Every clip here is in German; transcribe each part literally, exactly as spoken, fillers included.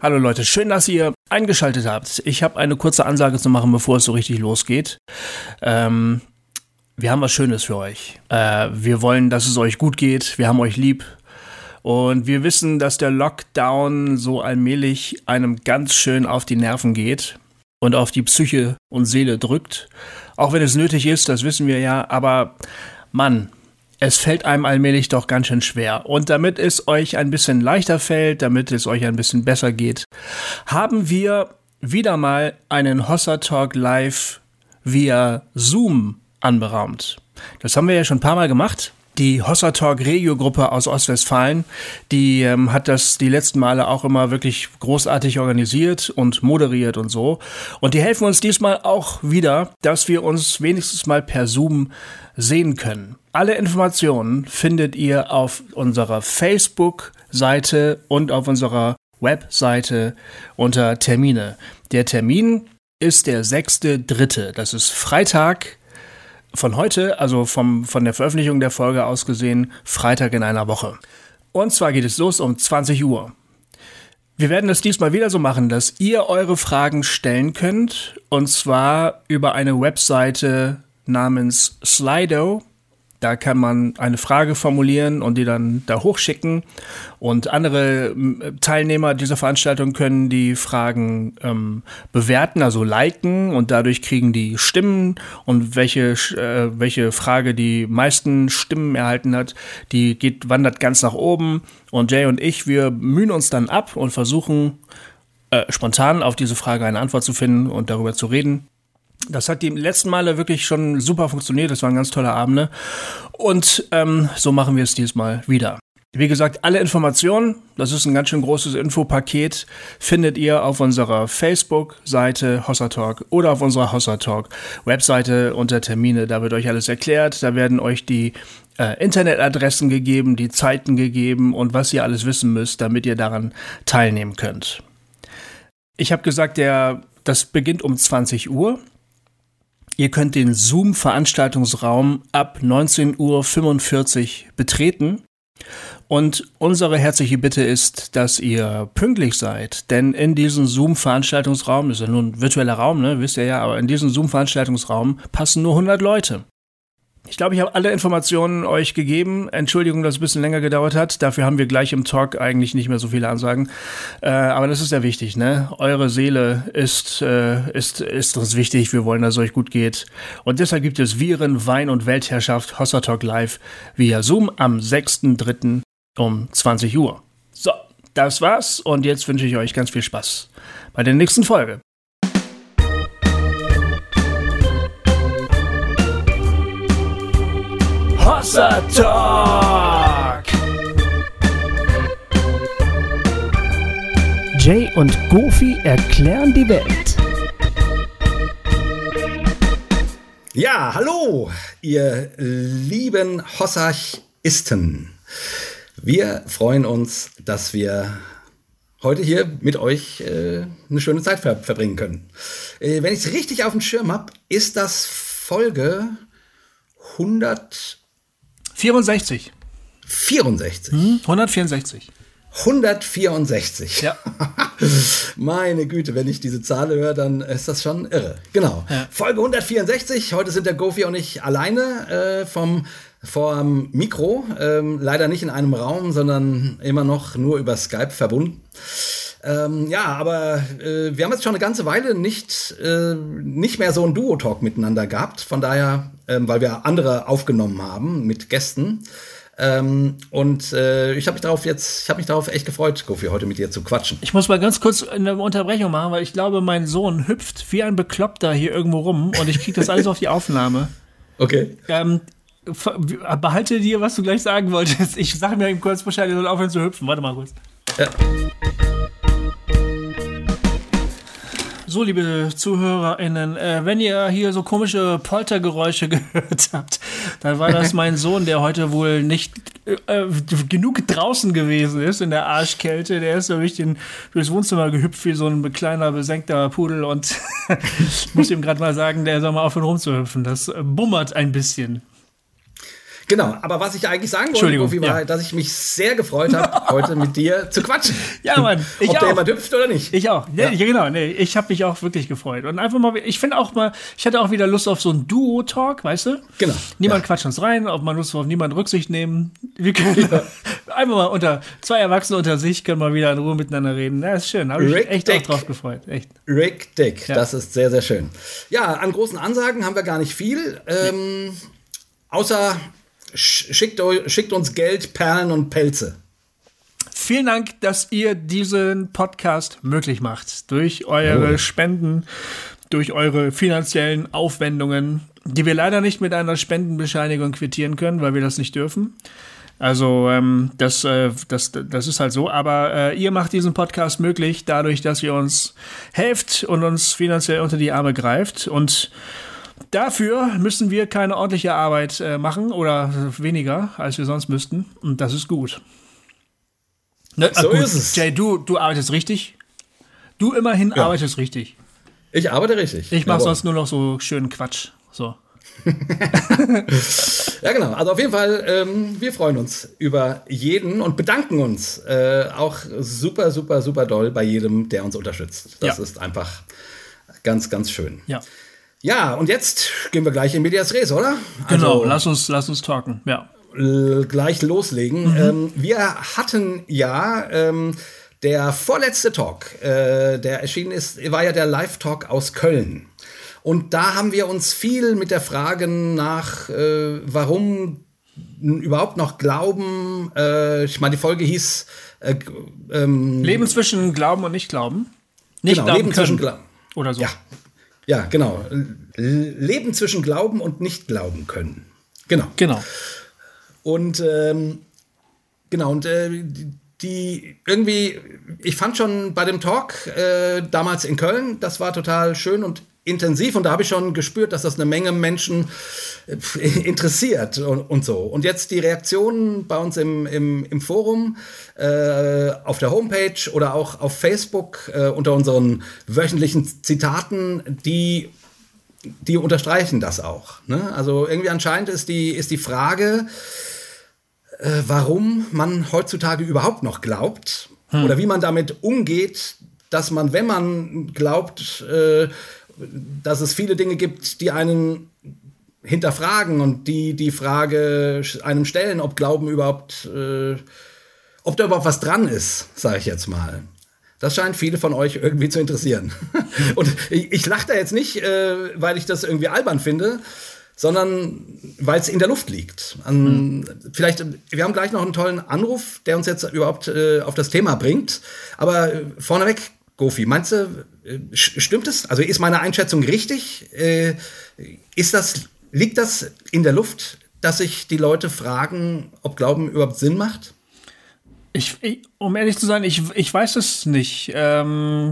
Hallo Leute, schön, dass ihr eingeschaltet habt. Ich habe eine kurze Ansage zu machen, bevor es so richtig losgeht. Ähm, wir haben was Schönes für euch. Äh, wir wollen, dass es euch gut geht. Wir haben euch lieb. Und wir wissen, dass der Lockdown so allmählich einem ganz schön auf die Nerven geht und auf die Psyche und Seele drückt. Auch wenn es nötig ist, das wissen wir ja. Aber Mann, es fällt einem allmählich doch ganz schön schwer. Und damit es euch ein bisschen leichter fällt, damit es euch ein bisschen besser geht, haben wir wieder mal einen Hossa Talk Live via Zoom anberaumt. Das haben wir ja schon ein paar Mal gemacht. Die Hossa Talk Regio-Gruppe aus Ostwestfalen, die ähm, hat das die letzten Male auch immer wirklich großartig organisiert und moderiert und so. Und die helfen uns diesmal auch wieder, dass wir uns wenigstens mal per Zoom sehen können. Alle Informationen findet ihr auf unserer Facebook-Seite und auf unserer Webseite unter Termine. Der Termin ist der sechster dritte Das ist Freitag von heute, also vom, von der Veröffentlichung der Folge aus gesehen, Freitag in einer Woche. Und zwar geht es los um zwanzig Uhr. Wir werden es diesmal wieder so machen, dass ihr eure Fragen stellen könnt, und zwar über eine Webseite namens Slido. Da kann man eine Frage formulieren und die dann da hochschicken. Und andere Teilnehmer dieser Veranstaltung können die Fragen ähm, bewerten, also liken. Und dadurch kriegen die Stimmen. Und welche, äh, welche Frage die meisten Stimmen erhalten hat, die geht, wandert ganz nach oben. Und Jay und ich, wir mühen uns dann ab und versuchen äh, spontan auf diese Frage eine Antwort zu finden und darüber zu reden. Das hat die letzten Male wirklich schon super funktioniert. Das waren ganz tolle Abende. Und ähm, so machen wir es diesmal wieder. Wie gesagt, alle Informationen, das ist ein ganz schön großes Infopaket, findet ihr auf unserer Facebook-Seite Hossa Talk oder auf unserer Hossa Talk Webseite unter Termine. Da wird euch alles erklärt. Da werden euch die äh, Internetadressen gegeben, die Zeiten gegeben und was ihr alles wissen müsst, damit ihr daran teilnehmen könnt. Ich habe gesagt, der, das beginnt um zwanzig Uhr. Ihr könnt den Zoom-Veranstaltungsraum ab neunzehn Uhr fünfundvierzig betreten. Und unsere herzliche Bitte ist, dass ihr pünktlich seid. Denn in diesem Zoom-Veranstaltungsraum, das ist ja nur ein virtueller Raum, ne, wisst ihr ja, aber in diesem Zoom-Veranstaltungsraum passen nur hundert Leute. Ich glaube, ich habe alle Informationen euch gegeben. Entschuldigung, dass es ein bisschen länger gedauert hat. Dafür haben wir gleich im Talk eigentlich nicht mehr so viele Ansagen. Äh, aber das ist ja wichtig, ne? Eure Seele ist, äh, ist, ist uns wichtig. Wir wollen, dass es euch gut geht. Und deshalb gibt es Viren, Wein und Weltherrschaft Hossa Talk Live via Zoom am sechster dritter um zwanzig Uhr. So, das war's. Und jetzt wünsche ich euch ganz viel Spaß bei der nächsten Folge. Hossa Talk! Jay und Goofy erklären die Welt. Ja, hallo, ihr lieben Hossachisten. Wir freuen uns, dass wir heute hier mit euch äh, eine schöne Zeit ver- verbringen können. Äh, wenn ich es richtig auf dem Schirm habe, ist das Folge hundert vierundsechzig. vierundsechzig. Hm, hundertvierundsechzig. hundertvierundsechzig. Ja. Meine Güte, wenn ich diese Zahl höre, dann ist das schon irre. Genau. Ja. Folge hundertvierundsechzig. Heute sind der Goofy und ich alleine äh, vom vorm Mikro. Ähm, leider nicht in einem Raum, sondern immer noch nur über Skype verbunden. Ähm, ja, aber äh, wir haben jetzt schon eine ganze Weile nicht, äh, nicht mehr so einen Duo-Talk miteinander gehabt. Von daher, ähm, weil wir andere aufgenommen haben mit Gästen. Ähm, und äh, ich habe mich darauf jetzt, ich habe mich darauf echt gefreut, Goofy, heute mit dir zu quatschen. Ich muss mal ganz kurz eine Unterbrechung machen, weil ich glaube, mein Sohn hüpft wie ein Bekloppter hier irgendwo rum und ich kriege das alles auf die Aufnahme. Okay. Ähm, behalte dir, was du gleich sagen wolltest. Ich sage mir eben kurz Bescheid, er soll aufhören zu hüpfen. Warte mal kurz. Ja. So, liebe ZuhörerInnen, äh, wenn ihr hier so komische Poltergeräusche gehört habt, dann war das mein Sohn, der heute wohl nicht äh, genug draußen gewesen ist in der Arschkälte. Der ist so durch den, durchs Wohnzimmer gehüpft wie so ein kleiner, besenkter Pudel und ich muss ihm gerade mal sagen, der soll mal aufhören rumzuhüpfen. Das bummert ein bisschen. Genau, aber was ich eigentlich sagen wollte, Gofi, war, ja. dass ich mich sehr gefreut habe, heute mit dir zu quatschen. Ja, Mann, ich Ob auch. der jemand hüpft oder nicht. Ich auch. Ja, ja. Genau, nee, ich habe mich auch wirklich gefreut. Und einfach mal, ich finde auch mal, ich hatte auch wieder Lust auf so einen Duo-Talk, weißt du? Genau. Niemand ja. quatscht uns rein, ob man Lust auf niemand Rücksicht nehmen. Wir können ja. einfach mal unter, zwei Erwachsene unter sich können mal wieder in Ruhe miteinander reden. Ja, ist schön, habe ich mich echt Dick. auch drauf gefreut. Echt. Rick Dick, ja. das ist sehr, sehr schön. Ja, an großen Ansagen haben wir gar nicht viel, ähm, außer Schickt, schickt uns Geld, Perlen und Pelze. Vielen Dank, dass ihr diesen Podcast möglich macht. Durch eure oh. Spenden, durch eure finanziellen Aufwendungen, die wir leider nicht mit einer Spendenbescheinigung quittieren können, weil wir das nicht dürfen. Also ähm, das, äh, das, das ist halt so. Aber äh, ihr macht diesen Podcast möglich, dadurch, dass ihr uns helft und uns finanziell unter die Arme greift. Und dafür müssen wir keine ordentliche Arbeit äh, machen oder weniger, als wir sonst müssten. Und das ist gut. Ne? So gut. ist es. Jay, du, du arbeitest richtig. Du immerhin ja. arbeitest richtig. Ich arbeite richtig. Ich mache sonst nur noch so schönen Quatsch. So. Ja, genau. Also auf jeden Fall, ähm, wir freuen uns über jeden und bedanken uns äh, auch super, super, super doll bei jedem, der uns unterstützt. Das ja. ist einfach ganz, ganz schön. Ja. Ja, und jetzt gehen wir gleich in Medias Res, oder? Genau, also, lass uns, lass uns talken, ja. L- gleich loslegen. Mhm. Ähm, wir hatten ja ähm, der vorletzte Talk, äh, der erschienen ist, war ja der Live-Talk aus Köln. Und da haben wir uns viel mit der Frage nach, äh, warum überhaupt noch Glauben, äh, ich meine, die Folge hieß äh, ähm, Leben zwischen Glauben und Nicht-Glauben. Nicht genau, glauben Leben können. zwischen Glauben. Oder so. Ja. Ja, genau. Leben zwischen Glauben und Nicht-Glauben können. Genau. Genau. Und ähm, genau, und äh, die irgendwie, ich fand schon bei dem Talk äh, damals in Köln, das war total schön und intensiv und da habe ich schon gespürt, dass das eine Menge Menschen äh, interessiert und, und so. Und jetzt die Reaktionen bei uns im, im, im Forum, äh, auf der Homepage oder auch auf Facebook äh, unter unseren wöchentlichen Zitaten, die, die unterstreichen das auch. Ne? Also irgendwie anscheinend ist die, ist die Frage, äh, warum man heutzutage überhaupt noch glaubt hm. oder wie man damit umgeht, dass man, wenn man glaubt, äh, dass es viele Dinge gibt, die einen hinterfragen und die die Frage einem stellen, ob Glauben überhaupt, äh, ob da überhaupt was dran ist, sage ich jetzt mal. Das scheint viele von euch irgendwie zu interessieren. Und ich, ich lache da jetzt nicht, äh, weil ich das irgendwie albern finde, sondern weil es in der Luft liegt. An, mhm. Vielleicht, wir haben gleich noch einen tollen Anruf, der uns jetzt überhaupt äh, auf das Thema bringt. Aber äh, vorneweg, Gofi, meinst du, stimmt es? Also ist meine Einschätzung richtig? Äh, ist das, liegt das in der Luft, dass sich die Leute fragen, ob Glauben überhaupt Sinn macht? Ich, ich, um ehrlich zu sein, ich, ich weiß es nicht. Ähm,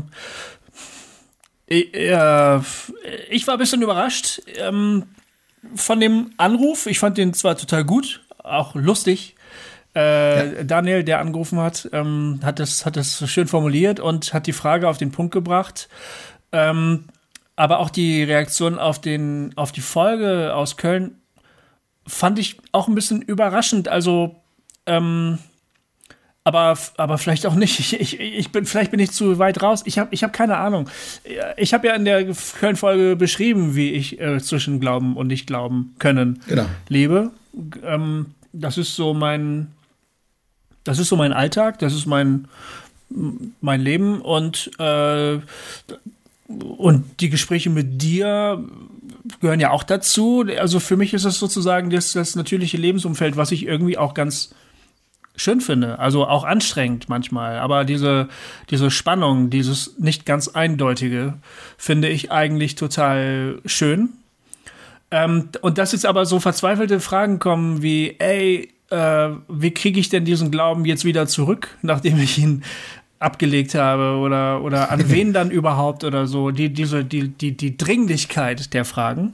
ich, äh, ich war ein bisschen überrascht ähm, von dem Anruf. Ich fand den zwar total gut, auch lustig. Äh, ja. Daniel, der angerufen hat, ähm, hat das, hat das schön formuliert und hat die Frage auf den Punkt gebracht. Ähm, aber auch die Reaktion auf, den, auf die Folge aus Köln fand ich auch ein bisschen überraschend. Also, ähm, aber, aber vielleicht auch nicht. Ich, ich, ich bin, vielleicht bin ich zu weit raus. Ich habe ich hab keine Ahnung. Ich habe ja in der Köln-Folge beschrieben, wie ich äh, zwischen Glauben und Nicht-Glauben können genau. lebe. Ähm, das ist so mein Das ist so mein Alltag, das ist mein, mein Leben und, äh, und die Gespräche mit dir gehören ja auch dazu. Also für mich ist das sozusagen das, das natürliche Lebensumfeld, was ich irgendwie auch ganz schön finde. Also auch anstrengend manchmal. Aber diese, diese Spannung, dieses nicht ganz Eindeutige, finde ich eigentlich total schön. Ähm, und dass jetzt aber so verzweifelte Fragen kommen wie, ey, Äh, wie kriege ich denn diesen Glauben jetzt wieder zurück, nachdem ich ihn abgelegt habe oder, oder an wen dann überhaupt oder so, die, diese, die, die, die Dringlichkeit der Fragen,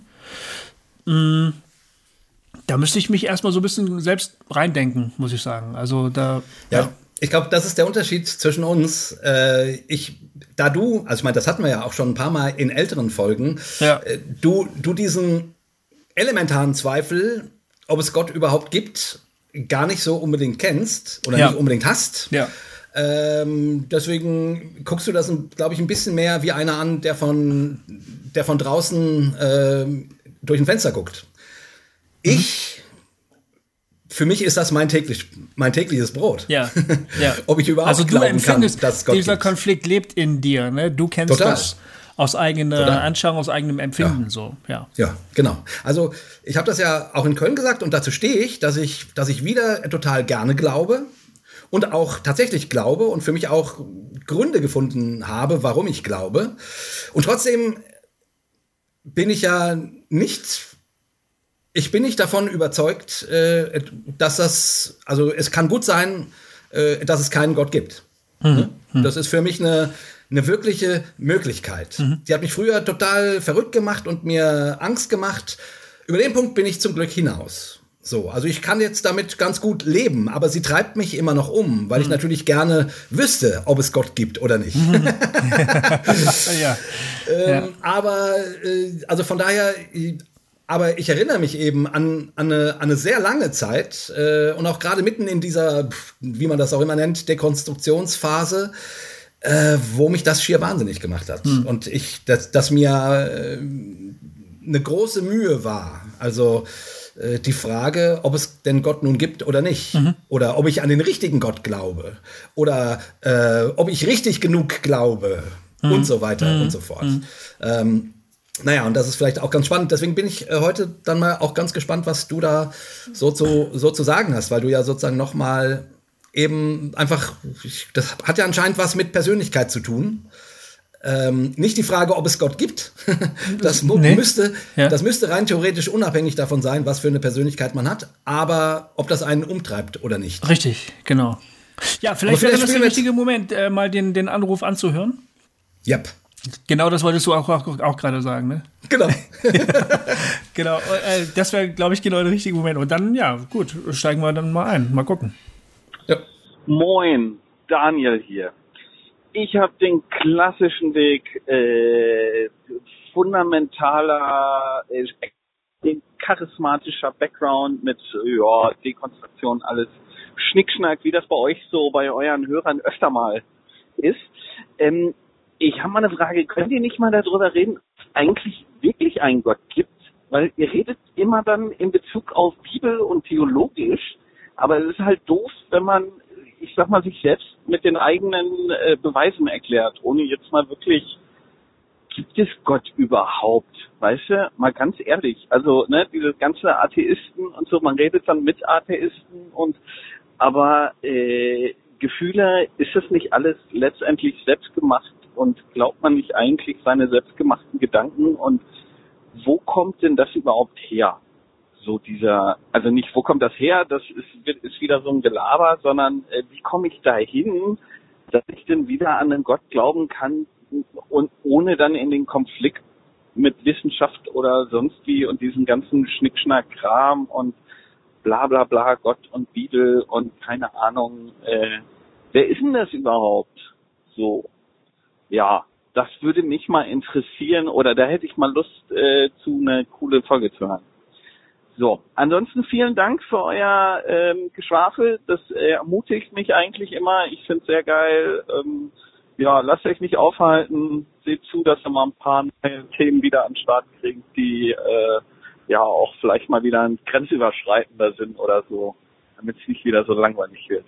mh, da müsste ich mich erstmal so ein bisschen selbst reindenken, muss ich sagen. Also da. Ja, ja. Ich glaube, das ist der Unterschied zwischen uns. Äh, ich, da du, also ich meine, das hatten wir ja auch schon ein paar Mal in älteren Folgen, ja. äh, du, du diesen elementaren Zweifel, ob es Gott überhaupt gibt, gar nicht so unbedingt kennst oder ja. nicht unbedingt hast. Ja. Ähm, deswegen guckst du das, glaube ich, ein bisschen mehr wie einer an, der von, der von draußen äh, durch ein Fenster guckt. Mhm. Ich, für mich ist das mein, täglich, mein tägliches Brot. Ja. ja. Ob ich überhaupt also du glauben empfindest, kann, dass Gott dieser gibt. Konflikt lebt in dir, ne? Du kennst Total. das aus eigener Total. Anschauung, aus eigenem Empfinden, ja. so, ja. Ja, genau. Also ich habe das ja auch in Köln gesagt und dazu stehe ich, dass ich, dass ich wieder total gerne glaube und auch tatsächlich glaube und für mich auch Gründe gefunden habe, warum ich glaube. Und trotzdem bin ich ja nicht, ich bin nicht davon überzeugt, äh, dass das, also es kann gut sein, äh, dass es keinen Gott gibt. Mhm. Das ist für mich eine Eine wirkliche Möglichkeit. Mhm. Die hat mich früher total verrückt gemacht und mir Angst gemacht. Über den Punkt bin ich zum Glück hinaus. So, also ich kann jetzt damit ganz gut leben, aber sie treibt mich immer noch um, weil mhm. ich natürlich gerne wüsste, ob es Gott gibt oder nicht. Mhm. ja. ähm, ja. Aber, äh, also von daher, aber ich erinnere mich eben an, an, eine, an eine sehr lange Zeit äh, und auch gerade mitten in dieser, wie man das auch immer nennt, Dekonstruktionsphase, Äh, wo mich das schier wahnsinnig gemacht hat. Hm. Und ich, dass, dass mir äh, eine große Mühe war. Also äh, die Frage, ob es denn Gott nun gibt oder nicht. Mhm. Oder ob ich an den richtigen Gott glaube. Oder äh, ob ich richtig genug glaube. Mhm. Und so weiter mhm. und so fort. Mhm. Ähm, naja, und das ist vielleicht auch ganz spannend. Deswegen bin ich äh, heute dann mal auch ganz gespannt, was du da so zu, so zu sagen hast. Weil du ja sozusagen noch mal eben einfach, das hat ja anscheinend was mit Persönlichkeit zu tun. Ähm, nicht die Frage, ob es Gott gibt. das, mu- nee. müsste, ja. das müsste rein theoretisch unabhängig davon sein, was für eine Persönlichkeit man hat, aber ob das einen umtreibt oder nicht. Richtig, genau. Ja, vielleicht wäre das der richtige Moment, äh, mal den, den Anruf anzuhören. Yep. Genau, das wolltest du auch, auch, auch gerade sagen, ne? Genau. genau, äh, das wäre, glaube ich, genau der richtige Moment. Und dann, ja, gut, steigen wir dann mal ein. Mal gucken. Ja. Moin, Daniel hier. Ich habe den klassischen Weg, äh, fundamentaler, äh, charismatischer Background mit ja, Dekonstruktion, alles Schnickschnack, wie das bei euch so bei euren Hörern öfter mal ist. Ähm, ich habe mal eine Frage, könnt ihr nicht mal darüber reden, ob es eigentlich wirklich einen Gott gibt? Weil ihr redet immer dann in Bezug auf Bibel und theologisch, aber es ist halt doof, wenn man, ich sag mal, sich selbst mit den eigenen äh, Beweisen erklärt, ohne jetzt mal wirklich, gibt es Gott überhaupt? Weißt du, mal ganz ehrlich, also ne, diese ganze Atheisten und so, man redet dann mit Atheisten und aber äh, Gefühle, ist das nicht alles letztendlich selbstgemacht und glaubt man nicht eigentlich seine selbstgemachten Gedanken und wo kommt denn das überhaupt her? So dieser, also nicht, wo kommt das her, das ist, ist wieder so ein Gelaber, sondern äh, wie komme ich da hin, dass ich denn wieder an einen Gott glauben kann und ohne dann in den Konflikt mit Wissenschaft oder sonst wie und diesen ganzen Schnickschnack-Kram und bla bla bla, Gott und Bibel und keine Ahnung, äh, wer ist denn das überhaupt? So, ja, das würde mich mal interessieren oder da hätte ich mal Lust äh, zu einer coole Folge zu hören. So, ansonsten vielen Dank für euer ähm, Geschwafel. Das äh, ermutigt mich eigentlich immer. Ich finde es sehr geil. Ähm, ja, lasst euch nicht aufhalten. Seht zu, dass ihr mal ein paar neue Themen wieder an den Start kriegt, die äh, ja auch vielleicht mal wieder grenzüberschreitender sind oder so, damit es nicht wieder so langweilig wird.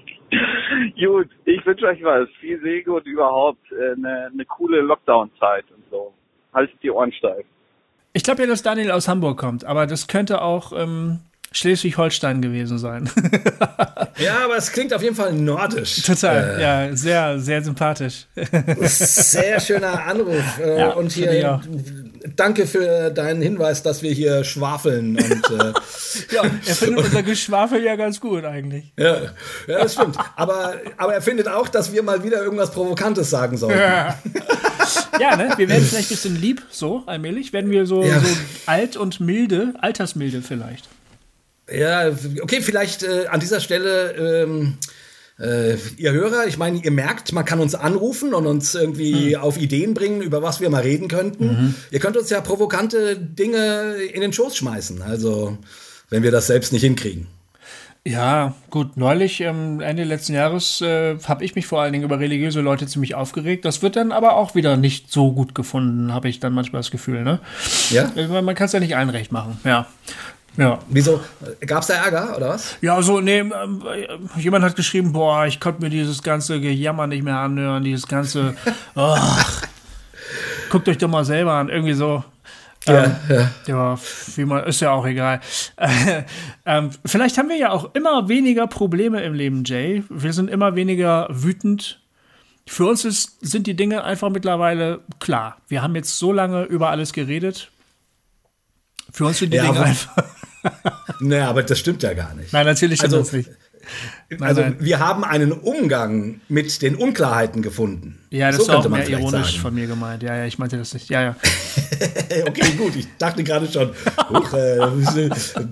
Gut, ich wünsche euch was. Viel Segen und überhaupt eine äh, ne coole Lockdown-Zeit und so. Haltet die Ohren steif. Ich glaube ja, dass Daniel aus Hamburg kommt, aber das könnte auch ähm, Schleswig-Holstein gewesen sein. Ja, aber es klingt auf jeden Fall nordisch. Total, äh, ja, sehr, sehr sympathisch. Sehr schöner Anruf. Äh, ja, und hier, danke für deinen Hinweis, dass wir hier schwafeln. Und, äh, ja, er findet unser Geschwafel ja ganz gut eigentlich. Ja, ja, das stimmt. Aber, aber er findet auch, dass wir mal wieder irgendwas Provokantes sagen sollen. Ja. Ja, ne? Wir werden vielleicht ein bisschen lieb, so allmählich. Werden wir so, ja. so alt und milde, altersmilde vielleicht. Ja, okay, vielleicht äh, an dieser Stelle, ähm, äh, ihr Hörer, ich meine, ihr merkt, man kann uns anrufen und uns irgendwie mhm. auf Ideen bringen, über was wir mal reden könnten. Mhm. Ihr könnt uns ja provokante Dinge in den Schoß schmeißen. Also wenn wir das selbst nicht hinkriegen. Ja, gut, neulich, ähm, Ende letzten Jahres, äh, habe ich mich vor allen Dingen über religiöse Leute ziemlich aufgeregt. Das wird dann aber auch wieder nicht so gut gefunden, habe ich dann manchmal das Gefühl, ne? Ja? Man kann es ja nicht allen recht machen, ja. Ja. Wieso? Gab's da Ärger, oder was? Ja, so, nee, ähm, jemand hat geschrieben, boah, ich konnte mir dieses ganze Gejammer nicht mehr anhören, dieses ganze, ach, guckt euch doch mal selber an, irgendwie so. Ja, ähm, ja. ja, wie man, ist ja auch egal. Äh, ähm, vielleicht haben wir ja auch immer weniger Probleme im Leben, Jay. Wir sind immer weniger wütend. Für uns ist, sind die Dinge einfach mittlerweile klar. Wir haben jetzt so lange über alles geredet. Für uns sind die Ja, Dinge aber, einfach. Naja, aber das stimmt ja gar nicht. Nein, natürlich stimmt also, das nicht. Nein, also nein. wir haben einen Umgang mit den Unklarheiten gefunden. Ja, das so ist auch könnte man mehr vielleicht ironisch sagen. von mir gemeint. Ja, ja, ich meinte das nicht. Ja, ja. Okay, gut, ich dachte gerade schon. Huch, äh,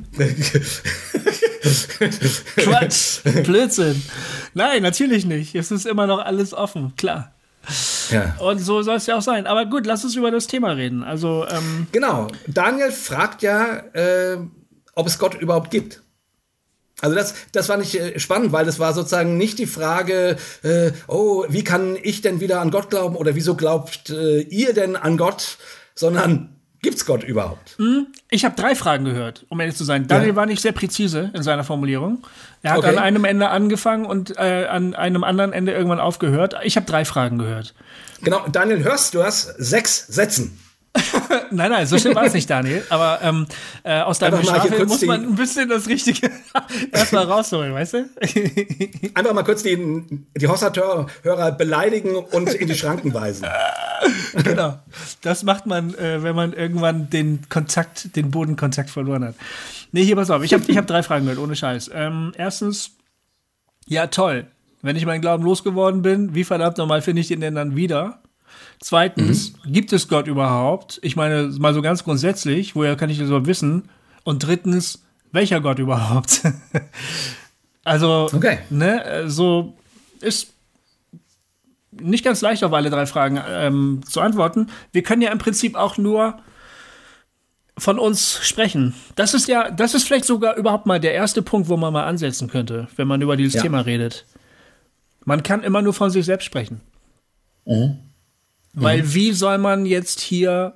Quatsch, Blödsinn. Nein, natürlich nicht. Es ist immer noch alles offen, klar. Ja. Und so soll es ja auch sein. Aber gut, lass uns über das Thema reden. Also, ähm, Genau, Daniel fragt ja, äh, ob es Gott überhaupt gibt. Also das, das fand ich äh, spannend, weil das war sozusagen nicht die Frage, äh, oh, wie kann ich denn wieder an Gott glauben oder wieso glaubt äh, ihr denn an Gott, sondern gibt's Gott überhaupt? ich habe drei Fragen gehört, um ehrlich zu sein. Daniel Ja. war nicht sehr präzise in seiner Formulierung. Er hat Okay. an einem Ende angefangen und äh, an einem anderen Ende irgendwann aufgehört. Ich habe drei Fragen gehört. Genau, Daniel, hörst du hast sechs Sätzen. Nein, nein, so schlimm war es nicht, Daniel. Aber ähm, äh, aus deinem Einfach mal hier Geschwafel kurz muss die- man ein bisschen das Richtige erstmal rausholen, weißt du? Einfach mal kurz die, die Hossat-Hörer beleidigen und in die Schranken weisen. Genau. Das macht man, äh, wenn man irgendwann den Kontakt, den Bodenkontakt verloren hat. Nee, hier, pass auf. Ich habe ich hab drei Fragen gehört, ohne Scheiß. Ähm, erstens, ja, toll. Wenn ich meinen Glauben losgeworden bin, wie verdammt nochmal finde ich den denn dann wieder? Zweitens, mhm. gibt es Gott überhaupt? Ich meine, mal so ganz grundsätzlich, woher kann ich das überhaupt wissen? Und drittens, welcher Gott überhaupt? Also, Okay. ne, so ist nicht ganz leicht auf alle drei Fragen ähm, zu antworten. Wir können ja im Prinzip auch nur von uns sprechen. Das ist ja, das ist vielleicht sogar überhaupt mal der erste Punkt, wo man mal ansetzen könnte, wenn man über dieses Ja. Thema redet. Man kann immer nur von sich selbst sprechen. Mhm. Weil wie soll man jetzt hier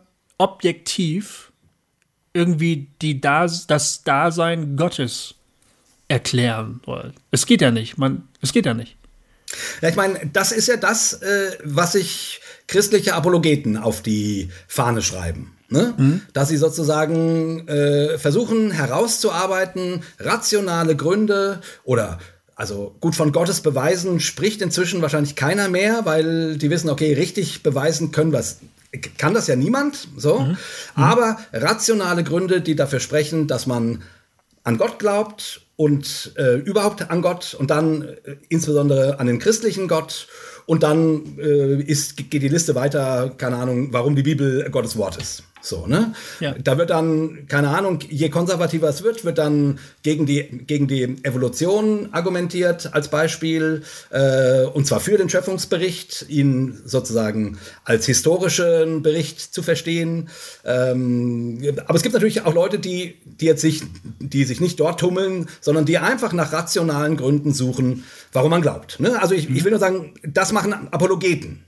objektiv irgendwie die das, das Dasein Gottes erklären? Es geht ja nicht. Man, es geht ja nicht. Ja, ich meine, das ist ja das, äh, was sich christliche Apologeten auf die Fahne schreiben. Ne? Mhm. Dass sie sozusagen äh, versuchen herauszuarbeiten, rationale Gründe oder also gut, von Gottes Beweisen spricht inzwischen wahrscheinlich keiner mehr, weil die wissen, okay, richtig beweisen können wir es. Kann das ja niemand, so. Mhm. Aber rationale Gründe, die dafür sprechen, dass man an Gott glaubt und äh, überhaupt an Gott und dann äh, insbesondere an den christlichen Gott und dann äh, ist, geht die Liste weiter, keine Ahnung, warum die Bibel Gottes Wort ist. So, ne? Ja. Da wird dann, keine Ahnung, je konservativer es wird, wird dann gegen die, gegen die Evolution argumentiert als Beispiel, äh, und zwar für den Schöpfungsbericht, ihn sozusagen als historischen Bericht zu verstehen. Ähm, aber es gibt natürlich auch Leute, die, die jetzt sich, die sich nicht dort tummeln, sondern die einfach nach rationalen Gründen suchen, warum man glaubt. Ne? Also ich, ich will nur sagen, das machen Apologeten.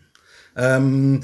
Ähm,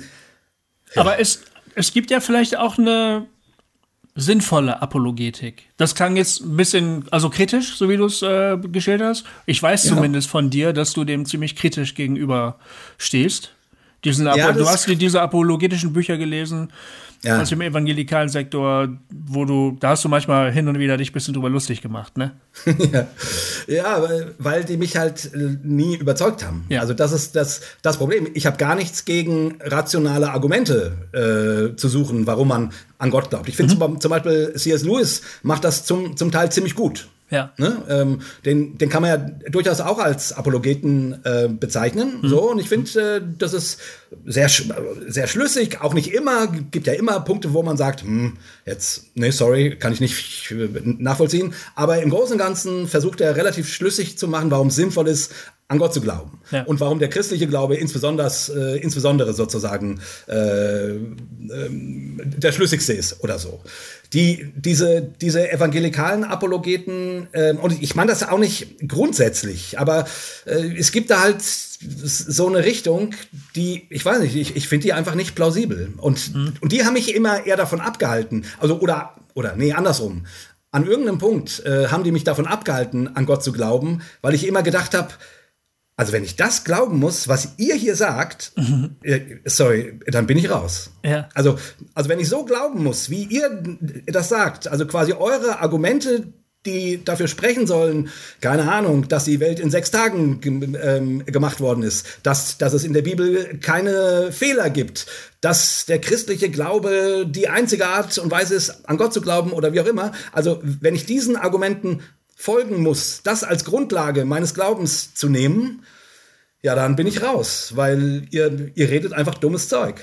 Aber es, es gibt ja vielleicht auch eine sinnvolle Apologetik. Das klang jetzt ein bisschen, also kritisch, so wie du es äh, geschildert hast. Ich weiß Ja. zumindest von dir, dass du dem ziemlich kritisch gegenüber stehst. Diesen Ja, du das- hast dir diese apologetischen Bücher gelesen Ja. aus dem evangelikalen Sektor, wo du, da hast du manchmal hin und wieder dich ein bisschen drüber lustig gemacht, ne? ja. ja, weil- weil die mich halt äh, nie überzeugt haben. Ja. Also das ist das, das Problem. Ich habe gar nichts gegen rationale Argumente äh, zu suchen, warum man an Gott glaubt. Ich finde Mhm. zum, zum Beispiel C S. Lewis macht das zum, zum Teil ziemlich gut. Ja. Ne? Ähm, den, den kann man ja durchaus auch als Apologeten äh, bezeichnen. Mhm. So, und ich finde, äh, das ist sehr, sch- sehr schlüssig. Auch nicht immer. Gibt ja immer Punkte, wo man sagt, hm, jetzt, nee, sorry, kann ich nicht äh, nachvollziehen. Aber im Großen und Ganzen versucht er relativ schlüssig zu machen, warum es sinnvoll ist, an Gott zu glauben. Ja. Und warum der christliche Glaube insbesondere, äh, insbesondere sozusagen äh, äh, der schlüssigste ist oder so. Die, diese, diese evangelikalen Apologeten, äh, und ich meine das auch nicht grundsätzlich, aber äh, es gibt da halt so eine Richtung, die, ich weiß nicht, ich, ich finde die einfach nicht plausibel. Und, mhm. und die haben mich immer eher davon abgehalten, also oder, oder nee, andersrum. An irgendeinem Punkt äh, haben die mich davon abgehalten, an Gott zu glauben, weil ich immer gedacht habe, also wenn ich das glauben muss, was ihr hier sagt, mhm. äh, sorry, dann bin ich raus. Ja. Also, also wenn ich so glauben muss, wie ihr das sagt, also quasi eure Argumente, die dafür sprechen sollen, keine Ahnung, dass die Welt in sechs Tagen ge- ähm, gemacht worden ist, dass, dass es in der Bibel keine Fehler gibt, dass der christliche Glaube die einzige Art und Weise ist, an Gott zu glauben oder wie auch immer. Also wenn ich diesen Argumenten folgen muss, das als Grundlage meines Glaubens zu nehmen, ja, dann bin ich raus, weil ihr, ihr redet einfach dummes Zeug.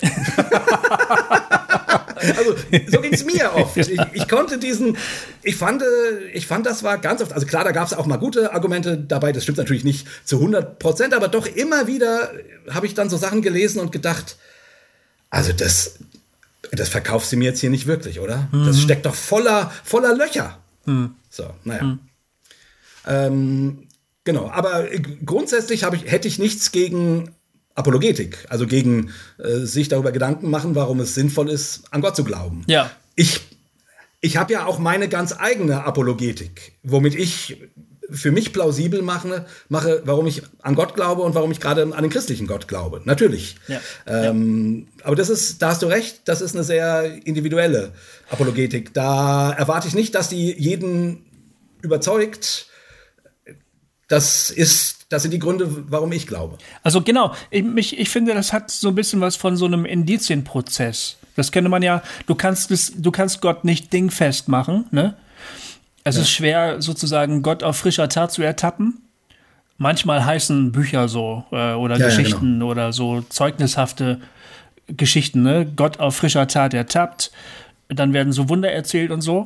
Also, so ging es mir oft. Ich, ich konnte diesen, ich fand, ich fand, das war ganz oft, also klar, da gab es auch mal gute Argumente dabei, das stimmt natürlich nicht zu hundert Prozent, aber doch immer wieder habe ich dann so Sachen gelesen und gedacht, also das, das verkaufst du mir jetzt hier nicht wirklich, oder? Mhm. Das steckt doch voller, voller Löcher. Mhm. So, naja. Mhm. Ähm, genau, aber grundsätzlich hab ich, hätte ich nichts gegen Apologetik, also gegen äh, sich darüber Gedanken machen, warum es sinnvoll ist, an Gott zu glauben. Ja. Ich, ich habe ja auch meine ganz eigene Apologetik, womit ich für mich plausibel mache, mache, warum ich an Gott glaube und warum ich gerade an den christlichen Gott glaube. Natürlich. Ja. Ähm, ja. Aber das ist, da hast du recht, das ist eine sehr individuelle Apologetik. Da erwarte ich nicht, dass die jeden überzeugt. Das ist, das sind die Gründe, warum ich glaube. Also genau, ich, mich, ich finde, das hat so ein bisschen was von so einem Indizienprozess. Das könnte man ja, du kannst, das, du kannst Gott nicht dingfest machen, ne? Es ja. ist schwer, sozusagen Gott auf frischer Tat zu ertappen. Manchmal heißen Bücher so äh, oder ja, Geschichten ja, genau. oder so zeugnishafte Geschichten, ne? Gott auf frischer Tat ertappt. Dann werden so Wunder erzählt und so.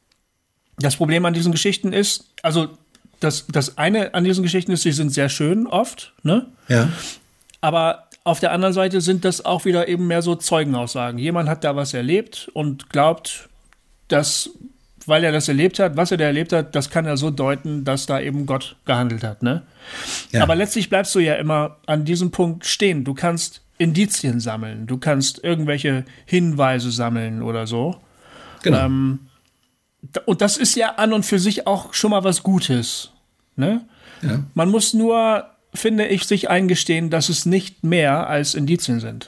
Das Problem an diesen Geschichten ist, also Das, das eine an diesen Geschichten ist, sie sind sehr schön oft, ne? Ja. Aber auf der anderen Seite sind das auch wieder eben mehr so Zeugenaussagen. Jemand hat da was erlebt und glaubt, dass, weil er das erlebt hat, was er da erlebt hat, das kann er so deuten, dass da eben Gott gehandelt hat, ne? Ja. Aber letztlich bleibst du ja immer an diesem Punkt stehen. Du kannst Indizien sammeln, du kannst irgendwelche Hinweise sammeln oder so. Genau. Ähm, und das ist ja an und für sich auch schon mal was Gutes. Ne? Ja. Man muss nur, finde ich, sich eingestehen, dass es nicht mehr als Indizien sind.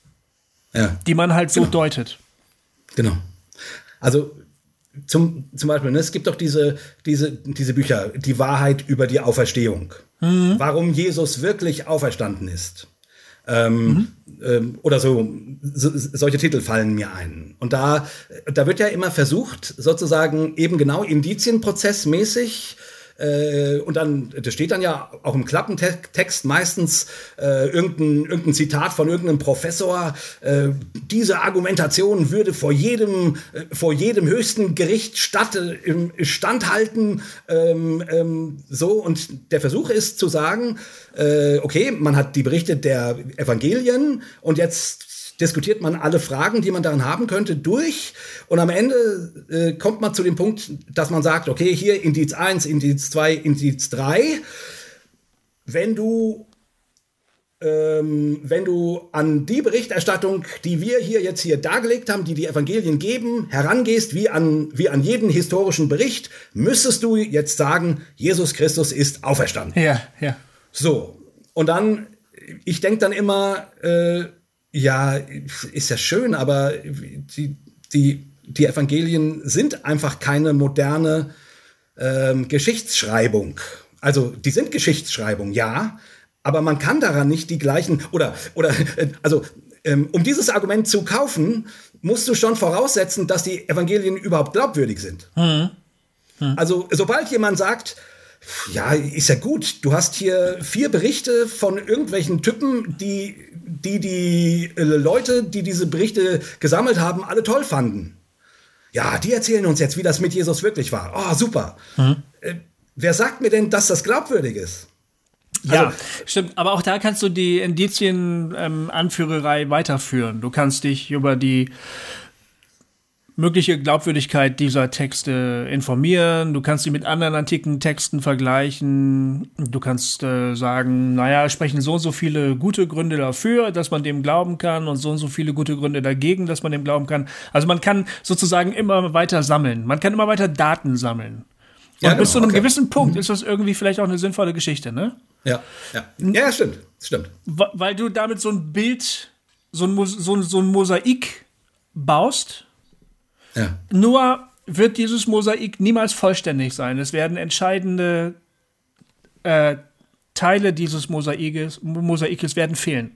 Ja. Die man halt so genau. deutet. Genau. Also zum, zum Beispiel, ne, es gibt doch diese, diese, diese Bücher, die Wahrheit über die Auferstehung. Mhm. Warum Jesus wirklich auferstanden ist. Ähm, mhm. ähm, oder so, so, solche Titel fallen mir ein. Und da, da wird ja immer versucht, sozusagen eben genau indizienprozessmäßig äh, und dann, das steht dann ja auch im Klappentext meistens äh, irgendein, irgendein Zitat von irgendeinem Professor, äh, diese Argumentation würde vor jedem, äh, vor jedem höchsten Gericht statt, äh, standhalten, ähm, ähm, so. Und der Versuch ist zu sagen, äh, okay, man hat die Berichte der Evangelien und jetzt diskutiert man alle Fragen, die man daran haben könnte, durch. Und am Ende äh, kommt man zu dem Punkt, dass man sagt, okay, hier Indiz eins, Indiz zwei, Indiz drei. Wenn du, ähm, wenn du an die Berichterstattung, die wir hier jetzt hier dargelegt haben, die die Evangelien geben, herangehst, wie an, wie an jeden historischen Bericht, müsstest du jetzt sagen, Jesus Christus ist auferstanden. Ja, ja. So. Und dann, ich denke dann immer, äh, ja, ist ja schön, aber die, die, die Evangelien sind einfach keine moderne ähm, Geschichtsschreibung. Also, die sind Geschichtsschreibung, ja, aber man kann daran nicht die gleichen, oder, oder äh, also, ähm, um dieses Argument zu kaufen, musst du schon voraussetzen, dass die Evangelien überhaupt glaubwürdig sind. Mhm. Mhm. Also, sobald jemand sagt, ja, ist ja gut. Du hast hier vier Berichte von irgendwelchen Typen, die die, die äh, Leute, die diese Berichte gesammelt haben, alle toll fanden. Ja, die erzählen uns jetzt, wie das mit Jesus wirklich war. Oh, super. Mhm. Äh, wer sagt mir denn, dass das glaubwürdig ist? Ja, also, stimmt. Aber auch da kannst du die Indizien-Anführerei ähm, weiterführen. Du kannst dich über die mögliche Glaubwürdigkeit dieser Texte informieren. Du kannst sie mit anderen antiken Texten vergleichen. Du kannst äh, sagen, naja, es sprechen so und so viele gute Gründe dafür, dass man dem glauben kann und so und so viele gute Gründe dagegen, dass man dem glauben kann. Also man kann sozusagen immer weiter sammeln. Man kann immer weiter Daten sammeln. Und ja, genau, bis zu einem okay. gewissen Punkt mhm. ist das irgendwie vielleicht auch eine sinnvolle Geschichte, ne? Ja, ja. Ja, stimmt. Stimmt. Weil du damit so ein Bild, so ein, so, so ein Mosaik baust. Ja. Nur wird dieses Mosaik niemals vollständig sein. Es werden entscheidende äh, Teile dieses Mosaikes, Mosaikes werden fehlen.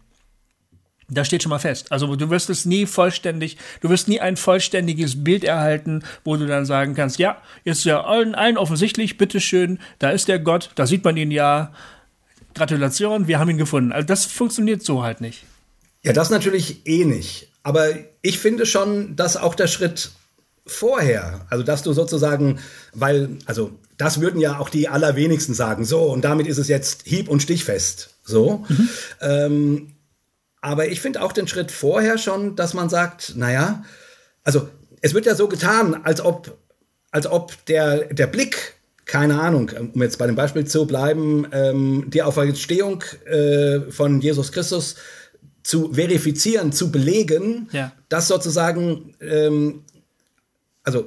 Das steht schon mal fest. Also du wirst es nie vollständig, du wirst nie ein vollständiges Bild erhalten, wo du dann sagen kannst, ja, ist ja allen, allen offensichtlich, bitteschön, da ist der Gott, da sieht man ihn ja. Gratulation, wir haben ihn gefunden. Also das funktioniert so halt nicht. Ja, das natürlich eh nicht. Aber ich finde schon, dass auch der Schritt vorher, also dass du sozusagen, weil, also das würden ja auch die allerwenigsten sagen, so, und damit ist es jetzt hieb- und stichfest, so. Mhm. Ähm, aber ich finde auch den Schritt vorher schon, dass man sagt, naja, also es wird ja so getan, als ob, als ob der, der Blick, keine Ahnung, um jetzt bei dem Beispiel zu bleiben, ähm, die Auferstehung äh, von Jesus Christus zu verifizieren, zu belegen, ja. dass sozusagen ähm, also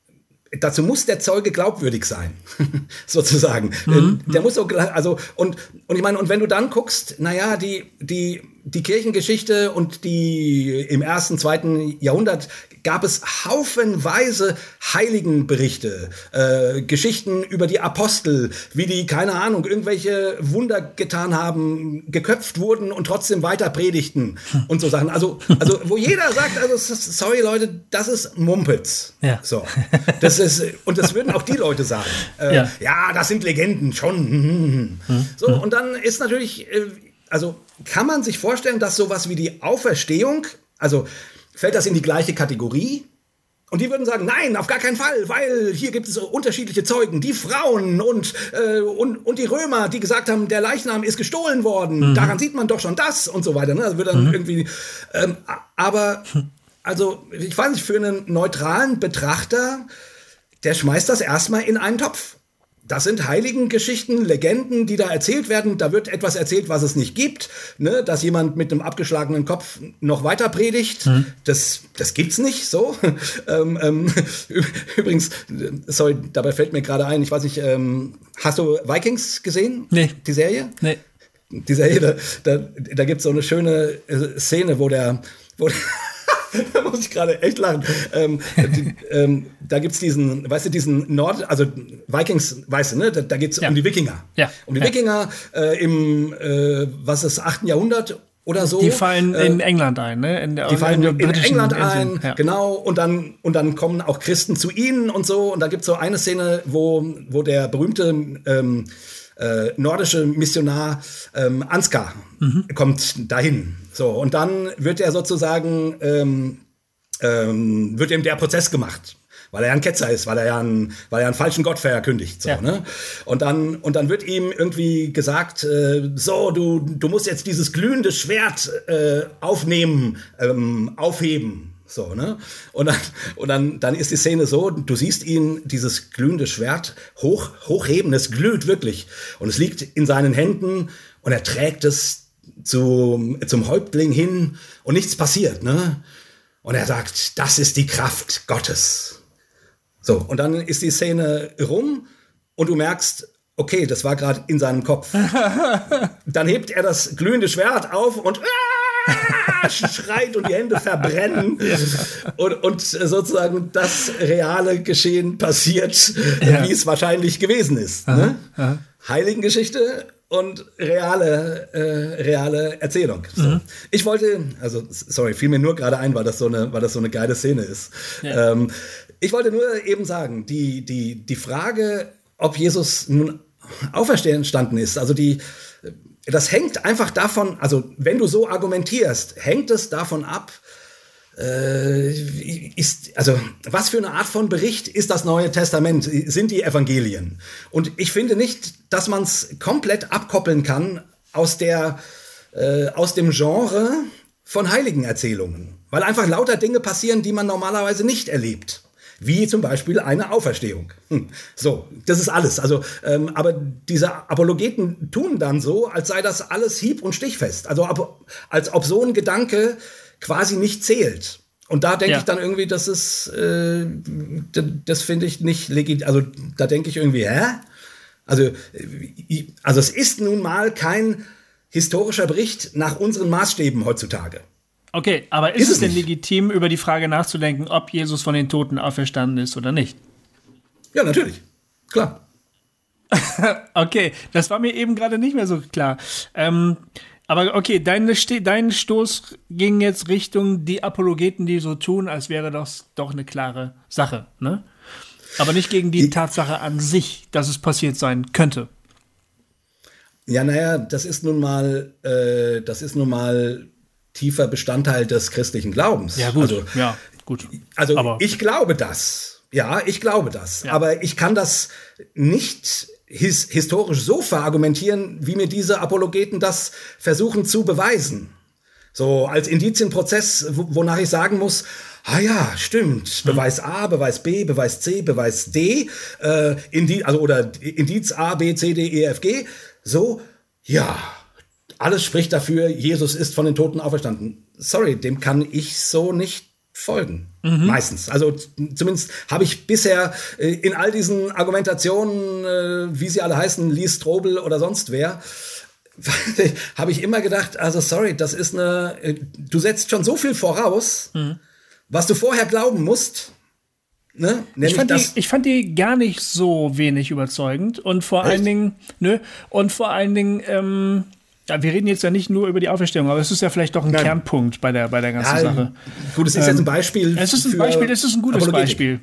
dazu muss der Zeuge glaubwürdig sein, sozusagen. Mhm. Der muss so, also und und ich meine, und wenn du dann guckst, naja, die die die Kirchengeschichte und die im ersten, zweiten Jahrhundert gab es haufenweise Heiligenberichte, äh, Geschichten über die Apostel, wie die, keine Ahnung, irgendwelche Wunder getan haben, geköpft wurden und trotzdem weiter predigten und so Sachen. Also, also wo jeder sagt, also sorry Leute, das ist Mumpitz. Ja. So, das ist, und das würden auch die Leute sagen. Äh, ja. ja, das sind Legenden, schon. So, und dann ist natürlich, äh, also kann man sich vorstellen, dass sowas wie die Auferstehung, also fällt das in die gleiche Kategorie? Und die würden sagen, nein, auf gar keinen Fall, weil hier gibt es so unterschiedliche Zeugen, die Frauen und, äh, und, und die Römer, die gesagt haben, der Leichnam ist gestohlen worden, mhm. daran sieht man doch schon das und so weiter. Ne? Also wird dann mhm. irgendwie, ähm, aber, also ich weiß nicht, für einen neutralen Betrachter, der schmeißt das erstmal in einen Topf. Das sind Heiligengeschichten, Legenden, die da erzählt werden. Da wird etwas erzählt, was es nicht gibt. Ne? Dass jemand mit einem abgeschlagenen Kopf noch weiter predigt. Hm. Das, das gibt's nicht so. ähm, ähm, übrigens, sorry, dabei fällt mir gerade ein, ich weiß nicht, ähm, hast du Vikings gesehen? Nee. Die Serie? Nee. Die Serie, da, da, da gibt's so eine schöne Szene, wo der, wo der da muss ich gerade echt lachen. Ähm, die, ähm, da gibt's diesen, weißt du, diesen Nord, also Vikings, weißt du, ne? Da, da geht's ja. um die Wikinger. Ja. Um die ja. Wikinger äh, im, äh, was ist, achten Jahrhundert oder so. Die fallen äh, in England ein, ne? In der, die fallen in, in England Inseln. ein, ja. genau. Und dann, und dann kommen auch Christen zu ihnen und so. Und da gibt's so eine Szene, wo, wo der berühmte ähm, äh, nordische Missionar ähm, Ansgar mhm. kommt dahin. So, und dann wird er sozusagen, ähm, ähm, wird ihm der Prozess gemacht, weil er ja ein Ketzer ist, weil er ja einen, weil er einen falschen Gott verkündigt. So, ja. ne? Und dann, und dann wird ihm irgendwie gesagt, äh, so, du, du musst jetzt dieses glühende Schwert äh, aufnehmen, ähm, aufheben. So, ne? Und dann, und dann, dann ist die Szene so, du siehst ihn, dieses glühende Schwert hoch, hochheben, es glüht wirklich. Und es liegt in seinen Händen und er trägt es Zu, zum Häuptling hin und nichts passiert, ne? Und er sagt, das ist die Kraft Gottes. So, und dann ist die Szene rum und du merkst, okay, das war gerade in seinem Kopf. Dann hebt er das glühende Schwert auf und ah, schreit und die Hände verbrennen. Ja. Und, und sozusagen das reale Geschehen passiert, ja. wie es wahrscheinlich gewesen ist. Aha, ne? Aha. Heiligengeschichte und reale, äh, reale Erzählung. So. Mhm. Ich wollte, also sorry, fiel mir nur gerade ein, weil das so eine, weil das so eine geile Szene ist. Ja. Ähm, ich wollte nur eben sagen, die, die, die Frage, ob Jesus nun auferstanden ist, also die, das hängt einfach davon, also wenn du so argumentierst, hängt es davon ab, äh, ist, also was für eine Art von Bericht ist das Neue Testament, sind die Evangelien? Und ich finde nicht, dass man es komplett abkoppeln kann aus der, äh, aus dem Genre von Heiligenerzählungen, weil einfach lauter Dinge passieren, die man normalerweise nicht erlebt. Wie zum Beispiel eine Auferstehung. Hm. So, das ist alles. Also, ähm, aber diese Apologeten tun dann so, als sei das alles hieb- und stichfest. Also ab, als ob so ein Gedanke quasi nicht zählt. Und da denke ja. ich dann irgendwie, das ist, äh, das, das finde ich nicht legitim. Also da denke ich irgendwie, hä? Also, also es ist nun mal kein historischer Bericht nach unseren Maßstäben heutzutage. Okay, aber ist, ist es denn nicht legitim, über die Frage nachzudenken, ob Jesus von den Toten auferstanden ist oder nicht? Ja, natürlich. Klar. Okay, das war mir eben gerade nicht mehr so klar. Ähm, aber okay, dein, dein Stoß ging jetzt Richtung die Apologeten, die so tun, als wäre das doch eine klare Sache, ne? Aber nicht gegen die ich, Tatsache an sich, dass es passiert sein könnte. Ja, naja, das ist nun mal, äh, das ist nun mal tiefer Bestandteil des christlichen Glaubens. Ja, gut. Also, ja, gut. Also aber ich glaube das. Ja, ich glaube das. Ja. Aber ich kann das nicht his- historisch so verargumentieren, wie mir diese Apologeten das versuchen zu beweisen. So als Indizienprozess, wonach ich sagen muss, ah ja, stimmt, Beweis A, Beweis B, Beweis C, Beweis D, äh, Indi- also oder Indiz A, B, C, D, E, F, G. So, ja, alles spricht dafür, Jesus ist von den Toten auferstanden. Sorry, dem kann ich so nicht folgen. Mhm. Meistens. Also z- zumindest habe ich bisher äh, in all diesen Argumentationen, äh, wie sie alle heißen, Lee Strobel oder sonst wer, habe ich immer gedacht, also sorry, das ist eine, äh, du setzt schon so viel voraus, mhm. was du vorher glauben musst. Ne? Ich fand, die, ich fand die gar nicht so wenig überzeugend und vor Echt? allen Dingen, nö, und vor allen Dingen, ähm, ja, wir reden jetzt ja nicht nur über die Auferstehung, aber es ist ja vielleicht doch ein Nein. Kernpunkt bei der, bei der ganzen ja, Sache. Gut, es ist ähm, jetzt ein Beispiel. Es ist ein Beispiel, es ist ein gutes Apologetik. Beispiel.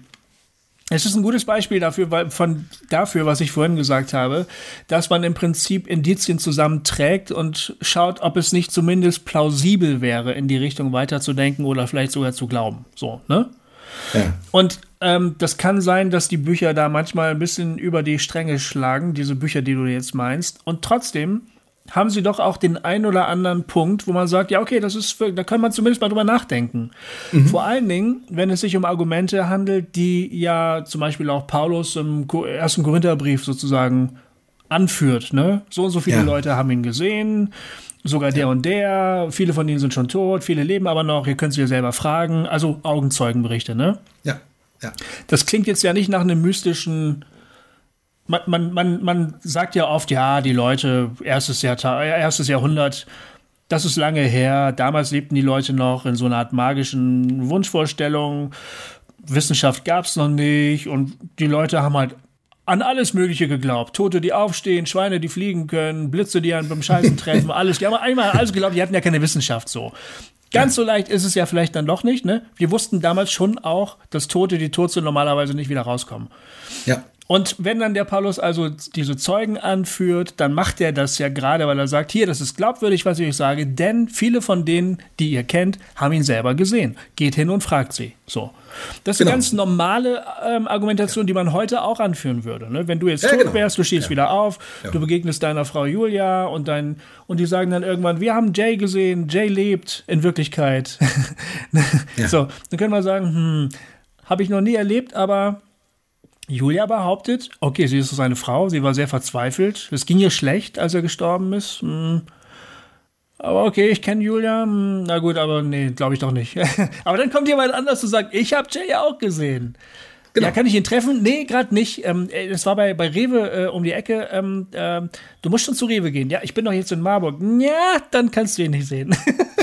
Es ist ein gutes Beispiel dafür, weil von dafür, was ich vorhin gesagt habe, dass man im Prinzip Indizien zusammenträgt und schaut, ob es nicht zumindest plausibel wäre, in die Richtung weiterzudenken oder vielleicht sogar zu glauben. So, ne? Ja. Und ähm, das kann sein, dass die Bücher da manchmal ein bisschen über die Stränge schlagen, diese Bücher, die du jetzt meinst. Und trotzdem haben sie doch auch den ein oder anderen Punkt, wo man sagt, ja, okay, das ist, für, da kann man zumindest mal drüber nachdenken. Mhm. Vor allen Dingen, wenn es sich um Argumente handelt, die ja zum Beispiel auch Paulus im ersten Korintherbrief sozusagen anführt, ne? So und so viele ja. Leute haben ihn gesehen, sogar der ja. und der, viele von ihnen sind schon tot, viele leben aber noch, ihr könnt sie ja selber fragen, also Augenzeugenberichte, ne? Ja, ja. Das klingt jetzt ja nicht nach einem mystischen. Man, man, man, man sagt ja oft, ja, die Leute, erstes, Jahrta- erstes Jahrhundert, das ist lange her, damals lebten die Leute noch in so einer Art magischen Wunschvorstellung, Wissenschaft gab es noch nicht und die Leute haben halt an alles Mögliche geglaubt. Tote, die aufstehen, Schweine, die fliegen können, Blitze, die einen beim Scheißen treffen, alles. Die haben einmal alles geglaubt, die hatten ja keine Wissenschaft so. Ganz so leicht ist es ja vielleicht dann doch nicht, ne? Wir wussten damals schon auch, dass Tote, die tot sind, normalerweise nicht wieder rauskommen. Ja. Und wenn dann der Paulus also diese Zeugen anführt, dann macht er das ja gerade, weil er sagt, hier, das ist glaubwürdig, was ich euch sage, denn viele von denen, die ihr kennt, haben ihn selber gesehen. Geht hin und fragt sie. So. Das ist genau. eine ganz normale ähm, Argumentation, ja. die man heute auch anführen würde. Ne? Wenn du jetzt ja, tot genau. wärst, du stehst ja. wieder auf, ja. du begegnest deiner Frau Julia und, dein, und die sagen dann irgendwann, wir haben Jay gesehen, Jay lebt in Wirklichkeit. ja. So, dann können wir sagen, hm, habe ich noch nie erlebt, aber Julia behauptet, okay, sie ist seine Frau, sie war sehr verzweifelt. Es ging ihr schlecht, als er gestorben ist. Hm. Aber okay, ich kenne Julia. Hm, na gut, aber nee, glaube ich doch nicht. Aber dann kommt jemand anders und sagt, ich habe Jay ja auch gesehen. Genau. Ja, kann ich ihn treffen? Nee, gerade nicht. Ähm, das war bei, bei Rewe äh, um die Ecke. Ähm, äh, du musst schon zu Rewe gehen. Ja, ich bin doch jetzt in Marburg. Ja, dann kannst du ihn nicht sehen.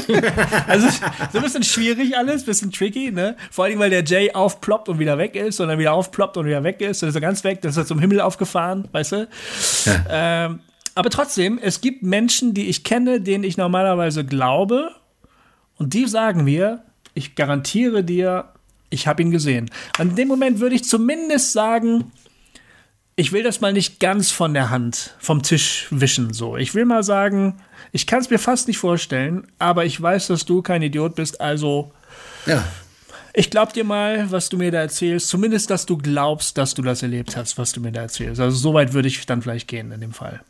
Also so ein bisschen schwierig alles, bisschen tricky, ne? Vor allem, weil der Jay aufploppt und wieder weg ist und dann wieder aufploppt und wieder weg ist. Dann ist er ganz weg, dann ist er zum Himmel aufgefahren, weißt du? Ja. Ähm, aber trotzdem, es gibt Menschen, die ich kenne, denen ich normalerweise glaube und die sagen mir, ich garantiere dir, ich habe ihn gesehen. An dem Moment würde ich zumindest sagen, ich will das mal nicht ganz von der Hand, vom Tisch wischen. So. Ich will mal sagen, ich kann es mir fast nicht vorstellen, aber ich weiß, dass du kein Idiot bist, also Ja. Ich glaub dir mal, was du mir da erzählst. Zumindest, dass du glaubst, dass du das erlebt hast, was du mir da erzählst. Also so weit würde ich dann vielleicht gehen in dem Fall.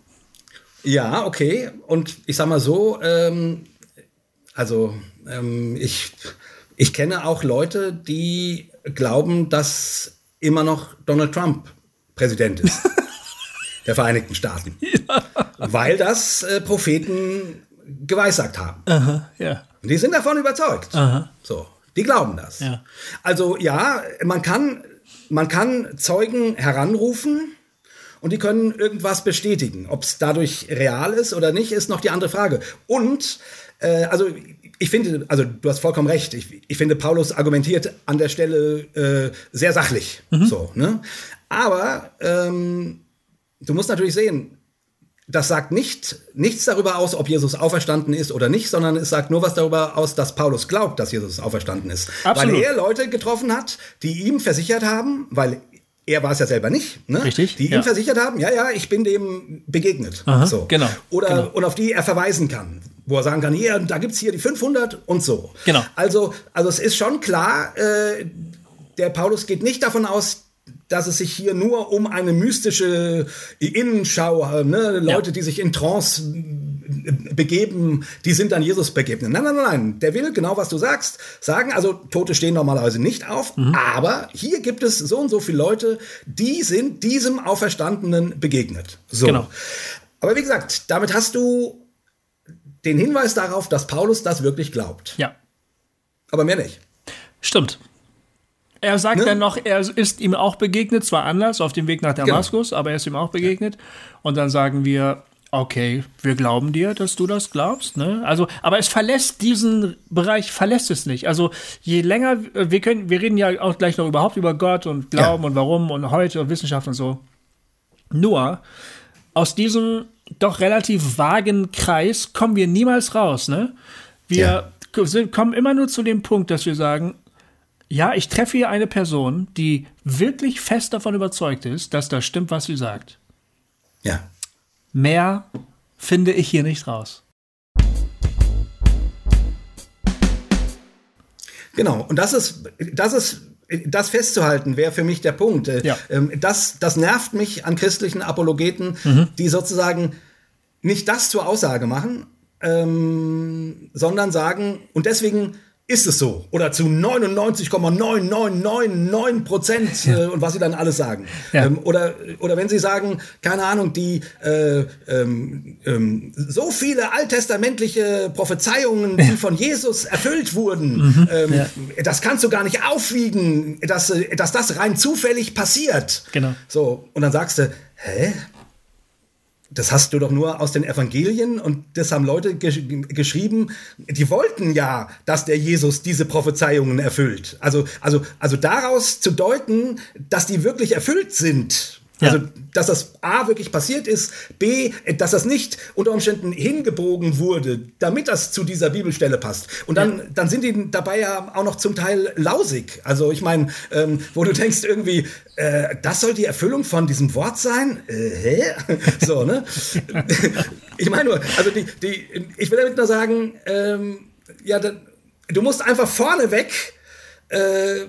Ja, okay. Und ich sag mal so, ähm, also ähm, ich, ich kenne auch Leute, die glauben, dass immer noch Donald Trump Präsident ist der Vereinigten Staaten. Ja. Weil das äh, Propheten geweissagt haben. Aha, ja. Und die sind davon überzeugt. Aha. So, die glauben das. Ja. Also ja, man kann, man kann Zeugen heranrufen und die können irgendwas bestätigen. Ob es dadurch real ist oder nicht, ist noch die andere Frage. Und äh, also ich finde, also du hast vollkommen recht. Ich, ich finde, Paulus argumentiert an der Stelle äh, sehr sachlich. Mhm. So, ne? Aber ähm, du musst natürlich sehen, das sagt nicht, nichts darüber aus, ob Jesus auferstanden ist oder nicht, sondern es sagt nur was darüber aus, dass Paulus glaubt, dass Jesus auferstanden ist. Absolut. Weil er Leute getroffen hat, die ihm versichert haben, weil er war es ja selber nicht, ne? Richtig, die ihm ja. versichert haben, ja, ja, ich bin dem begegnet. Aha, so. Genau. Oder, genau. Und auf die er verweisen kann, wo er sagen kann, hier, da gibt's hier die fünfhundert und so. Genau. Also, also es ist schon klar, äh, der Paulus geht nicht davon aus, dass es sich hier nur um eine mystische Innenschau, ne, Leute, ja. die sich in Trance begeben, die sind dann Jesus begegnet. Nein, nein, nein, nein. Der will genau, was du sagst, sagen. Also Tote stehen normalerweise nicht auf, mhm. aber hier gibt es so und so viele Leute, die sind diesem Auferstandenen begegnet. So. Genau. Aber wie gesagt, damit hast du den Hinweis darauf, dass Paulus das wirklich glaubt. Ja. Aber mehr nicht. Stimmt. Er sagt ne? dann noch, er ist ihm auch begegnet, zwar anders, auf dem Weg nach Damaskus, genau. aber er ist ihm auch begegnet. Und dann sagen wir, okay, wir glauben dir, dass du das glaubst. Ne? Also, aber es verlässt diesen Bereich, verlässt es nicht. Also je länger, wir können, wir reden ja auch gleich noch überhaupt über Gott und Glauben ja. und warum und heute und Wissenschaft und so. Nur aus diesem doch relativ vagen Kreis kommen wir niemals raus. Ne? Wir ja. sind, kommen immer nur zu dem Punkt, dass wir sagen, ja, ich treffe hier eine Person, die wirklich fest davon überzeugt ist, dass das stimmt, was sie sagt. Ja. Mehr finde ich hier nicht raus. Genau, und das ist, das ist, das festzuhalten wäre für mich der Punkt. Ja. Das, das nervt mich an christlichen Apologeten, mhm. die sozusagen nicht das zur Aussage machen, ähm, sondern sagen, und deswegen ist es so. Oder zu neunundneunzig Komma neun neun neun neun Prozent ja. äh, und was sie dann alles sagen. Ja. Ähm, oder, oder wenn sie sagen, keine Ahnung, die äh, ähm, ähm, so viele alttestamentliche Prophezeiungen, die von Jesus erfüllt wurden, mhm. ähm, ja. das kannst du gar nicht aufwiegen, dass, dass das rein zufällig passiert. Genau. So, und dann sagst du, hä? Das hast du doch nur aus den Evangelien und das haben Leute gesch- geschrieben, die wollten ja, dass der Jesus diese Prophezeiungen erfüllt. Also, also, also daraus zu deuten, dass die wirklich erfüllt sind. Ja. Also, dass das A wirklich passiert ist, B, dass das nicht unter Umständen hingebogen wurde, damit das zu dieser Bibelstelle passt. Und dann, ja. dann sind die dabei ja auch noch zum Teil lausig. Also ich meine, ähm, wo du denkst irgendwie, äh, das soll die Erfüllung von diesem Wort sein? Äh, hä? So, ne? Ich meine nur, also die, die, ich will damit nur sagen, ähm, ja, da, du musst einfach vorneweg äh,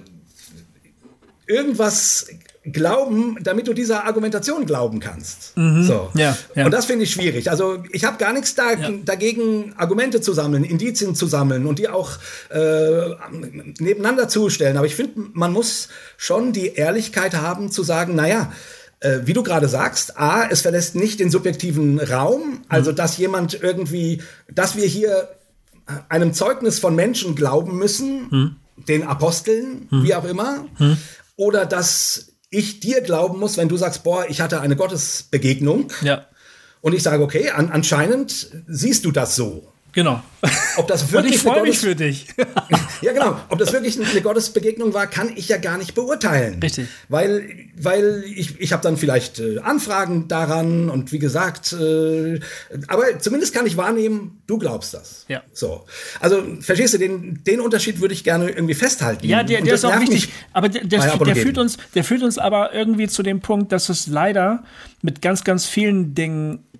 irgendwas glauben, damit du dieser Argumentation glauben kannst. Mhm. So. Ja, ja. Und das finde ich schwierig. Also ich habe gar nichts da, ja. dagegen, Argumente zu sammeln, Indizien zu sammeln und die auch äh, nebeneinander zu stellen. Aber ich finde, man muss schon die Ehrlichkeit haben zu sagen, naja, äh, wie du gerade sagst, A, es verlässt nicht den subjektiven Raum, also mhm. dass jemand irgendwie, dass wir hier einem Zeugnis von Menschen glauben müssen, mhm. den Aposteln, mhm. wie auch immer, mhm. oder dass ich dir glauben muss, wenn du sagst, boah, ich hatte eine Gottesbegegnung. Ja. Und ich sage, okay, an, anscheinend siehst du das so. Genau. Ob das wirklich und ich freue mich Gottes- für dich. Ja, genau. Ob das wirklich eine Gottesbegegnung war, kann ich ja gar nicht beurteilen. Richtig. Weil, weil ich, ich habe dann vielleicht äh, Anfragen daran und wie gesagt, äh, aber zumindest kann ich wahrnehmen, du glaubst das. Ja. So. Also, verstehst du, den, den Unterschied würde ich gerne irgendwie festhalten. Ja, der, Und der das ist auch nervt wichtig. mich Aber der, der, bei der, Apologeten. führt uns, der führt uns aber irgendwie zu dem Punkt, dass es leider mit ganz, ganz vielen Dingen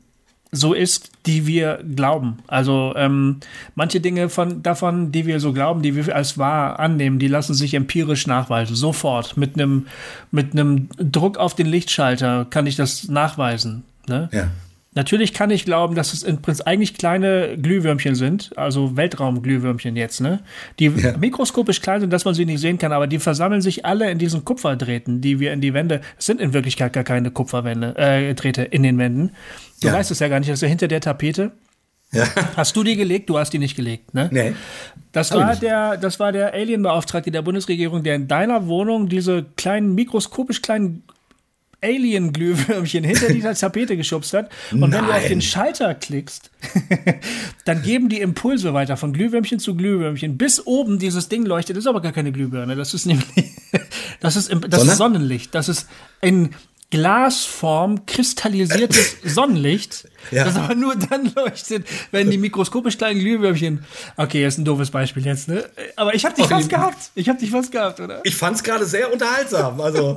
so ist, die wir glauben. Also ähm, manche Dinge von davon, die wir so glauben, die wir als wahr annehmen, die lassen sich empirisch nachweisen, sofort. Mit einem mit einem Druck auf den Lichtschalter kann ich das nachweisen. Ne? Ja. Natürlich kann ich glauben, dass es im Prinzip eigentlich kleine Glühwürmchen sind, also Weltraumglühwürmchen jetzt, ne? Die ja. mikroskopisch klein sind, dass man sie nicht sehen kann, aber die versammeln sich alle in diesen Kupferdrähten, die wir in die Wände, es sind in Wirklichkeit gar keine Kupferdrähte äh, Drähte in den Wänden. Du ja. weißt es ja gar nicht, das ist ja hinter der Tapete. Ja. Hast du die gelegt? Du hast die nicht gelegt, ne? Nee. Das war der, das war der Alien-Beauftragte der Bundesregierung, der in deiner Wohnung diese kleinen, mikroskopisch kleinen Alien-Glühwürmchen hinter dieser Tapete geschubst hat. Und Nein. wenn du auf den Schalter klickst, dann geben die Impulse weiter von Glühwürmchen zu Glühwürmchen, bis oben dieses Ding leuchtet. Das ist aber gar keine Glühbirne. Das ist nämlich, das ist, das ist Sonnenlicht. Das ist in Glasform kristallisiertes Sonnenlicht, ja. das aber nur dann leuchtet, wenn die mikroskopisch kleinen Glühwürmchen. Okay, ist ein doofes Beispiel jetzt, ne? Aber ich hab dich okay. fast gehabt. Ich hab dich fast gehabt, oder? Ich fand's gerade sehr unterhaltsam. Also.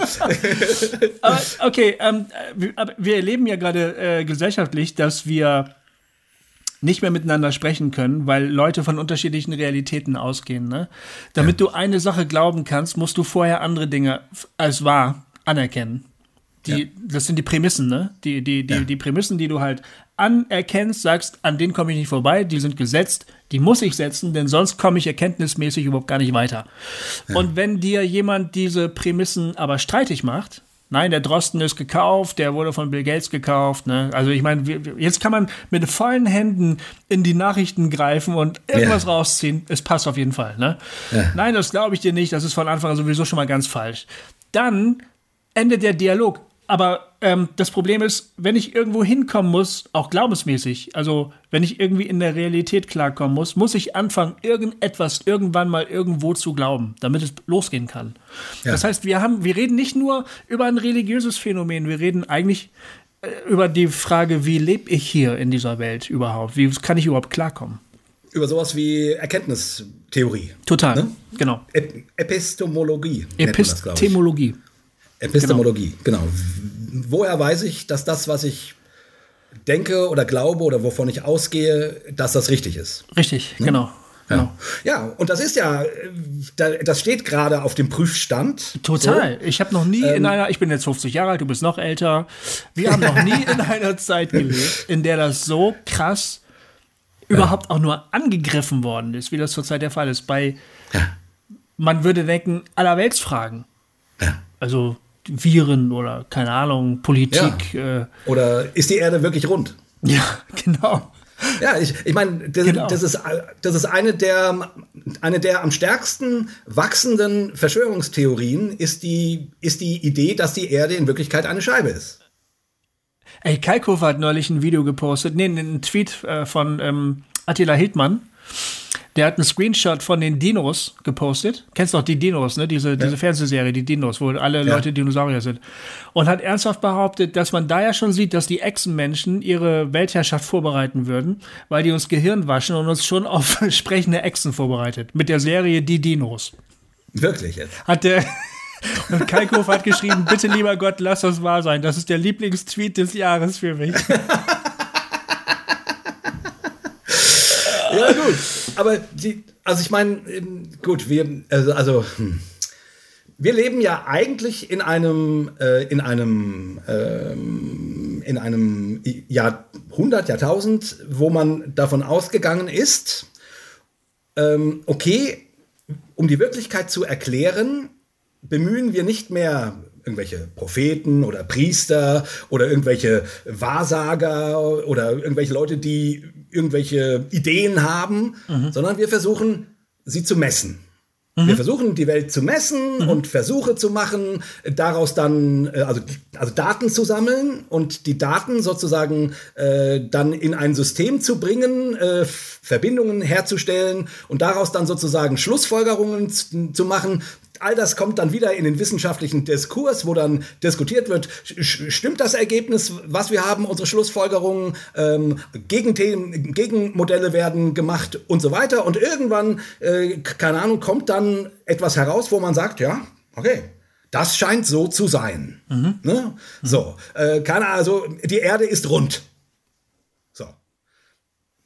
aber okay, ähm, wir, wir erleben ja gerade äh, gesellschaftlich, dass wir nicht mehr miteinander sprechen können, weil Leute von unterschiedlichen Realitäten ausgehen, ne? Damit ja. du eine Sache glauben kannst, musst du vorher andere Dinge als wahr anerkennen. Die, ja. Das sind die Prämissen, ne? Die, die, die, ja. die Prämissen, die du halt anerkennst, sagst, an denen komme ich nicht vorbei, die sind gesetzt, die muss ich setzen, denn sonst komme ich erkenntnismäßig überhaupt gar nicht weiter. Ja. Und wenn dir jemand diese Prämissen aber streitig macht, nein, der Drosten ist gekauft, der wurde von Bill Gates gekauft, ne? Also ich meine, jetzt kann man mit vollen Händen in die Nachrichten greifen und irgendwas ja. rausziehen. Es passt auf jeden Fall, ne? Ja. Nein, das glaube ich dir nicht, das ist von Anfang an sowieso schon mal ganz falsch. Dann endet der Dialog. Aber ähm, das Problem ist, wenn ich irgendwo hinkommen muss, auch glaubensmäßig, also wenn ich irgendwie in der Realität klarkommen muss, muss ich anfangen, irgendetwas irgendwann mal irgendwo zu glauben, damit es losgehen kann. Ja. Das heißt, wir haben, wir reden nicht nur über ein religiöses Phänomen, wir reden eigentlich äh, über die Frage, wie lebe ich hier in dieser Welt überhaupt? Wie kann ich überhaupt klarkommen? Über sowas wie Erkenntnistheorie. Total, ne? Genau. Ep- Epistemologie. Epistemologie. Epistemologie, genau. genau. Woher weiß ich, dass das, was ich denke oder glaube oder wovon ich ausgehe, dass das richtig ist? Richtig, ne? genau. Ja. genau. Ja, und das ist ja, das steht gerade auf dem Prüfstand. Total. So. Ich habe noch nie ähm, in einer, ich bin jetzt fünfzig Jahre alt, du bist noch älter. Wir haben noch nie in einer Zeit gelebt, in der das so krass ja. überhaupt auch nur angegriffen worden ist, wie das zurzeit der Fall ist. Bei, ja. man würde denken, allerweltsfragen. Ja. Also Viren oder, keine Ahnung, Politik. Ja. Äh. Oder ist die Erde wirklich rund? Ja, genau. Ja, ich, ich meine, das, genau. das, ist, das ist eine der, eine der am stärksten wachsenden Verschwörungstheorien, ist die, ist die Idee, dass die Erde in Wirklichkeit eine Scheibe ist. Ey, Kalkofer hat neulich ein Video gepostet, nee, einen Tweet äh, von ähm, Attila Hildmann. Der hat einen Screenshot von den Dinos gepostet. Kennst du doch die Dinos, ne? Diese, ja. diese Fernsehserie, die Dinos, wo alle ja. Leute Dinosaurier sind. Und hat ernsthaft behauptet, dass man da ja schon sieht, dass die Echsenmenschen ihre Weltherrschaft vorbereiten würden, weil die uns Gehirn waschen und uns schon auf sprechende Echsen vorbereitet. Mit der Serie Die Dinos. Wirklich jetzt? Hat der... Und Kalkofer hat geschrieben, bitte lieber Gott, lass das wahr sein. Das ist der Lieblingstweet des Jahres für mich. Ja, gut. Aber die, also ich meine, gut, wir, also, also hm. wir leben ja eigentlich in einem, äh, in einem, ähm, in einem Jahrhundert, Jahrtausend, wo man davon ausgegangen ist, ähm, okay, um die Wirklichkeit zu erklären, bemühen wir nicht mehr irgendwelche Propheten oder Priester oder irgendwelche Wahrsager oder irgendwelche Leute, die irgendwelche Ideen haben, mhm. sondern wir versuchen, sie zu messen. Mhm. Wir versuchen, die Welt zu messen mhm. und Versuche zu machen, daraus dann, also, also Daten zu sammeln und die Daten sozusagen äh, dann in ein System zu bringen, äh, Verbindungen herzustellen und daraus dann sozusagen Schlussfolgerungen zu, zu machen. All das kommt dann wieder in den wissenschaftlichen Diskurs, wo dann diskutiert wird, stimmt das Ergebnis, was wir haben, unsere Schlussfolgerungen, ähm, Gegenthemen, Gegenmodelle werden gemacht und so weiter. Und irgendwann, äh, keine Ahnung, kommt dann etwas heraus, wo man sagt, ja, okay, das scheint so zu sein. Mhm. Ne? Mhm. So, äh, keine Ahnung, also die Erde ist rund.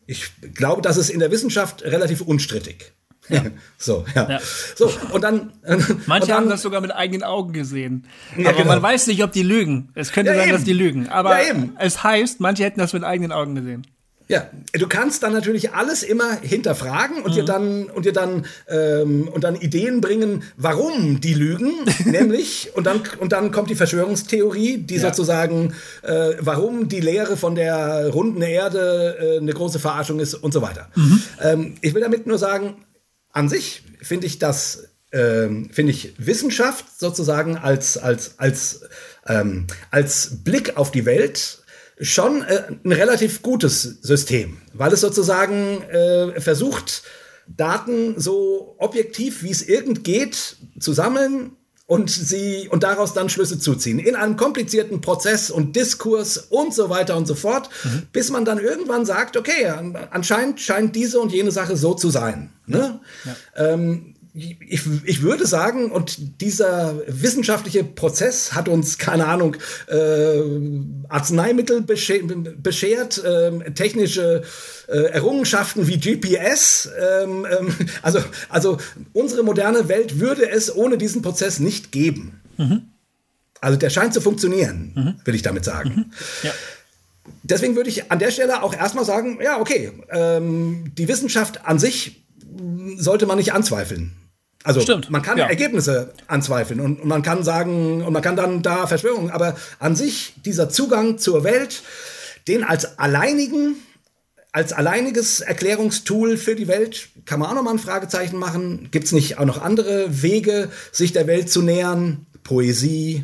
Ich glaube, das ist in der Wissenschaft relativ unstrittig. Ja. So, ja. ja. So, und dann. Manche und dann, haben das sogar mit eigenen Augen gesehen. Ja, aber genau. man weiß nicht, ob die lügen. Es könnte ja, sein, eben. dass die lügen. Aber ja, eben. es heißt, manche hätten das mit eigenen Augen gesehen. Ja, du kannst dann natürlich alles immer hinterfragen und mhm. dir dann und dir dann ähm, und dann Ideen bringen, warum die lügen, nämlich und dann und dann kommt die Verschwörungstheorie, die ja. sozusagen äh, warum die Lehre von der runden Erde äh, eine große Verarschung ist und so weiter. Mhm. Ähm, ich will damit nur sagen, an sich finde ich das ähm, finde ich Wissenschaft sozusagen als als als ähm, als Blick auf die Welt schon äh, ein relativ gutes System, weil es sozusagen äh, versucht, Daten so objektiv, wie es irgend geht, zu sammeln und sie und daraus dann Schlüsse zu ziehen. In einem komplizierten Prozess und Diskurs und so weiter und so fort, mhm. bis man dann irgendwann sagt, okay, anscheinend scheint diese und jene Sache so zu sein. Ne? Ja. Ähm, Ich, ich würde sagen, und dieser wissenschaftliche Prozess hat uns, keine Ahnung, äh, Arzneimittel besche- beschert, äh, technische äh, Errungenschaften wie G P S. Ähm, ähm, also, also unsere moderne Welt würde es ohne diesen Prozess nicht geben. Mhm. Also der scheint zu funktionieren, mhm. will ich damit sagen. Mhm. Ja. Deswegen würde ich an der Stelle auch erstmal sagen, ja, okay, ähm, die Wissenschaft an sich sollte man nicht anzweifeln. Also Stimmt, man kann ja. Ergebnisse anzweifeln und, und man kann sagen, und man kann dann da Verschwörungen, aber an sich dieser Zugang zur Welt, den als alleinigen, als alleiniges Erklärungstool für die Welt, kann man auch nochmal ein Fragezeichen machen. Gibt es nicht auch noch andere Wege, sich der Welt zu nähern? Poesie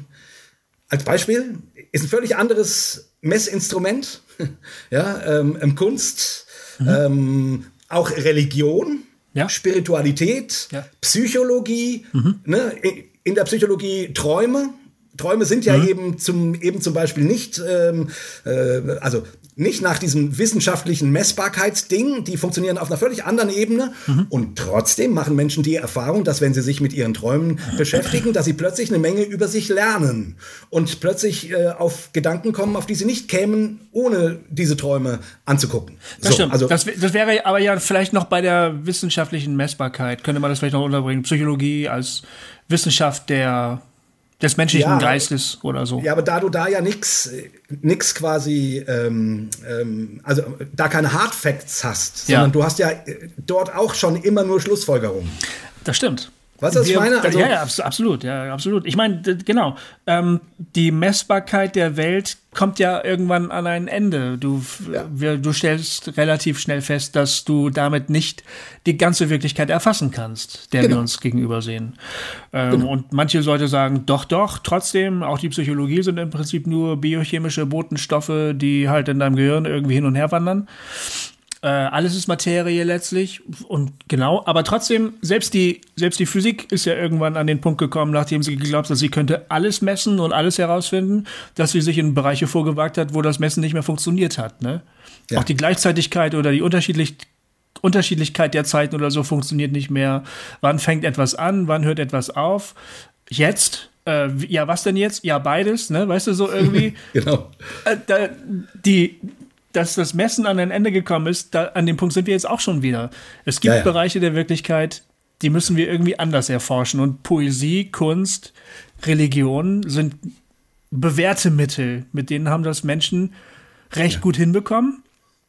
als Beispiel ist ein völlig anderes Messinstrument, ja, ähm, Kunst, mhm. ähm, auch Religion. Ja. Spiritualität, ja. Psychologie, mhm. ne, in der Psychologie Träume. Träume sind ja mhm. eben zum eben zum Beispiel nicht, ähm, äh, also nicht nach diesem wissenschaftlichen Messbarkeitsding, die funktionieren auf einer völlig anderen Ebene mhm. und trotzdem machen Menschen die Erfahrung, dass wenn sie sich mit ihren Träumen beschäftigen, dass sie plötzlich eine Menge über sich lernen und plötzlich äh, auf Gedanken kommen, auf die sie nicht kämen, ohne diese Träume anzugucken. Das so, stimmt. Also, das, das wäre aber ja vielleicht noch bei der wissenschaftlichen Messbarkeit, könnte man das vielleicht noch unterbringen. Psychologie als Wissenschaft der des menschlichen ja, Geistes oder so. Ja, aber da du da ja nix, nix quasi, ähm, ähm, also da keine Hard Facts hast, sondern ja. du hast ja dort auch schon immer nur Schlussfolgerungen. Das stimmt. Weißt du, was ich meine? Also, ja, ja, absolut, ja, absolut. Ich meine, genau, ähm, die Messbarkeit der Welt kommt ja irgendwann an ein Ende. Du, ja. wir, du stellst relativ schnell fest, dass du damit nicht die ganze Wirklichkeit erfassen kannst, der genau. wir uns gegenüber sehen. Ähm, genau. Und manche Leute sagen, doch, doch, trotzdem, auch die Psychologie sind im Prinzip nur biochemische Botenstoffe, die halt in deinem Gehirn irgendwie hin und her wandern. Äh, alles ist Materie letztlich und genau, aber trotzdem, selbst die, selbst die Physik ist ja irgendwann an den Punkt gekommen, nachdem sie geglaubt hat, sie könnte alles messen und alles herausfinden, dass sie sich in Bereiche vorgewagt hat, wo das Messen nicht mehr funktioniert hat. Ne? Ja. Auch die Gleichzeitigkeit oder die Unterschiedlich- Unterschiedlichkeit der Zeiten oder so funktioniert nicht mehr. Wann fängt etwas an, wann hört etwas auf? Jetzt? Äh, ja, was denn jetzt? Ja, beides, ne? Weißt du, so irgendwie. Genau. Äh, da, die dass das Messen an ein Ende gekommen ist, da, an dem Punkt sind wir jetzt auch schon wieder. Es gibt ja, ja. Bereiche der Wirklichkeit, die müssen wir irgendwie anders erforschen. Und Poesie, Kunst, Religion sind bewährte Mittel, mit denen haben das Menschen recht ja. gut hinbekommen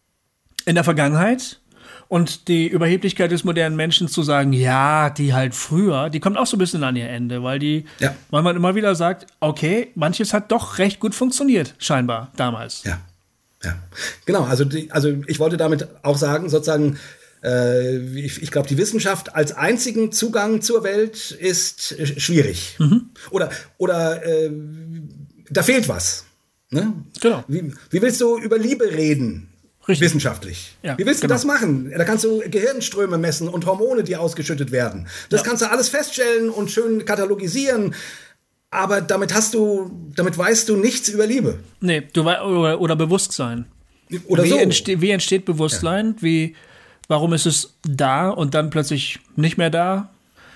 in der Vergangenheit. Und die Überheblichkeit des modernen Menschen zu sagen, ja, die halt früher, die kommt auch so ein bisschen an ihr Ende, weil die, ja. weil man immer wieder sagt, okay, manches hat doch recht gut funktioniert, scheinbar, damals. Ja. Ja, genau. Also, die, also ich wollte damit auch sagen, sozusagen, äh, ich, ich glaube, die Wissenschaft als einzigen Zugang zur Welt ist äh, schwierig. Mhm. Oder, oder äh, da fehlt was. Ne? Genau. Wie, wie willst du über Liebe reden? Richtig. Wissenschaftlich. Ja, wie willst du genau. das machen? Da kannst du Gehirnströme messen und Hormone, die ausgeschüttet werden. Das ja. kannst du alles feststellen und schön katalogisieren. Aber damit hast du, damit weißt du nichts über Liebe. Nee, du oder, oder Bewusstsein. Oder wie so. Entste- wie entsteht Bewusstsein? Ja. Wie, warum ist es da und dann plötzlich nicht mehr da?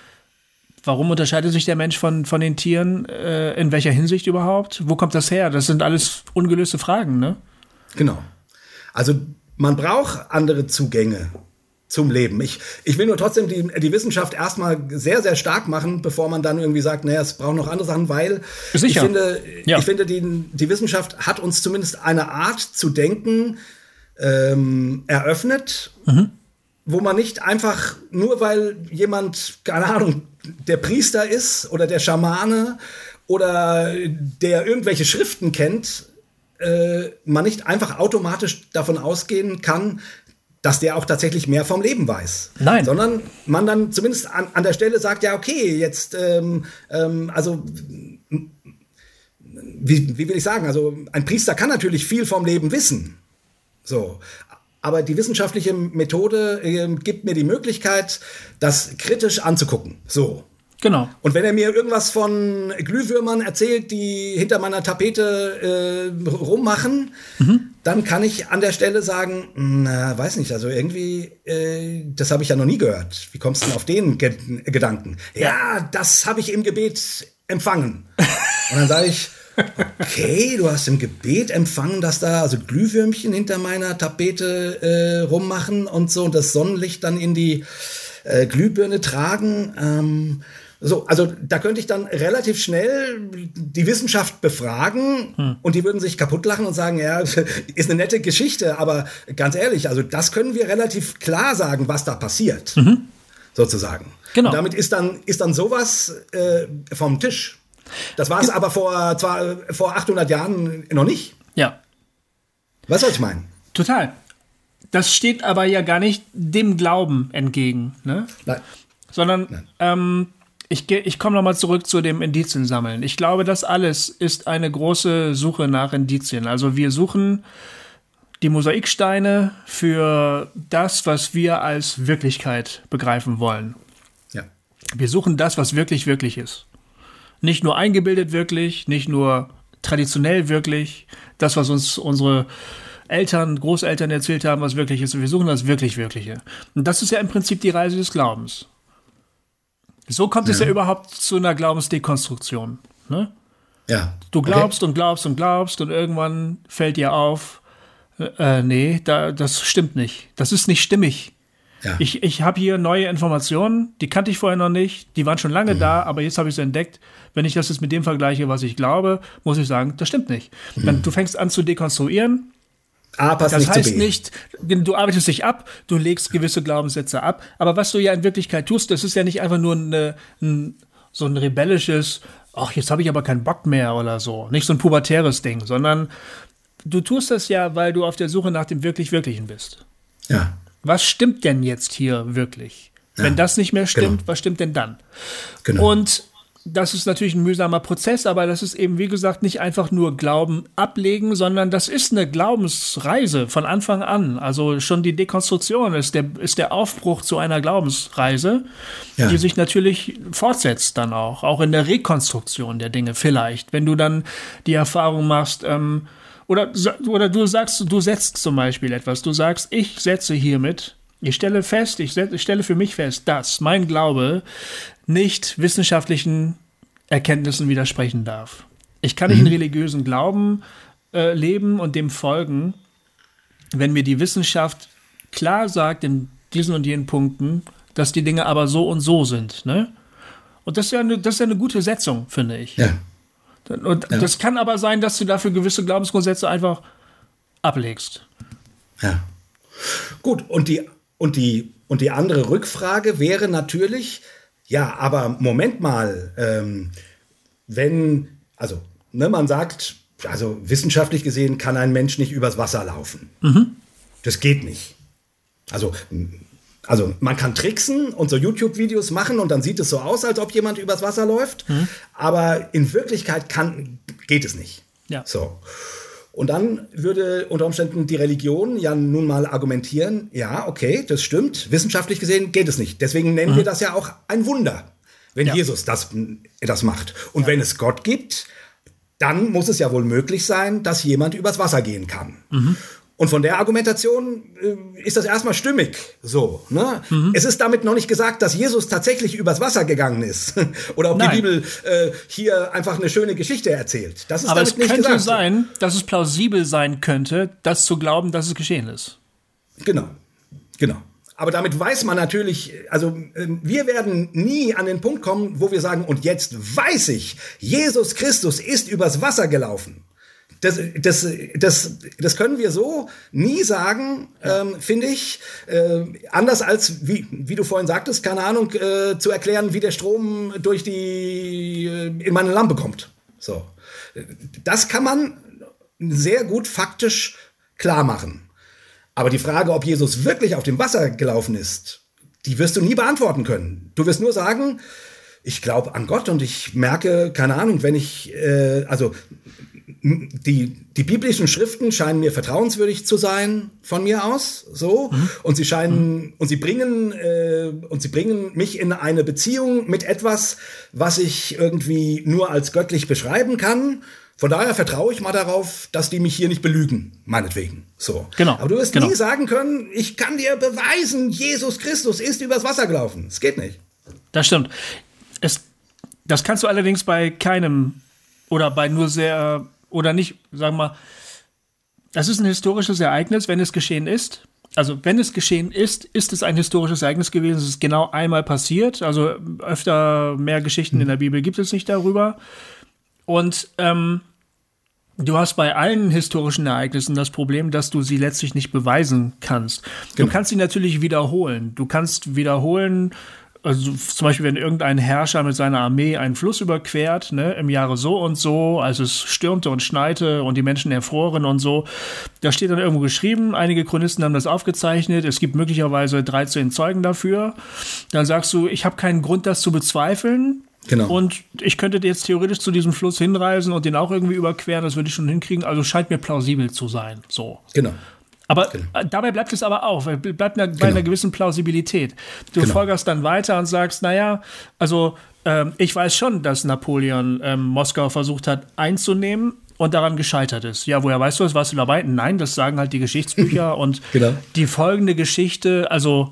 Warum unterscheidet sich der Mensch von, von den Tieren? Äh, in welcher Hinsicht überhaupt? Wo kommt das her? Das sind alles ungelöste Fragen, ne? Genau. Also man braucht andere Zugänge zum Leben. Ich, ich will nur trotzdem die, die Wissenschaft erstmal sehr, sehr stark machen, bevor man dann irgendwie sagt, naja, es braucht noch andere Sachen, weil Sicher. ich finde, ja. ich finde die, die Wissenschaft hat uns zumindest eine Art zu denken ähm, eröffnet, mhm. wo man nicht einfach, nur weil jemand, keine Ahnung, der Priester ist oder der Schamane oder der irgendwelche Schriften kennt, äh, man nicht einfach automatisch davon ausgehen kann, dass der auch tatsächlich mehr vom Leben weiß. Nein. Sondern man dann zumindest an, an der Stelle sagt, ja, okay, jetzt, ähm, ähm, also, wie, wie will ich sagen, also ein Priester kann natürlich viel vom Leben wissen. So. Aber die wissenschaftliche Methode äh, gibt mir die Möglichkeit, das kritisch anzugucken. So. Genau. Und wenn er mir irgendwas von Glühwürmern erzählt, die hinter meiner Tapete äh, rummachen, mhm. dann kann ich an der Stelle sagen, na, weiß nicht, also irgendwie, äh, das habe ich ja noch nie gehört. Wie kommst du denn auf den Ge- Gedanken? Ja, das habe ich im Gebet empfangen. Und dann sage ich, okay, du hast im Gebet empfangen, dass da also Glühwürmchen hinter meiner Tapete äh, rummachen und so und das Sonnenlicht dann in die äh, Glühbirne tragen. Ähm, so, also da könnte ich dann relativ schnell die Wissenschaft befragen hm. und die würden sich kaputt lachen und sagen, ja, ist eine nette Geschichte, aber ganz ehrlich, also das können wir relativ klar sagen, was da passiert, mhm. sozusagen. Genau. Und damit ist dann, ist dann sowas äh, vom Tisch. Das war es aber vor, zwar, vor achthundert Jahren noch nicht. Ja. Was soll ich meinen? Total. Das steht aber ja gar nicht dem Glauben entgegen, ne? Nein. Sondern Nein. Ähm, ich, ich komme nochmal zurück zu dem Indiziensammeln. Ich glaube, das alles ist eine große Suche nach Indizien. Also wir suchen die Mosaiksteine für das, was wir als Wirklichkeit begreifen wollen. Ja. Wir suchen das, was wirklich wirklich ist. Nicht nur eingebildet wirklich, nicht nur traditionell wirklich, das, was uns unsere Eltern, Großeltern erzählt haben, was wirklich ist. Wir suchen das wirklich Wirkliche. Und das ist ja im Prinzip die Reise des Glaubens. So kommt ja. es ja überhaupt zu einer Glaubensdekonstruktion. Ne? Ja. Du glaubst okay. und glaubst und glaubst und irgendwann fällt dir auf, äh, nee, da, das stimmt nicht. Das ist nicht stimmig. Ja. Ich, ich habe hier neue Informationen, die kannte ich vorher noch nicht, die waren schon lange mhm. da, aber jetzt habe ich sie entdeckt. Wenn ich das jetzt mit dem vergleiche, was ich glaube, muss ich sagen, das stimmt nicht. Mhm. Dann, du fängst an zu dekonstruieren. A passt das nicht heißt zu B. nicht, du arbeitest dich ab, du legst gewisse Glaubenssätze ab, aber was du ja in Wirklichkeit tust, das ist ja nicht einfach nur eine, ein, so ein rebellisches, ach, jetzt habe ich aber keinen Bock mehr oder so, nicht so ein pubertäres Ding, sondern du tust das ja, weil du auf der Suche nach dem wirklich Wirklichen bist. Ja. Was stimmt denn jetzt hier wirklich? Ja. Wenn das nicht mehr stimmt, genau. was stimmt denn dann? Genau. Und das ist natürlich ein mühsamer Prozess, aber das ist eben, wie gesagt, nicht einfach nur Glauben ablegen, sondern das ist eine Glaubensreise von Anfang an. Also schon die Dekonstruktion ist der, ist der Aufbruch zu einer Glaubensreise, ja. die sich natürlich fortsetzt dann auch, auch in der Rekonstruktion der Dinge vielleicht. Wenn du dann die Erfahrung machst, ähm, oder, oder du sagst, du setzt zum Beispiel etwas, du sagst, ich setze hiermit, ich stelle fest, ich, set, ich stelle für mich fest, dass mein Glaube nicht wissenschaftlichen Erkenntnissen widersprechen darf. Ich kann nicht mhm. in religiösen Glauben äh, leben und dem folgen, wenn mir die Wissenschaft klar sagt, in diesen und jenen Punkten, dass die Dinge aber so und so sind. Ne? Und das ist ja eine, das ist ja eine gute Setzung, finde ich. Ja. Und ja. das kann aber sein, dass du dafür gewisse Glaubensgrundsätze einfach ablegst. Ja. Gut, und die, und die, und die andere Rückfrage wäre natürlich, ja, aber Moment mal, ähm, wenn, also, ne, man sagt, also wissenschaftlich gesehen kann ein Mensch nicht übers Wasser laufen. Mhm. Das geht nicht. Also, also man kann tricksen und so YouTube-Videos machen und dann sieht es so aus, als ob jemand übers Wasser läuft, mhm. aber in Wirklichkeit kann, geht es nicht. Ja. So. Und dann würde unter Umständen die Religion ja nun mal argumentieren, ja, okay, das stimmt, wissenschaftlich gesehen geht es nicht. Deswegen nennen mhm. wir das ja auch ein Wunder, wenn ja. Jesus das, das macht. Und ja. wenn es Gott gibt, dann muss es ja wohl möglich sein, dass jemand übers Wasser gehen kann. Mhm. Und von der Argumentation äh, ist das erstmal stimmig. So, ne? Mhm. Es ist damit noch nicht gesagt, dass Jesus tatsächlich übers Wasser gegangen ist. Oder ob Nein. die Bibel äh, hier einfach eine schöne Geschichte erzählt. Das ist Aber damit es nicht könnte gesagt. sein, dass es plausibel sein könnte, das zu glauben, dass es geschehen ist. Genau, genau. Aber damit weiß man natürlich, also wir werden nie an den Punkt kommen, wo wir sagen, und jetzt weiß ich, Jesus Christus ist übers Wasser gelaufen. Das, das, das, das können wir so nie sagen, ja. ähm, finde ich. Äh, anders als, wie, wie du vorhin sagtest, keine Ahnung, äh, zu erklären, wie der Strom durch die, äh, in meine Lampe kommt. So. Das kann man sehr gut faktisch klar machen. Aber die Frage, ob Jesus wirklich auf dem Wasser gelaufen ist, die wirst du nie beantworten können. Du wirst nur sagen, ich glaube an Gott und ich merke, keine Ahnung, wenn ich, äh, also die, die biblischen Schriften scheinen mir vertrauenswürdig zu sein von mir aus, so, mhm. und sie scheinen, mhm. und sie bringen, äh, und sie bringen mich in eine Beziehung mit etwas, was ich irgendwie nur als göttlich beschreiben kann. Von daher vertraue ich mal darauf, dass die mich hier nicht belügen, meinetwegen. So. Genau. Aber du wirst genau. nie sagen können, ich kann dir beweisen, Jesus Christus ist übers Wasser gelaufen. Es geht nicht. Das stimmt. Es, das kannst du allerdings bei keinem oder bei nur sehr oder nicht, sagen wir mal, das ist ein historisches Ereignis, wenn es geschehen ist. Also wenn es geschehen ist, ist es ein historisches Ereignis gewesen. Es ist genau einmal passiert. Also öfter mehr Geschichten in der Bibel gibt es nicht darüber. Und ähm, du hast bei allen historischen Ereignissen das Problem, dass du sie letztlich nicht beweisen kannst. Genau. Du kannst sie natürlich wiederholen. Du kannst wiederholen, also zum Beispiel, wenn irgendein Herrscher mit seiner Armee einen Fluss überquert, ne, im Jahre so und so, als es stürmte und schneite und die Menschen erfroren und so. Da steht dann irgendwo geschrieben, einige Chronisten haben das aufgezeichnet, es gibt möglicherweise dreizehn Zeugen dafür. Dann sagst du, ich habe keinen Grund, das zu bezweifeln. Genau. Und ich könnte jetzt theoretisch zu diesem Fluss hinreisen und den auch irgendwie überqueren, das würde ich schon hinkriegen, also scheint mir plausibel zu sein. So. Genau. Aber genau. dabei bleibt es aber auch, bleibt bei genau. einer gewissen Plausibilität. Du genau. folgerst dann weiter und sagst, naja, also ähm, ich weiß schon, dass Napoleon ähm, Moskau versucht hat einzunehmen und daran gescheitert ist. Ja, woher weißt du das? Warst du dabei? Nein, das sagen halt die Geschichtsbücher und genau. die folgende Geschichte, also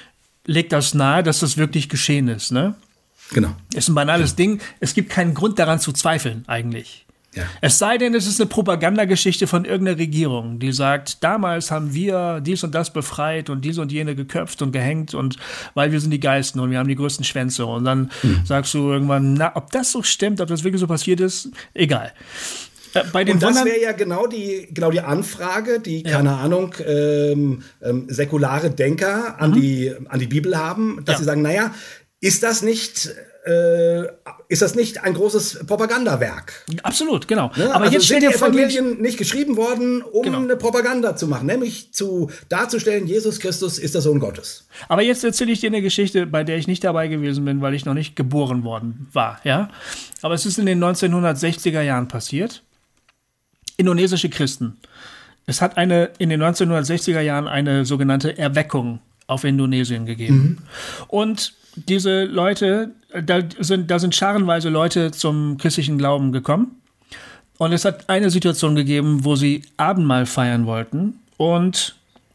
legt das nahe, dass das wirklich geschehen ist, ne? Genau. Ist ein banales genau. Ding. Es gibt keinen Grund daran zu zweifeln, eigentlich. Ja. Es sei denn, es ist eine Propagandageschichte von irgendeiner Regierung, die sagt, damals haben wir dies und das befreit und dies und jene geköpft und gehängt und weil wir sind die Geisten und wir haben die größten Schwänze. Und dann hm. sagst du irgendwann, na, ob das so stimmt, ob das wirklich so passiert ist, egal. Äh, bei den und das wäre ja genau die, genau die Anfrage, die, ja. keine Ahnung, ähm, ähm, säkulare Denker an, mhm. die, an die Bibel haben, dass ja. sie sagen, naja, ist das nicht, äh, ist das nicht ein großes Propagandawerk? Absolut, genau. Ne? Aber also jetzt sind steht die Evangelien nicht geschrieben worden, um genau. eine Propaganda zu machen, nämlich zu darzustellen, Jesus Christus ist der Sohn Gottes. Aber jetzt erzähle ich dir eine Geschichte, bei der ich nicht dabei gewesen bin, weil ich noch nicht geboren worden war. Ja? Aber es ist in den neunzehnhundertsechziger Jahren passiert. Indonesische Christen. Es hat eine in den neunzehnhundertsechziger Jahren eine sogenannte Erweckung auf Indonesien gegeben. Mhm. Und diese Leute, da sind, da sind scharenweise Leute zum christlichen Glauben gekommen. Und es hat eine Situation gegeben, wo sie Abendmahl feiern wollten. Und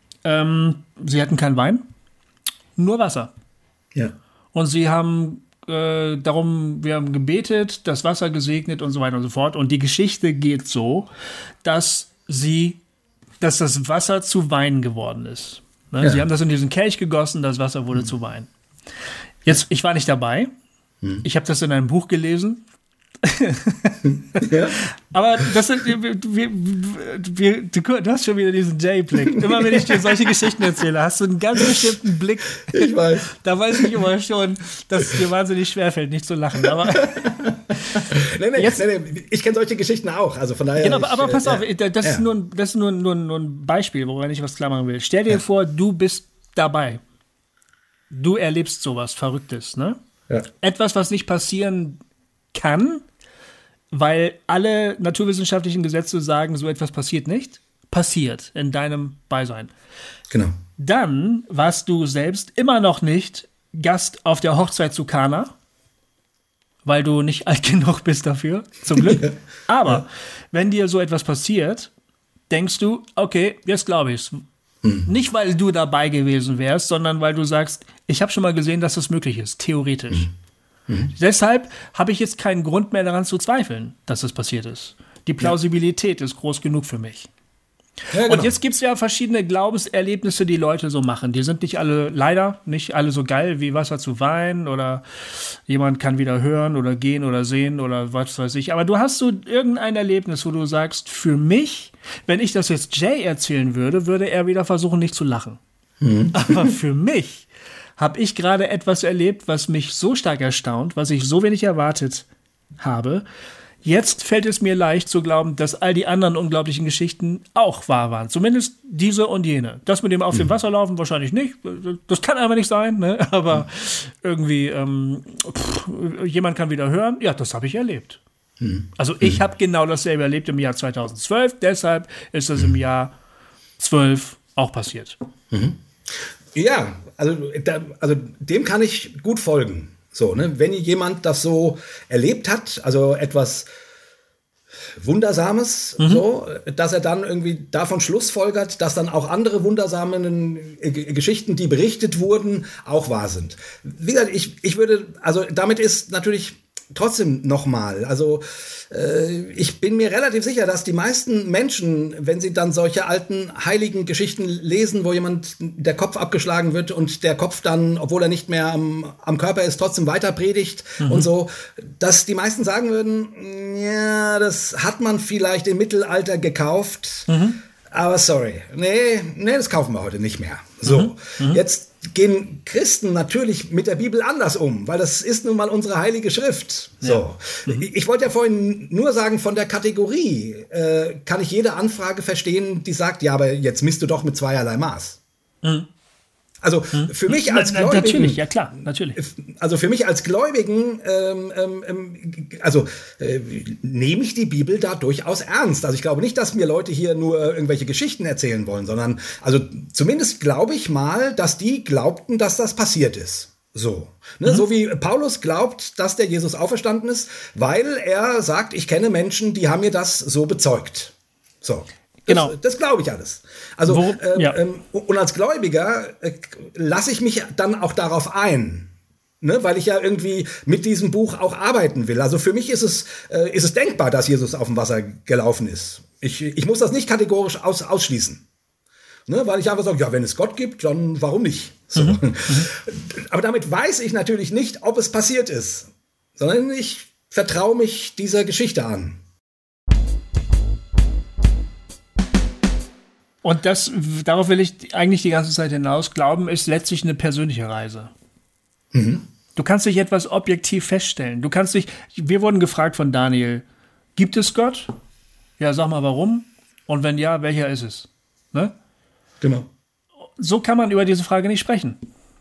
ähm, sie hatten keinen Wein, nur Wasser. Ja. Und sie haben äh, darum, wir haben gebetet, das Wasser gesegnet und so weiter und so fort. Und die Geschichte geht so, dass sie, dass das Wasser zu Wein geworden ist. Ne? Ja. Sie haben das in diesen Kelch gegossen, das Wasser wurde mhm. zu Wein. Jetzt, ich war nicht dabei. Mhm. Ich habe das in einem Buch gelesen. ja. Aber das sind, wir, wir, wir, du, du hast schon wieder diesen Jay-Blick. Immer wenn ich dir solche Geschichten erzähle, hast du einen ganz bestimmten Blick. Ich weiß. Da weiß ich immer schon, dass es dir wahnsinnig schwerfällt, nicht zu lachen. Aber nee, nee, jetzt, nee, nee. Ich kenne solche Geschichten auch. Also von daher. Genau, aber, ich, aber pass äh, auf, ja. das ist, nur, das ist nur, nur, nur ein Beispiel, woran ich was klar machen will. Stell dir ja. vor, du bist dabei. Du erlebst sowas Verrücktes, ne? Ja. Etwas, was nicht passieren kann, weil alle naturwissenschaftlichen Gesetze sagen, so etwas passiert nicht, passiert in deinem Beisein. Genau. Dann warst du selbst immer noch nicht Gast auf der Hochzeit zu Kana, weil du nicht alt genug bist dafür, zum Glück. Ja. Aber ja. wenn dir so etwas passiert, denkst du, okay, jetzt glaube ich's. Nicht, weil du dabei gewesen wärst, sondern weil du sagst, ich habe schon mal gesehen, dass das möglich ist, theoretisch. Mhm. Mhm. Deshalb habe ich jetzt keinen Grund mehr daran zu zweifeln, dass das passiert ist. Die Plausibilität ja. ist groß genug für mich. Ja, genau. Und jetzt gibt es ja verschiedene Glaubenserlebnisse, die Leute so machen. Die sind nicht alle, leider nicht alle so geil wie Wasser zu Wein oder jemand kann wieder hören oder gehen oder sehen oder was weiß ich. Aber du hast so irgendein Erlebnis, wo du sagst, für mich, wenn ich das jetzt Jay erzählen würde, würde er wieder versuchen, nicht zu lachen. Mhm. Aber für mich habe ich gerade etwas erlebt, was mich so stark erstaunt, was ich so wenig erwartet habe. Jetzt fällt es mir leicht zu glauben, dass all die anderen unglaublichen Geschichten auch wahr waren. Zumindest diese und jene. Das mit dem auf dem Wasser laufen wahrscheinlich nicht. Das kann einfach nicht sein. Ne? Aber irgendwie, ähm, pff, jemand kann wieder hören. Ja, das habe ich erlebt. Mhm. Also ich habe genau dasselbe erlebt im Jahr zweitausendzwölf. Deshalb ist das im Jahr zwölf auch passiert. Mhm. Ja, also, da, also dem kann ich gut folgen. So, ne, wenn jemand das so erlebt hat, also etwas Wundersames, mhm. so, dass er dann irgendwie davon schlussfolgert, dass dann auch andere wundersame äh, Geschichten, die berichtet wurden, auch wahr sind. Wie gesagt, ich, ich würde, also damit ist natürlich trotzdem nochmal, also äh, ich bin mir relativ sicher, dass die meisten Menschen, wenn sie dann solche alten heiligen Geschichten lesen, wo jemand der Kopf abgeschlagen wird und der Kopf dann, obwohl er nicht mehr am, am Körper ist, trotzdem weiter predigt mhm. und so, dass die meisten sagen würden, ja, das hat man vielleicht im Mittelalter gekauft, mhm. aber sorry, nee, nee, das kaufen wir heute nicht mehr. So, mhm. jetzt gehen Christen natürlich mit der Bibel anders um, weil das ist nun mal unsere heilige Schrift. So, ja. mhm. ich, ich wollte ja vorhin nur sagen, von der Kategorie äh, kann ich jede Anfrage verstehen, die sagt, ja, aber jetzt misst du doch mit zweierlei Maß. Mhm. Also für mich als Gläubigen, natürlich, ja klar, natürlich. Also für mich als Gläubigen, ähm, ähm, also äh, nehme ich die Bibel da durchaus ernst. Also ich glaube nicht, dass mir Leute hier nur irgendwelche Geschichten erzählen wollen, sondern also zumindest glaube ich mal, dass die glaubten, dass das passiert ist. So, ne? Mhm. So wie Paulus glaubt, dass der Jesus auferstanden ist, weil er sagt, ich kenne Menschen, die haben mir das so bezeugt. So. Genau. Das, das glaube ich alles. Also Wo, ähm, ja. ähm, und als Gläubiger äh, lasse ich mich dann auch darauf ein, ne? Weil ich ja irgendwie mit diesem Buch auch arbeiten will. Also für mich ist es äh, ist es denkbar, dass Jesus auf dem Wasser gelaufen ist. Ich, ich muss das nicht kategorisch aus, ausschließen, ne? Weil ich einfach sage, ja, wenn es Gott gibt, dann warum nicht? So. Mhm. Mhm. Aber damit weiß ich natürlich nicht, ob es passiert ist, sondern ich vertraue mich dieser Geschichte an. Und das, darauf will ich eigentlich die ganze Zeit hinaus. Glauben ist letztlich eine persönliche Reise. Mhm. Du kannst nicht etwas objektiv feststellen. Du kannst nicht, wir wurden gefragt von Daniel, gibt es Gott? Ja, sag mal warum. Und wenn ja, welcher ist es? Ne? Genau. So kann man über diese Frage nicht sprechen.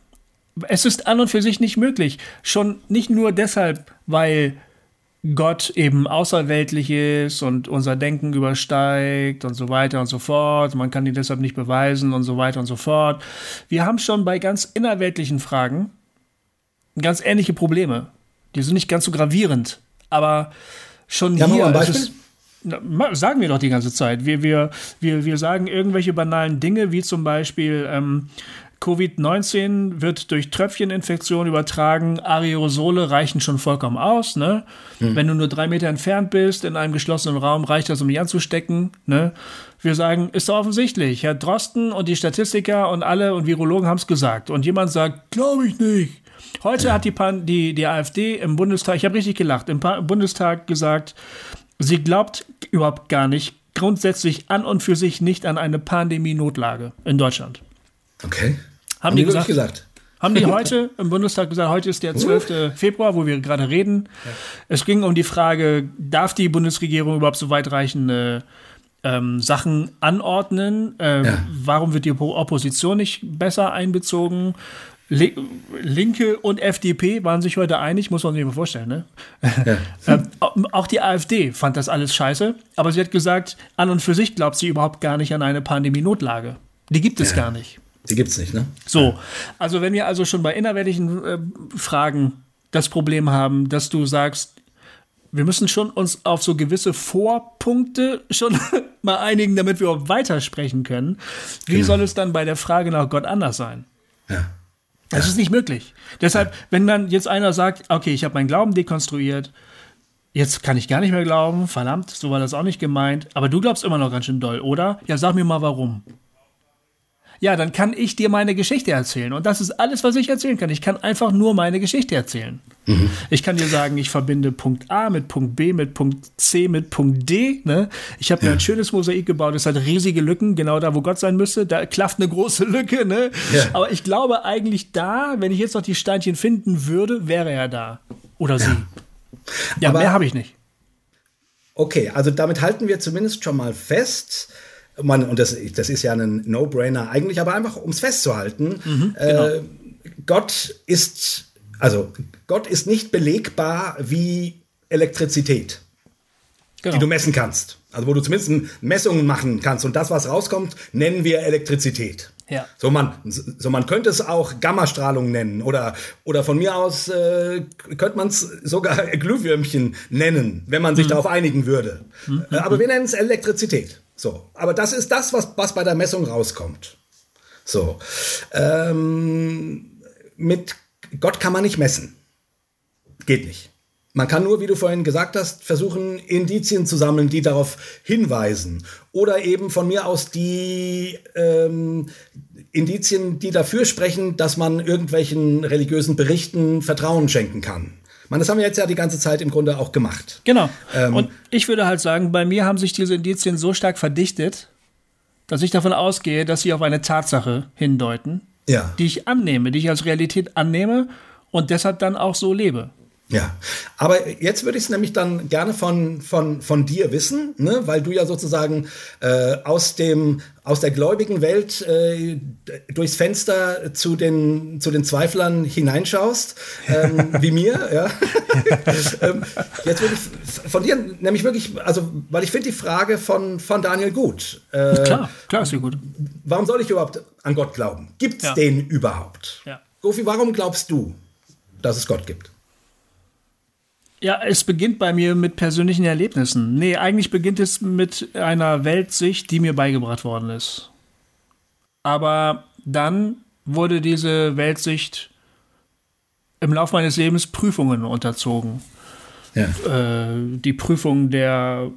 Es ist an und für sich nicht möglich. Schon nicht nur deshalb, weil Gott eben außerweltlich ist und unser Denken übersteigt und so weiter und so fort. Man kann ihn deshalb nicht beweisen und so weiter und so fort. Wir haben schon bei ganz innerweltlichen Fragen ganz ähnliche Probleme. Die sind nicht ganz so gravierend, aber schon ja, hier mal ein Beispiel? Ist es, na, sagen wir doch die ganze Zeit. Wir, wir, wir, wir sagen irgendwelche banalen Dinge, wie zum Beispiel ähm, Covid neunzehn wird durch Tröpfcheninfektion übertragen. Aerosole reichen schon vollkommen aus. Ne? Hm. Wenn du nur drei Meter entfernt bist, in einem geschlossenen Raum, reicht das, um dich anzustecken. Ne? Wir sagen, ist doch offensichtlich. Herr Drosten und die Statistiker und alle und Virologen haben es gesagt. Und jemand sagt, glaube ich nicht. Heute ja. hat die, Pan- die, die AfD im Bundestag, ich habe richtig gelacht, im pa- Bundestag gesagt, sie glaubt überhaupt gar nicht, grundsätzlich an und für sich nicht an eine Pandemie-Notlage in Deutschland. Okay. Haben, haben die, die gesagt, gesagt? Haben die heute im Bundestag gesagt, heute ist der zwölfte Februar, wo wir gerade reden. Ja. Es ging um die Frage, darf die Bundesregierung überhaupt so weitreichende ähm, Sachen anordnen? Ähm, ja. Warum wird die Opposition nicht besser einbezogen? Le- Linke und F D P waren sich heute einig, muss man sich mal vorstellen. Ne? Ja. ähm, auch die AfD fand das alles scheiße, aber sie hat gesagt, an und für sich glaubt sie überhaupt gar nicht an eine Pandemie-Notlage. Die gibt es ja. gar nicht. Die gibt's nicht, ne? So, also wenn wir also schon bei innerweltlichen äh, Fragen das Problem haben, dass du sagst, wir müssen schon uns auf so gewisse Vorpunkte schon mal einigen, damit wir auch weitersprechen können. Wie genau. soll es dann bei der Frage nach Gott anders sein? Ja. Das ja. ist nicht möglich. Deshalb, ja. wenn dann jetzt einer sagt, okay, ich habe meinen Glauben dekonstruiert, Jetzt kann ich gar nicht mehr glauben. Verdammt, so war das auch nicht gemeint. Aber du glaubst immer noch ganz schön doll, oder? Ja, sag mir mal, warum. Ja, dann kann ich dir meine Geschichte erzählen. Und das ist alles, was ich erzählen kann. Ich kann einfach nur meine Geschichte erzählen. Mhm. Ich kann dir sagen, ich verbinde Punkt A mit Punkt B, mit Punkt C, mit Punkt D. Ne? Ich habe ja. mir ein schönes Mosaik gebaut. Es hat riesige Lücken, genau da, wo Gott sein müsste. Da klafft eine große Lücke. Ne? Ja. Aber ich glaube eigentlich da, wenn ich jetzt noch die Steinchen finden würde, wäre er da. Oder sie. Ja. Ja, aber mehr habe ich nicht. Okay, also damit halten wir zumindest schon mal fest, man, und das, das ist ja ein No-Brainer eigentlich, aber einfach, um es festzuhalten, mhm, genau. äh, Gott ist, also Gott ist nicht belegbar wie Elektrizität, genau. die du messen kannst. Also wo du zumindest Messungen machen kannst und das, was rauskommt, nennen wir Elektrizität. Ja. So, man, so man könnte es auch Gammastrahlung nennen oder, oder von mir aus äh, könnte man es sogar Glühwürmchen nennen, wenn man sich mhm. darauf einigen würde. Mhm. Äh, aber wir nennen es Elektrizität. So. Aber das ist das, was, was bei der Messung rauskommt. So. Ähm, mit Gott kann man nicht messen. Geht nicht. Man kann nur, wie du vorhin gesagt hast, versuchen, Indizien zu sammeln, die darauf hinweisen. Oder eben von mir aus die ähm, Indizien, die dafür sprechen, dass man irgendwelchen religiösen Berichten Vertrauen schenken kann. Man, das haben wir jetzt ja die ganze Zeit im Grunde auch gemacht. Genau. Ähm, Und ich würde halt sagen, bei mir haben sich diese Indizien so stark verdichtet, dass ich davon ausgehe, dass sie auf eine Tatsache hindeuten, ja. die ich annehme, die ich als Realität annehme und deshalb dann auch so lebe. Ja, aber jetzt würde ich es nämlich dann gerne von, von, von dir wissen, ne? Weil du ja sozusagen äh, aus, dem, aus der gläubigen Welt äh, durchs Fenster zu den, zu den Zweiflern hineinschaust, ähm, wie mir. Ja. ähm, jetzt würde ich von dir nämlich wirklich, also weil ich finde die Frage von, von Daniel gut. Äh, klar, klar ist sie gut. Warum soll ich überhaupt an Gott glauben? Gibt es ja. den überhaupt? Ja. Gofi, warum glaubst du, dass es Gott gibt? Ja, es beginnt bei mir mit persönlichen Erlebnissen. Nee, eigentlich beginnt es mit einer Weltsicht, die mir beigebracht worden ist. Aber dann wurde diese Weltsicht im Laufe meines Lebens Prüfungen unterzogen. Ja. Äh, die Prüfung der,